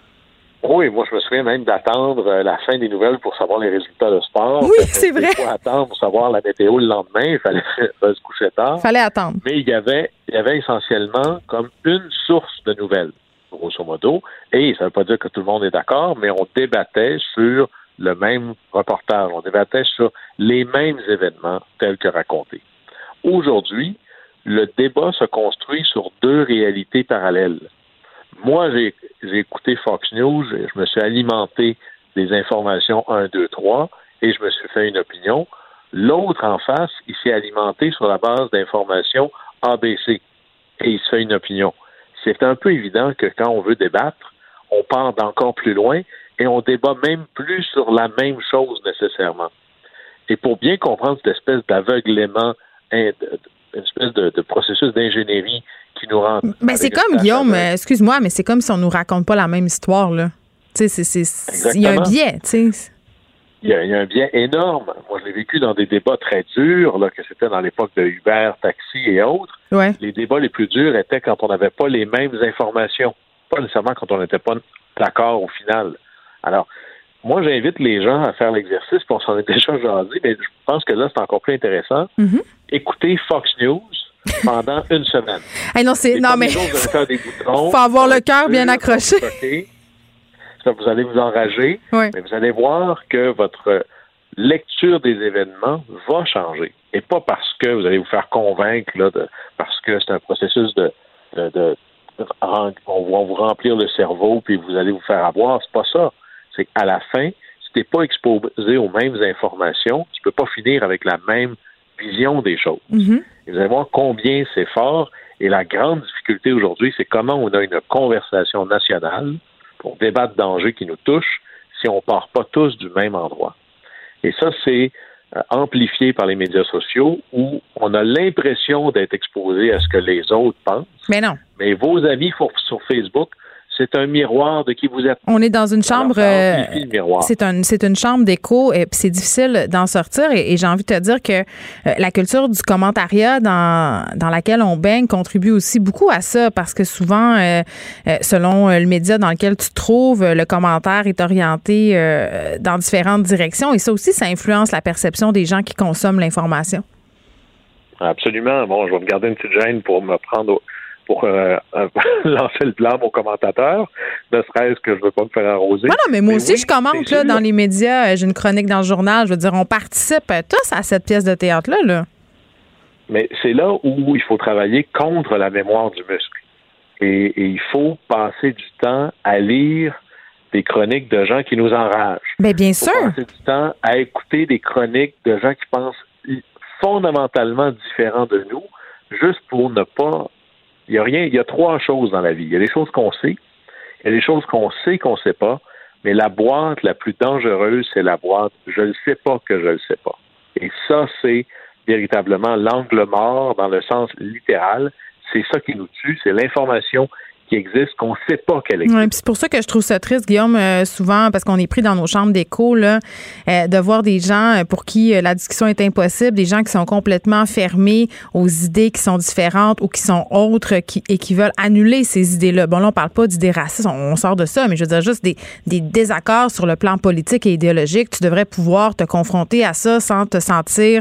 Oui, moi, je me souviens même d'attendre la fin des nouvelles pour savoir les résultats de sport. Oui, c'est vrai. Il faut attendre pour savoir la météo le lendemain. Il fallait se coucher tard. Fallait attendre. Mais il y avait essentiellement comme une source de nouvelles, grosso modo. Et ça ne veut pas dire que tout le monde est d'accord, mais on débattait sur le même reportage. On débattait sur les mêmes événements tels que racontés. Aujourd'hui, le débat se construit sur deux réalités parallèles. Moi, j'ai écouté Fox News, je me suis alimenté des informations 1, 2, 3 et je me suis fait une opinion. L'autre en face, il s'est alimenté sur la base d'informations ABC et il se fait une opinion. C'est un peu évident que quand on veut débattre, on part d'encore plus loin et on débat même plus sur la même chose nécessairement. Et pour bien comprendre cette espèce d'aveuglement, une espèce de processus d'ingénierie qui nous rentrent. Mais c'est comme, Guillaume, excuse-moi, mais c'est comme si on nous raconte pas la même histoire, là. Tu sais, il y a un biais, tu sais. Il y a un biais énorme. Moi, je l'ai vécu dans des débats très durs, là, que c'était dans l'époque de Uber, taxi et autres. Ouais. Les débats les plus durs étaient quand on n'avait pas les mêmes informations. Pas nécessairement quand on n'était pas d'accord au final. Alors, moi, j'invite les gens à faire l'exercice, puis on s'en est déjà jasé, mais je pense que là, c'est encore plus intéressant. Mm-hmm. Écoutez Fox News pendant une semaine. Hey, non, mais faut avoir le cœur bien accroché. Vous allez vous enrager, mais vous allez voir que votre lecture des événements va changer. Et pas parce que vous allez vous faire convaincre, là, parce que c'est un processus on va vous remplir le cerveau puis vous allez vous faire avoir. C'est pas ça. C'est qu'à la fin, si t'es pas exposé aux mêmes informations, tu peux pas finir avec la même vision des choses. Mm-hmm. Et vous allez voir combien c'est fort. Et la grande difficulté aujourd'hui, c'est comment on a une conversation nationale pour débattre d'enjeux qui nous touchent si on part pas tous du même endroit. Et ça, c'est amplifié par les médias sociaux où on a l'impression d'être exposé à ce que les autres pensent. Mais non. Mais vos amis sur Facebook, c'est un miroir de qui vous êtes. On est dans une chambre, c'est une chambre d'écho et puis c'est difficile d'en sortir et j'ai envie de te dire que la culture du commentariat dans laquelle on baigne contribue aussi beaucoup à ça parce que souvent, selon le média dans lequel tu te trouves, le commentaire est orienté dans différentes directions et ça aussi, ça influence la perception des gens qui consomment l'information. Absolument. Bon, je vais me garder une petite gêne pour me prendre pour lancer le blâme aux commentateurs, ne serait-ce que je ne veux pas me faire arroser. Non, mais moi aussi, je commente là, dans les médias. J'ai une chronique dans le journal. Je veux dire, on participe tous à cette pièce de théâtre-là. Là. Mais c'est là où il faut travailler contre la mémoire du muscle. Et il faut passer du temps à lire des chroniques de gens qui nous enragent. Bien sûr. Il faut passer du temps à écouter des chroniques de gens qui pensent fondamentalement différents de nous, juste pour ne pas... Il y a trois choses dans la vie. Il y a des choses qu'on sait, il y a des choses qu'on sait qu'on ne sait pas, mais la boîte la plus dangereuse, c'est la boîte « je ne sais pas que je ne sais pas ». Et ça, c'est véritablement l'angle mort dans le sens littéral. C'est ça qui nous tue, c'est l'information qui existe, qu'on ne sait pas qu'elle existe. Oui, puis c'est pour ça que je trouve ça triste, Guillaume, souvent, parce qu'on est pris dans nos chambres d'écho, là, de voir des gens pour qui la discussion est impossible, des gens qui sont complètement fermés aux idées qui sont différentes ou qui sont autres et qui veulent annuler ces idées-là. Bon, là, on parle pas d'idées racistes, on sort de ça, mais je veux dire juste des désaccords sur le plan politique et idéologique. Tu devrais pouvoir te confronter à ça sans te sentir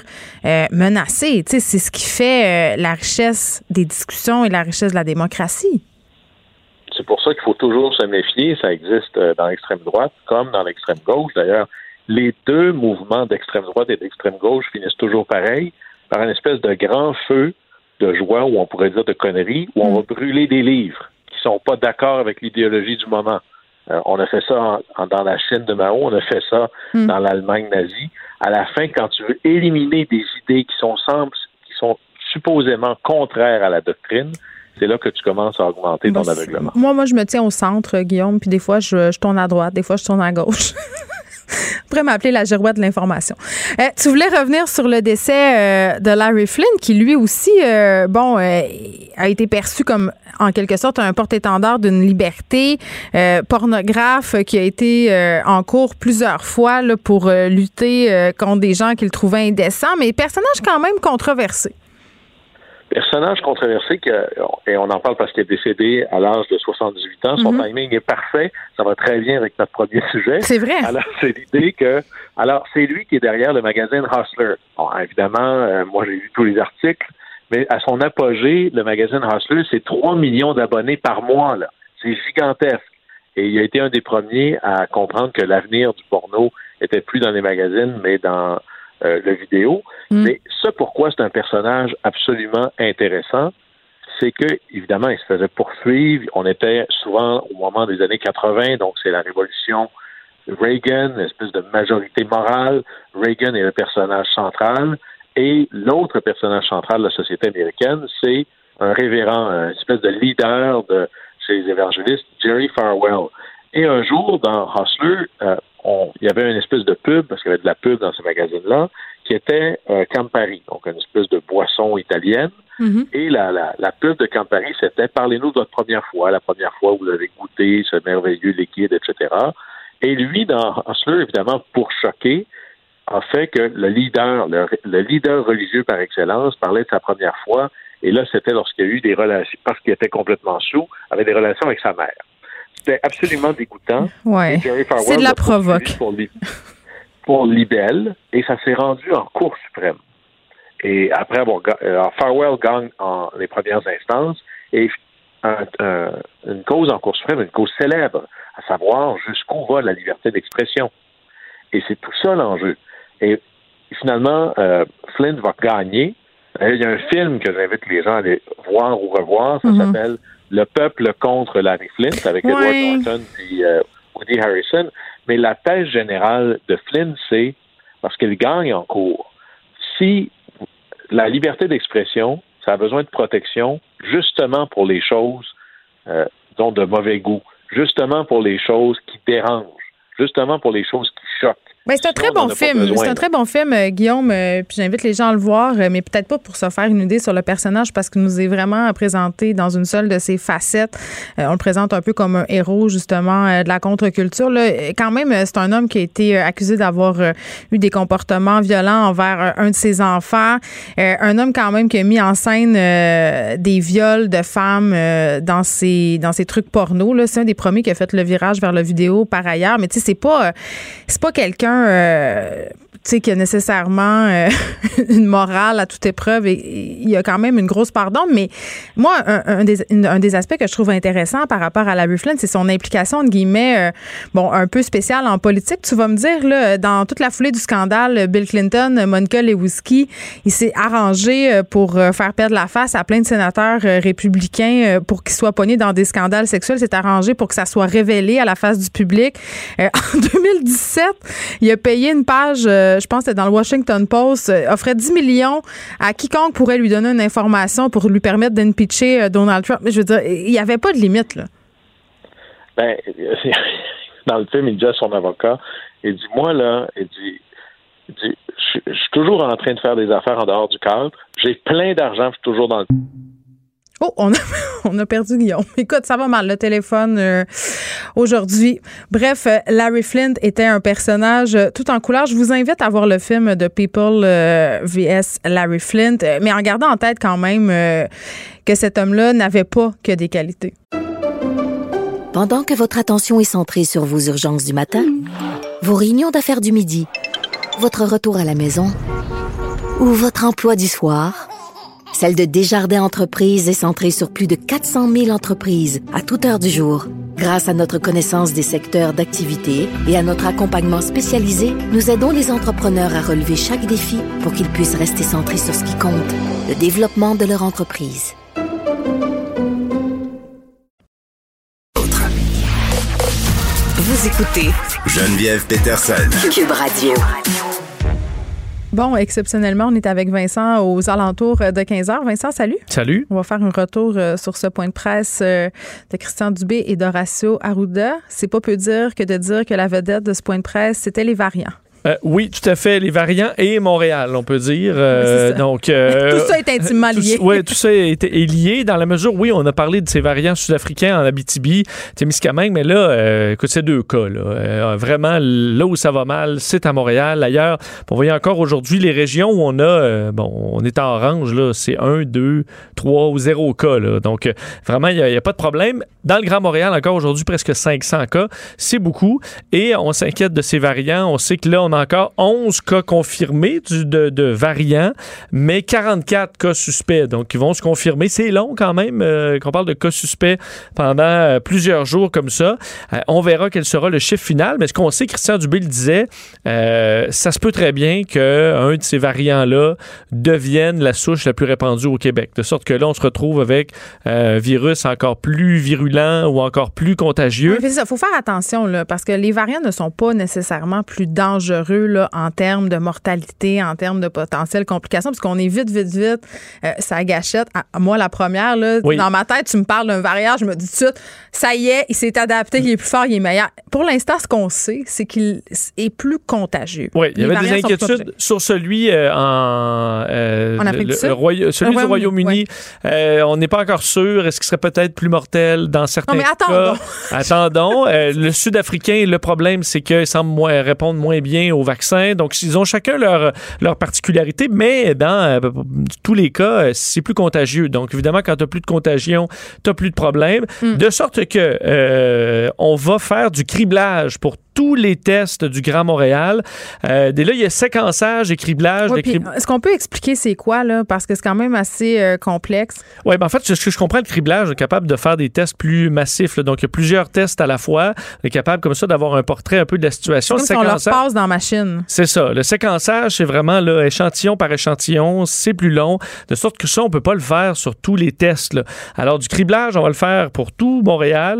menacé. Tu sais, c'est ce qui fait la richesse des discussions et la richesse de la démocratie. C'est pour ça qu'il faut toujours se méfier. Ça existe dans l'extrême droite comme dans l'extrême gauche. D'ailleurs, les deux mouvements d'extrême droite et d'extrême gauche finissent toujours pareil, par une espèce de grand feu de joie, ou on pourrait dire de conneries, où on va brûler des livres qui sont pas d'accord avec l'idéologie du moment. On a fait ça dans la Chine de Mao, on a fait ça dans l'Allemagne nazie. À la fin, quand tu veux éliminer des idées qui sont supposément contraires à la doctrine, c'est là que tu commences à augmenter ton aveuglement. Moi, je me tiens au centre, Guillaume, puis des fois, je tourne à droite, des fois, je tourne à gauche. On pourrait m'appeler la girouette de l'information. Tu voulais revenir sur le décès de Larry Flynn, qui lui aussi, a été perçu comme, en quelque sorte, un porte-étendard d'une liberté, pornographe qui a été en cours plusieurs fois là, pour lutter contre des gens qu'il trouvait indécents, mais personnage quand même controversé. Personnage controversé, et on en parle parce qu'il est décédé à l'âge de 78 ans. Son timing est parfait. Ça va très bien avec notre premier sujet. C'est vrai. Alors, c'est l'idée que... Alors, c'est lui qui est derrière le magazine Hustler. Bon, évidemment, moi, j'ai lu tous les articles, mais à son apogée, le magazine Hustler, c'est 3 millions d'abonnés par mois, là. C'est gigantesque. Et il a été un des premiers à comprendre que l'avenir du porno était plus dans les magazines, mais dans... le vidéo. Mais ça, pourquoi c'est un personnage absolument intéressant, c'est que, évidemment, il se faisait poursuivre. On était souvent au moment des années 80, donc c'est la révolution Reagan, une espèce de majorité morale. Reagan est le personnage central. Et l'autre personnage central de la société américaine, c'est un révérend, une espèce de leader de chez les évangélistes, Jerry Falwell. Et un jour, dans Hustler, il y avait une espèce de pub, parce qu'il y avait de la pub dans ce magazine-là, qui était Campari, donc une espèce de boisson italienne. Mm-hmm. Et la pub de Campari, c'était « Parlez-nous de votre première fois, la première fois où vous avez goûté ce merveilleux liquide, etc. » Et lui, dans Hustler, évidemment, pour choquer, a fait que le leader religieux par excellence parlait de sa première fois. Et là, c'était lorsqu'il y a eu des relations, parce qu'il était complètement sous, avait des relations avec sa mère. C'était absolument dégoûtant. Ouais. C'est de la provoque. Pour libelle, et ça s'est rendu en Cour suprême. Et après avoir Farwell gagne en les premières instances, et une cause en Cour suprême, une cause célèbre, à savoir jusqu'où va la liberté d'expression. Et c'est tout ça l'enjeu. Et finalement, Flynn va gagner. Il y a un film que j'invite les gens à aller voir ou revoir, ça s'appelle Le peuple contre Larry Flynn, avec Edward Norton et Woody Harrelson. Mais la thèse générale de Flynn, c'est, parce qu'il gagne en cours, si la liberté d'expression, ça a besoin de protection, justement pour les choses dont de mauvais goût, justement pour les choses qui dérangent, justement pour les choses qui choquent. Ben, c'est un très bon film. C'est un très bon film, Guillaume. Puis j'invite les gens à le voir, mais peut-être pas pour se faire une idée sur le personnage, parce qu'il nous est vraiment présenté dans une seule de ses facettes. On le présente un peu comme un héros, justement, de la contre-culture. Là, quand même, c'est un homme qui a été accusé d'avoir eu des comportements violents envers un de ses enfants. Un homme, quand même, qui a mis en scène des viols de femmes dans ses trucs porno. Là, c'est un des premiers qui a fait le virage vers la vidéo, par ailleurs. Mais tu sais, c'est pas quelqu'un qui a nécessairement une morale à toute épreuve, et il y a quand même une grosse part d'ombre. Mais moi, un des aspects que je trouve intéressant par rapport à Larry Flynn, c'est son implication, entre guillemets, un peu spéciale en politique. Tu vas me dire, là, dans toute la foulée du scandale Bill Clinton, Monica Lewinsky, il s'est arrangé pour faire perdre la face à plein de sénateurs républicains pour qu'ils soient pognés dans des scandales sexuels. Il s'est arrangé pour que ça soit révélé à la face du public. En 2017, il a payé une page, je pense que c'était dans le Washington Post, offrait 10 millions à quiconque pourrait lui donner une information pour lui permettre d'impeacher Donald Trump. Je veux dire, il n'y avait pas de limite, là. Ben, dans le film, il dit à son avocat, il dit, moi, là, il dit je suis toujours en train de faire des affaires en dehors du cadre. J'ai plein d'argent, je suis toujours dans le... Oh, on a perdu Guillaume. Écoute, ça va mal, le téléphone aujourd'hui. Bref, Larry Flynn était un personnage tout en couleur. Je vous invite à voir le film de People vs. Larry Flynn, mais en gardant en tête quand même que cet homme-là n'avait pas que des qualités. Pendant que votre attention est centrée sur vos urgences du matin, vos réunions d'affaires du midi, votre retour à la maison ou votre emploi du soir, celle de Desjardins Entreprises est centrée sur plus de 400 000 entreprises à toute heure du jour. Grâce à notre connaissance des secteurs d'activité et à notre accompagnement spécialisé, nous aidons les entrepreneurs à relever chaque défi pour qu'ils puissent rester centrés sur ce qui compte, le développement de leur entreprise. Vous écoutez Geneviève Peterson. Cube Radio. Bon, exceptionnellement, on est avec Vincent aux alentours de 15h. Vincent, salut. Salut. On va faire un retour sur ce point de presse de Christian Dubé et d'Horacio Arruda. C'est pas peu dire que de dire que la vedette de ce point de presse, c'était les variants. Oui, tout à fait. Les variants et Montréal, on peut dire. Donc, tout ça est intimement lié. Oui, tout ça est lié dans la mesure, oui, on a parlé de ces variants sud-africains en Abitibi, Témiscamingue, mais là, écoute, c'est deux cas. Là. Vraiment, là où ça va mal, c'est à Montréal. D'ailleurs, on voyait encore aujourd'hui les régions où on a, on est en orange, là, c'est 1, 2, 3 ou 0 cas. Là. Donc, vraiment, il n'y a pas de problème. Dans le Grand Montréal, encore aujourd'hui, presque 500 cas. C'est beaucoup. Et on s'inquiète de ces variants. On sait que là, on a encore 11 cas confirmés de variants, mais 44 cas suspects. Donc, ils vont se confirmer. C'est long quand même qu'on parle de cas suspects pendant plusieurs jours comme ça. On verra quel sera le chiffre final. Mais ce qu'on sait, Christian Dubé le disait, ça se peut très bien qu'un de ces variants-là devienne la souche la plus répandue au Québec. De sorte que là, on se retrouve avec un virus encore plus virulent ou encore plus contagieux. Oui, c'est ça. Il faut faire attention là, parce que les variants ne sont pas nécessairement plus dangereux dangereux là, en termes de mortalité, en termes de potentielles complications, parce qu'on est vite, ça gâchette. Moi, la première, là, dans ma tête, tu me parles d'un variant, je me dis tout de suite, ça y est, il s'est adapté, il est plus fort, il est meilleur. Pour l'instant, ce qu'on sait, c'est qu'il est plus contagieux. Oui, il y avait des inquiétudes sur celui en Afrique du Sud. Celui du Royaume-Uni. Oui. On n'est pas encore sûr. Est-ce qu'il serait peut-être plus mortel dans certains cas? Attendons. Le Sud-Africain, le problème, c'est qu'ils semblent répondre moins bien au vaccin. Donc, ils ont chacun leur particularité, mais dans tous les cas, c'est plus contagieux. Donc, évidemment, quand tu n'as plus de contagion, tu n'as plus de problème. De sorte que on va faire du criblage pour tous les tests du Grand Montréal. Dès là, il y a séquençage et criblage. Est-ce qu'on peut expliquer c'est quoi, là? Parce que c'est quand même assez complexe. Oui, en fait, ce que je comprends, le criblage, on est capable de faire des tests plus massifs. Là. Donc, il y a plusieurs tests à la fois. On est capable, comme ça, d'avoir un portrait un peu de la situation. C'est comme si on leur passe dans la machine. C'est ça. Le séquençage, c'est vraiment là, échantillon par échantillon. C'est plus long. De sorte que ça, on peut pas le faire sur tous les tests. Là. Alors, du criblage, on va le faire pour tout Montréal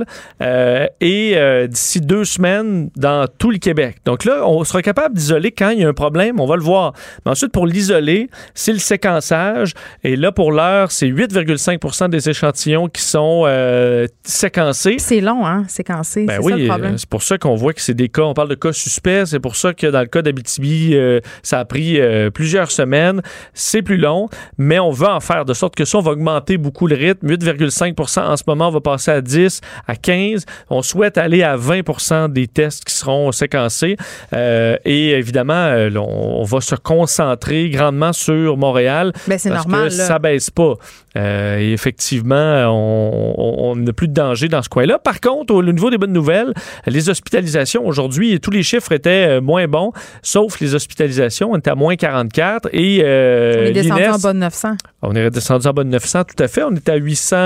et d'ici 2 semaines, dans tout le Québec. Donc là, on sera capable d'isoler quand il y a un problème, on va le voir. Mais ensuite, pour l'isoler, c'est le séquençage. Et là, pour l'heure, c'est 8,5% des échantillons qui sont séquencés. C'est long, hein, séquencer. C'est ça le problème. C'est pour ça qu'on voit que c'est des cas, on parle de cas suspects. C'est pour ça que dans le cas d'Abitibi, ça a pris plusieurs semaines. C'est plus long, mais on veut en faire de sorte que ça, on va augmenter beaucoup le rythme. 8,5% en ce moment, on va passer à 10, à 15. On souhaite aller à 20% des tests qui seront séquencés. Et évidemment, on va se concentrer grandement sur Montréal. Ben, c'est parce normal, que là. ça baisse pas. Et effectivement, on n'a plus de danger dans ce coin-là. Par contre, au niveau des bonnes nouvelles, les hospitalisations aujourd'hui, tous les chiffres étaient moins bons, sauf les hospitalisations. On était à moins 44. Et, on est descendu en bas de 900. On est descendu en bas de 900, tout à fait. On était à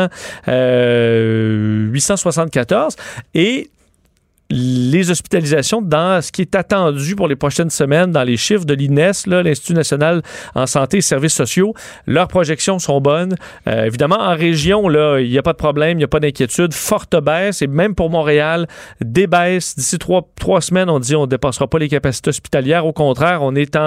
874. Et les hospitalisations dans ce qui est attendu pour les prochaines semaines dans les chiffres de l'INES, là, l'Institut national en santé et services sociaux, leurs projections sont bonnes. Évidemment, en région, là, il n'y a pas de problème, il n'y a pas d'inquiétude. Forte baisse, et même pour Montréal, des baisses. D'ici 3 semaines, on dit on ne dépassera pas les capacités hospitalières. Au contraire,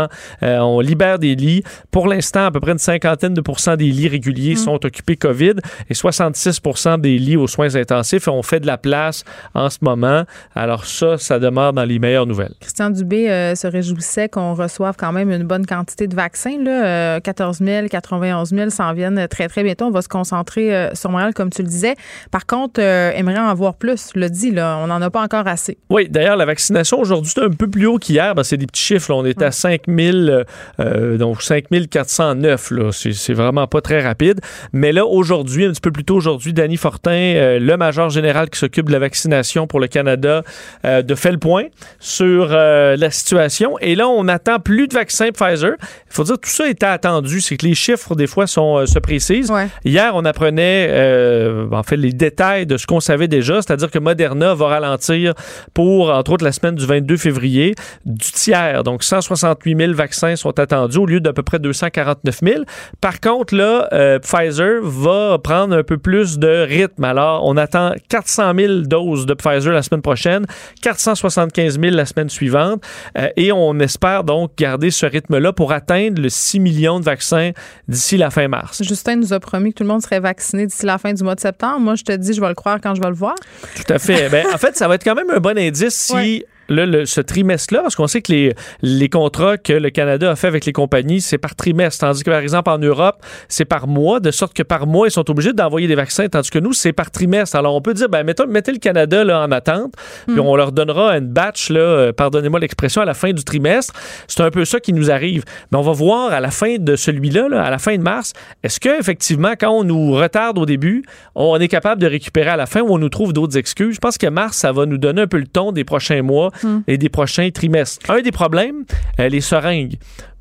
on libère des lits. Pour l'instant, à peu près une 50% des lits réguliers sont occupés COVID et 66% des lits aux soins intensifs. On fait de la place en ce moment. Alors ça demeure dans les meilleures nouvelles. Christian Dubé se réjouissait qu'on reçoive quand même une bonne quantité de vaccins. Là. 14 000, 91 000 s'en viennent très, très bientôt. On va se concentrer sur Montréal, comme tu le disais. Par contre, aimerait en voir plus. Le dit, là, on n'en a pas encore assez. Oui, d'ailleurs, la vaccination aujourd'hui, c'est un peu plus haut qu'hier. Ben, c'est des petits chiffres. Là. On est à 5 000, donc 5 409. Là. C'est vraiment pas très rapide. Mais là, aujourd'hui, un petit peu plus tôt aujourd'hui, Danny Fortin, le major général qui s'occupe de la vaccination pour le Canada, de fait le point sur la situation. Et là, on attend plus de vaccins Pfizer. Il faut dire que tout ça était attendu. C'est que les chiffres, des fois, se précisent. Ouais. Hier, on apprenait en fait les détails de ce qu'on savait déjà, c'est-à-dire que Moderna va ralentir pour, entre autres, la semaine du 22 février, du tiers. Donc, 168 000 vaccins sont attendus au lieu d'à peu près 249 000. Par contre, là, Pfizer va prendre un peu plus de rythme. Alors, on attend 400 000 doses de Pfizer la semaine prochaine, 475 000 la semaine suivante, et on espère donc garder ce rythme-là pour atteindre le 6 millions de vaccins d'ici la fin mars. Justin nous a promis que tout le monde serait vacciné d'ici la fin du mois de septembre. Moi, je te dis, je vais le croire quand je vais le voir. Tout à fait. En fait, ça va être quand même un bon indice si... Ouais. Là, ce trimestre-là, parce qu'on sait que les contrats que le Canada a fait avec les compagnies, c'est par trimestre, tandis que, par exemple, en Europe, c'est par mois, de sorte que par mois, ils sont obligés d'envoyer des vaccins, tandis que nous, c'est par trimestre. Alors, on peut dire, mettez le Canada là, en attente, puis on leur donnera une batch, là, pardonnez-moi l'expression, à la fin du trimestre. C'est un peu ça qui nous arrive. Mais on va voir à la fin de celui-là, là, à la fin de mars, est-ce qu'effectivement, quand on nous retarde au début, on est capable de récupérer à la fin ou on nous trouve d'autres excuses? Je pense que mars, ça va nous donner un peu le ton des prochains mois et des prochains trimestres. Un des problèmes, les seringues.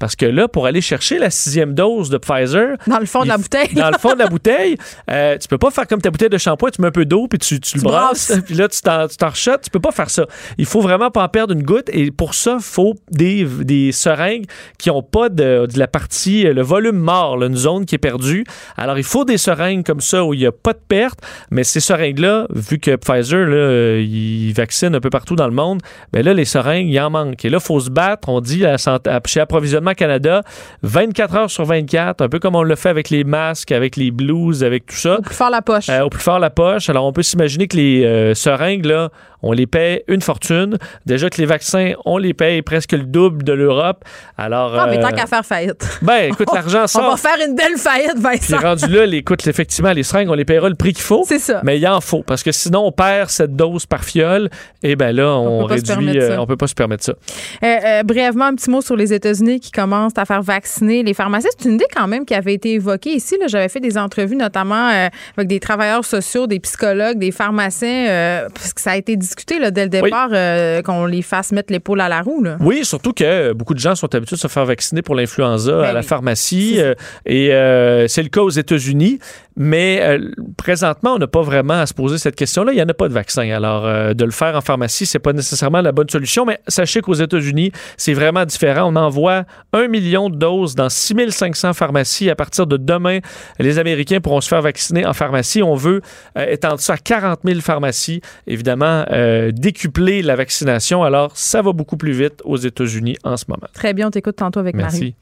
Parce que là, pour aller chercher la 6e dose de Pfizer... Dans le fond de la bouteille. Dans le fond de la bouteille, tu peux pas faire comme ta bouteille de shampoing, tu mets un peu d'eau, puis tu le brasses, puis là, tu t'en rechottes. Tu peux pas faire ça. Il faut vraiment pas en perdre une goutte, et pour ça, il faut des seringues qui ont pas de la partie, le volume mort, là, une zone qui est perdue. Alors, il faut des seringues comme ça où il y a pas de perte, mais ces seringues-là, vu que Pfizer, là, il vaccine un peu partout dans le monde, bien là, les seringues, il en manque. Et là, il faut se battre, on dit chez Approvisionnement Canada, 24 heures sur 24, un peu comme on le fait avec les masques, avec les blouses, avec tout ça. Au plus fort la poche. Au plus fort la poche. Alors, on peut s'imaginer que les seringues, là, on les paie une fortune. Déjà que les vaccins, on les paye presque le double de l'Europe. Alors, mais tant qu'à faire faillite. Ben, écoute, l'argent sort. On va faire une belle faillite, Vincent. Puis rendu là, effectivement, les seringues, on les paiera le prix qu'il faut. C'est ça. Mais il en faut. Parce que sinon, on perd cette dose par fiole. Et bien là, on réduit. On peut pas se permettre ça. Brièvement, un petit mot sur les États-Unis qui commencent à faire vacciner les pharmaciens. C'est une idée quand même qui avait été évoquée ici. Là, j'avais fait des entrevues, notamment avec des travailleurs sociaux, des psychologues, des pharmaciens, parce que ça a été discuté là, dès le départ, qu'on les fasse mettre l'épaule à la roue. Là. Oui, surtout que beaucoup de gens sont habitués de se faire vacciner pour l'influenza à la pharmacie. Et c'est le cas aux États-Unis. Mais présentement, on n'a pas vraiment à se poser cette question-là. Il n'y en a pas de vaccin. Alors, de le faire en pharmacie, c'est pas nécessairement la bonne solution. Mais sachez qu'aux États-Unis, c'est vraiment différent. On envoie 1 million de doses dans 6500 pharmacies. À partir de demain, les Américains pourront se faire vacciner en pharmacie. On veut étendre ça à 40 000 pharmacies. Évidemment, décupler la vaccination. Alors, ça va beaucoup plus vite aux États-Unis en ce moment. Très bien. On t'écoute tantôt avec Marie.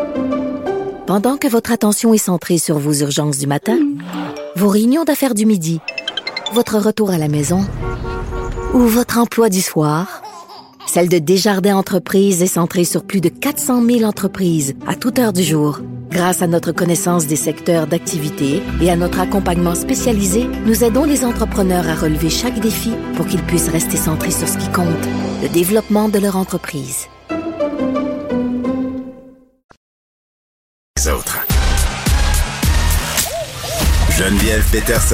Pendant que votre attention est centrée sur vos urgences du matin, vos réunions d'affaires du midi, votre retour à la maison ou votre emploi du soir, celle de Desjardins Entreprises est centrée sur plus de 400 000 entreprises à toute heure du jour. Grâce à notre connaissance des secteurs d'activité et à notre accompagnement spécialisé, nous aidons les entrepreneurs à relever chaque défi pour qu'ils puissent rester centrés sur ce qui compte, le développement de leur entreprise. Autres. Geneviève Peterson.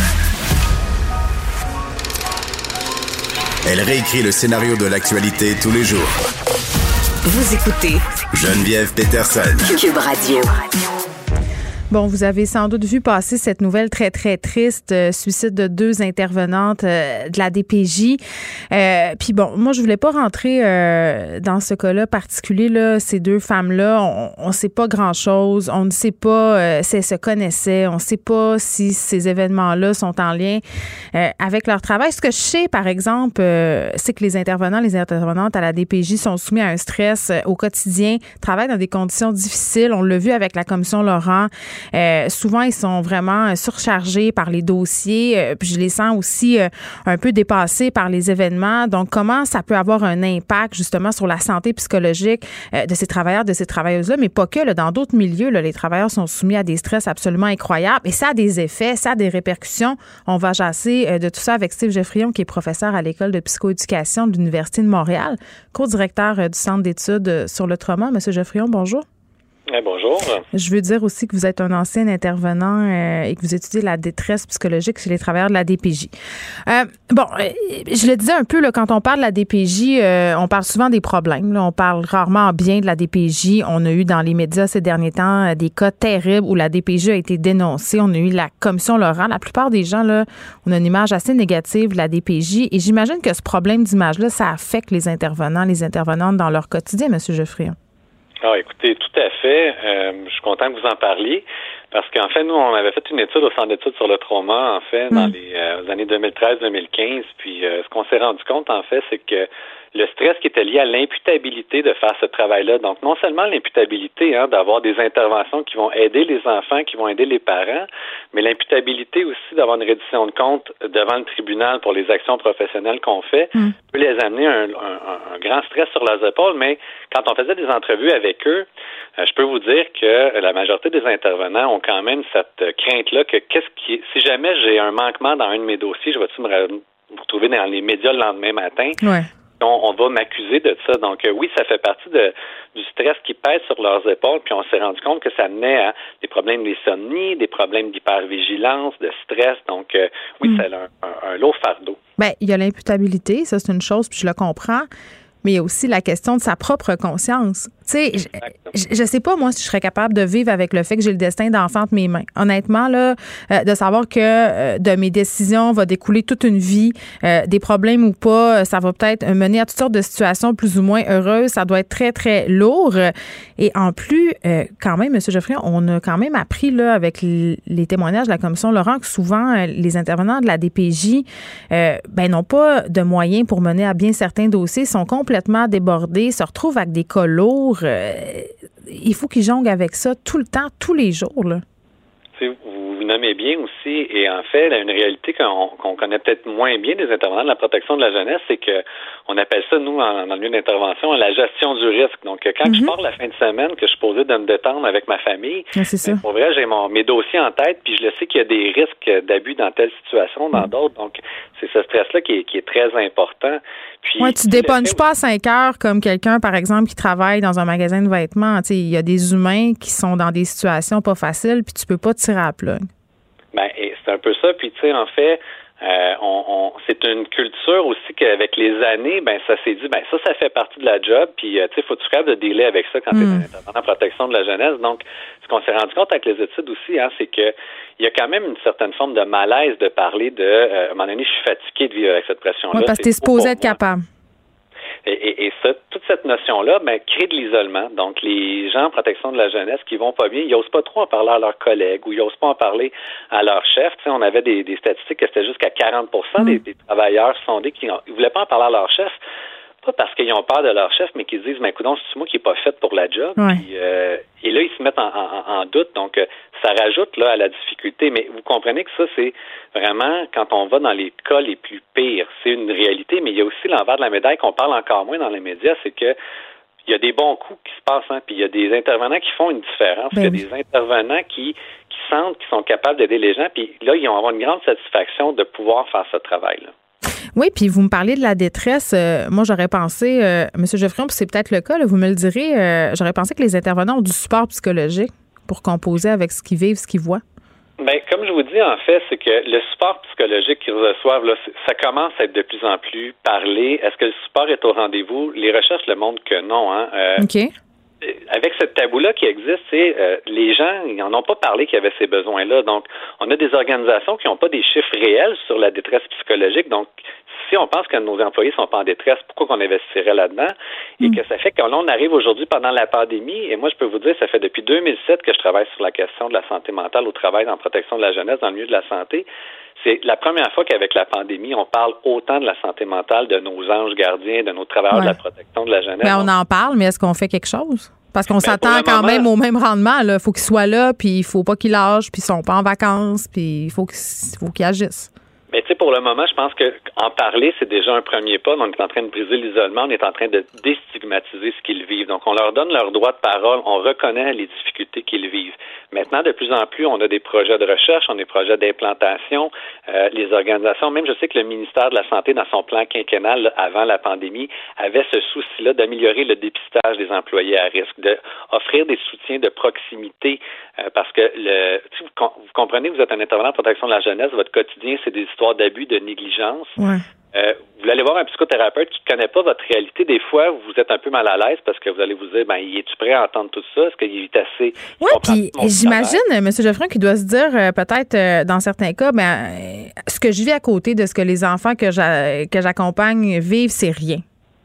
Elle réécrit le scénario de l'actualité tous les jours. Vous écoutez Geneviève Peterson. Cube Radio. Bon, vous avez sans doute vu passer cette nouvelle très, très triste, suicide de 2 intervenantes de la DPJ. Puis bon, moi, je voulais pas rentrer dans ce cas-là particulier, là, ces 2 femmes-là. On sait pas grand-chose. On ne sait pas si elles se connaissaient. On sait pas si ces événements-là sont en lien avec leur travail. Ce que je sais, par exemple, c'est que les intervenantes à la DPJ sont soumis à un stress au quotidien, travaillent dans des conditions difficiles. On l'a vu avec la commission Laurent. Souvent, ils sont vraiment surchargés par les dossiers. Puis je les sens aussi un peu dépassés par les événements. Donc, comment ça peut avoir un impact justement sur la santé psychologique de ces travailleurs, de ces travailleuses-là, mais pas que. Là, dans d'autres milieux, là, les travailleurs sont soumis à des stress absolument incroyables et ça a des effets, ça a des répercussions. On va jasser de tout ça avec Steve Geoffrion, qui est professeur à l'École de psychoéducation de l'Université de Montréal, co-directeur du Centre d'études sur le trauma. Monsieur Geoffrion, bonjour. Bonjour. Je veux dire aussi que vous êtes un ancien intervenant et que vous étudiez la détresse psychologique chez les travailleurs de la DPJ. Je le disais un peu, là, quand on parle de la DPJ, on parle souvent des problèmes. Là, on parle rarement bien de la DPJ. On a eu dans les médias ces derniers temps des cas terribles où la DPJ a été dénoncée. On a eu la commission Laurent. La plupart des gens, là, on a une image assez négative de la DPJ. Et j'imagine que ce problème d'image-là, ça affecte les intervenants, les intervenantes dans leur quotidien, M. Geoffrion. Ah, écoutez, tout à fait. Je suis content que vous en parliez parce qu'en fait, nous, on avait fait une étude au Centre d'études sur le trauma, en fait, dans les années 2013-2015. Puis, ce qu'on s'est rendu compte, en fait, c'est que le stress qui était lié à l'imputabilité de faire ce travail-là. Donc, non seulement l'imputabilité, d'avoir des interventions qui vont aider les enfants, qui vont aider les parents, mais l'imputabilité aussi d'avoir une reddition de compte devant le tribunal pour les actions professionnelles qu'on fait peut les amener un grand stress sur leurs épaules. Mais quand on faisait des entrevues avec eux, je peux vous dire que la majorité des intervenants ont quand même cette crainte-là que si jamais j'ai un manquement dans un de mes dossiers, je vais-tu me retrouver dans les médias le lendemain matin? Ouais. On va m'accuser de ça. Donc, oui, ça fait partie du stress qui pèse sur leurs épaules. Puis, on s'est rendu compte que ça menait à des problèmes d'insomnie, des problèmes d'hypervigilance, de stress. Donc, oui, ça a un lourd fardeau. Bien, il y a l'imputabilité. Ça, c'est une chose, puis je le comprends. mais il y a aussi la question de sa propre conscience. Tu sais, je sais pas, moi, si je serais capable de vivre avec le fait que j'ai le destin d'enfant entre mes mains. Honnêtement, là, de savoir que de mes décisions va découler toute une vie, des problèmes ou pas, ça va peut-être mener à toutes sortes de situations plus ou moins heureuses. Ça doit être très, très lourd. Et en plus, quand même, M. Geoffrion, on a quand même appris, là, avec les témoignages de la Commission Laurent, que souvent, les intervenants de la DPJ, n'ont pas de moyens pour mener à bien certains dossiers, sont complètement débordés, se retrouvent avec des cas lourds. Il faut qu'ils jonglent avec ça tout le temps, tous les jours, là. Vous nommez bien aussi, et en fait, là, une réalité qu'on connaît peut-être moins bien des intervenants de la protection de la jeunesse, c'est que on appelle ça, nous, dans le lieu d'intervention, la gestion du risque. Donc, quand je pars la fin de semaine, que je suis posé de me détendre avec ma famille, pour vrai, j'ai mes dossiers en tête, puis je le sais qu'il y a des risques d'abus dans telle situation, dans d'autres. Donc, c'est ce stress-là qui est très important. Puis, tu dépunches pas à 5 heures comme quelqu'un, par exemple, qui travaille dans un magasin de vêtements. Il y a des humains qui sont dans des situations pas faciles, puis tu peux pas tirer à la plug. C'est un peu ça. Puis, tu sais, en fait, c'est une culture aussi qu'avec les années, ça s'est dit, ça fait partie de la job. Puis, tu sais, faut tu capable de dealer avec ça quand tu es un intervenant en protection de la jeunesse. Donc, ce qu'on s'est rendu compte avec les études aussi, c'est que il y a quand même une certaine forme de malaise de parler de, à un moment donné, je suis fatigué de vivre avec cette pression-là. Oui, parce que tu es supposé être capable. Et ça, toute cette notion-là crée de l'isolement. Donc, les gens en protection de la jeunesse qui vont pas bien, ils n'osent pas trop en parler à leurs collègues ou ils n'osent pas en parler à leur chef. Tu sais, on avait des statistiques que c'était jusqu'à 40% des travailleurs sondés qui ne voulaient pas en parler à leur chef. Pas parce qu'ils ont peur de leur chef, mais qu'ils disent, coudonc, c'est moi qui n'est pas fait pour la job. Ouais. Puis, et là, ils se mettent en doute. Donc, ça rajoute là à la difficulté. Mais vous comprenez que ça, c'est vraiment, quand on va dans les cas les plus pires, c'est une réalité. Mais il y a aussi l'envers de la médaille qu'on parle encore moins dans les médias, c'est que il y a des bons coups qui se passent, puis il y a des intervenants qui font une différence. Il y a des intervenants qui sentent qu'ils sont capables d'aider les gens. Puis là, ils vont avoir une grande satisfaction de pouvoir faire ce travail-là. Oui, puis vous me parlez de la détresse. Moi, j'aurais pensé, M. Geoffrion, puis c'est peut-être le cas, là, vous me le direz, j'aurais pensé que les intervenants ont du support psychologique pour composer avec ce qu'ils vivent, ce qu'ils voient. Comme je vous dis, en fait, c'est que le support psychologique qu'ils reçoivent, là, ça commence à être de plus en plus parlé. Est-ce que le support est au rendez-vous? Les recherches le montrent que non. OK. Avec ce tabou-là qui existe, les gens, ils n'en ont pas parlé qu'il y avait ces besoins-là. Donc, on a des organisations qui n'ont pas des chiffres réels sur la détresse psychologique. Donc, si on pense que nos employés ne sont pas en détresse, pourquoi qu'on investirait là-dedans? Et que ça fait que quand on arrive aujourd'hui pendant la pandémie, et moi, je peux vous dire, ça fait depuis 2007 que je travaille sur la question de la santé mentale au travail en protection de la jeunesse dans le milieu de la santé. C'est la première fois qu'avec la pandémie, on parle autant de la santé mentale de nos anges gardiens, de nos travailleurs de la protection de la jeunesse. On en parle, mais est-ce qu'on fait quelque chose? Parce qu'on s'attend quand même au même rendement. Il faut qu'ils soient là, puis il faut pas qu'ils lâchent, puis ils sont pas en vacances, puis il faut qu'ils agissent. Mais tu sais, pour le moment, je pense que en parler, c'est déjà un premier pas. On est en train de briser l'isolement, on est en train de déstigmatiser ce qu'ils vivent. Donc, on leur donne leur droit de parole, on reconnaît les difficultés qu'ils vivent. Maintenant, de plus en plus, on a des projets de recherche, on a des projets d'implantation, les organisations. Même, je sais que le ministère de la Santé, dans son plan quinquennal, là, avant la pandémie, avait ce souci-là d'améliorer le dépistage des employés à risque, d'offrir des soutiens de proximité, parce que vous comprenez, vous êtes un intervenant en protection de la jeunesse, votre quotidien, c'est des histoires d'abus, de négligence. Ouais. Vous allez voir un psychothérapeute qui ne connaît pas votre réalité. Des fois, vous êtes un peu mal à l'aise parce que vous allez vous dire, es-tu prêt à entendre tout ça? Est-ce qu'il est assez... Oui, puis j'imagine, M. Geoffrion, qui doit se dire, peut-être, dans certains cas, ce que je vis à côté de ce que les enfants que j'accompagne vivent, c'est rien.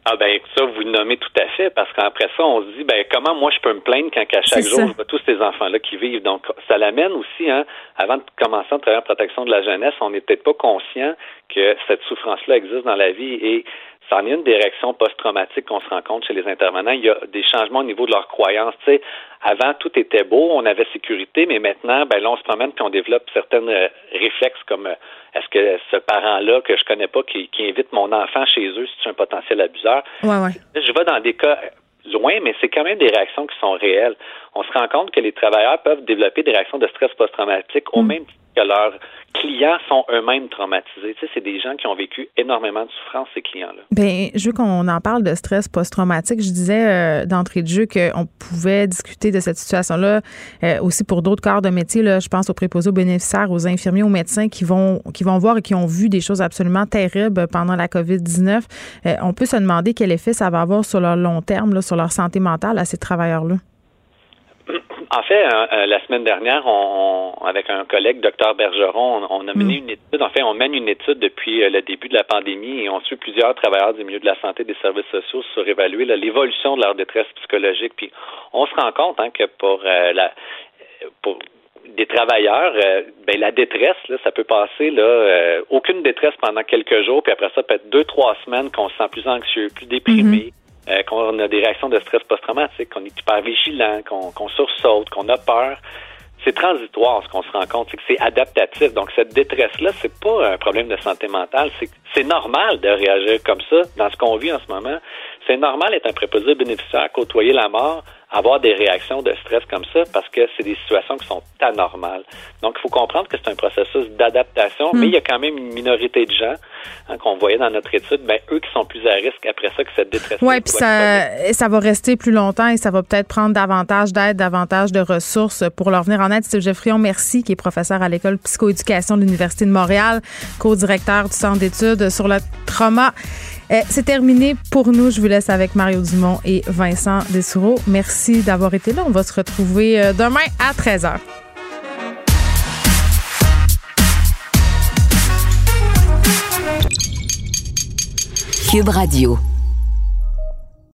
Ça, vous le nommez tout à fait, parce qu'après ça, on se dit, comment moi je peux me plaindre quand à chaque jour, je vois tous ces enfants-là qui vivent. Donc, ça l'amène aussi, avant de commencer à travailler en protection de la jeunesse, on n'est peut-être pas conscient que cette souffrance-là existe dans la vie et ça en est une des réactions post-traumatiques qu'on se rend compte chez les intervenants. Il y a des changements au niveau de leurs croyances. Tu sais, avant, tout était beau, on avait sécurité, mais maintenant, là, on se promène puis on développe certaines réflexes comme est-ce que ce parent-là que je connais pas qui invite mon enfant chez eux, si c'est un potentiel abuseur. Ouais. Je vais dans des cas loin, mais c'est quand même des réactions qui sont réelles. On se rend compte que les travailleurs peuvent développer des réactions de stress post-traumatique au même titre que leurs clients sont eux-mêmes traumatisés. Tu sais, c'est des gens qui ont vécu énormément de souffrance, ces clients-là. Bien, je veux qu'on en parle de stress post-traumatique. Je disais d'entrée de jeu qu'on pouvait discuter de cette situation-là aussi pour d'autres corps de métier. Là, je pense aux préposés aux bénéficiaires, aux infirmiers, aux médecins qui vont voir et qui ont vu des choses absolument terribles pendant la COVID-19. On peut se demander quel effet ça va avoir sur leur long terme, là, sur leur santé mentale à ces travailleurs-là. En fait, la semaine dernière, avec un collègue, Dr Bergeron, on a mené une étude. En fait, on mène une étude depuis le début de la pandémie et on suit plusieurs travailleurs du milieu de la santé et des services sociaux sur évaluer l'évolution de leur détresse psychologique. Puis, on se rend compte que pour des travailleurs, la détresse, là, ça peut passer aucune détresse pendant quelques jours, puis après ça, peut-être 2-3 semaines qu'on se sent plus anxieux, plus déprimé. Qu'on a des réactions de stress post-traumatique, qu'on est hyper vigilant, qu'on sursaute, qu'on a peur. C'est transitoire, ce qu'on se rend compte, c'est que c'est adaptatif. Donc, cette détresse-là, c'est pas un problème de santé mentale. C'est normal de réagir comme ça dans ce qu'on vit en ce moment. C'est normal d'être un préposé bénéficiaire, côtoyer la mort, avoir des réactions de stress comme ça parce que c'est des situations qui sont anormales. Donc, il faut comprendre que c'est un processus d'adaptation, mais il y a quand même une minorité de gens qu'on voyait dans notre étude, eux qui sont plus à risque après ça que cette détresse. Oui, puis ça va rester plus longtemps et ça va peut-être prendre davantage d'aide, davantage de ressources pour leur venir en aide. Steve Geoffrion-Merci, qui est professeur à l'École psychoéducation de l'Université de Montréal, co-directeur du Centre d'études sur le trauma. C'est terminé pour nous. Je vous laisse avec Mario Dumont et Vincent Dessoureau. Merci d'avoir été là. On va se retrouver demain à 13h. Cube Radio.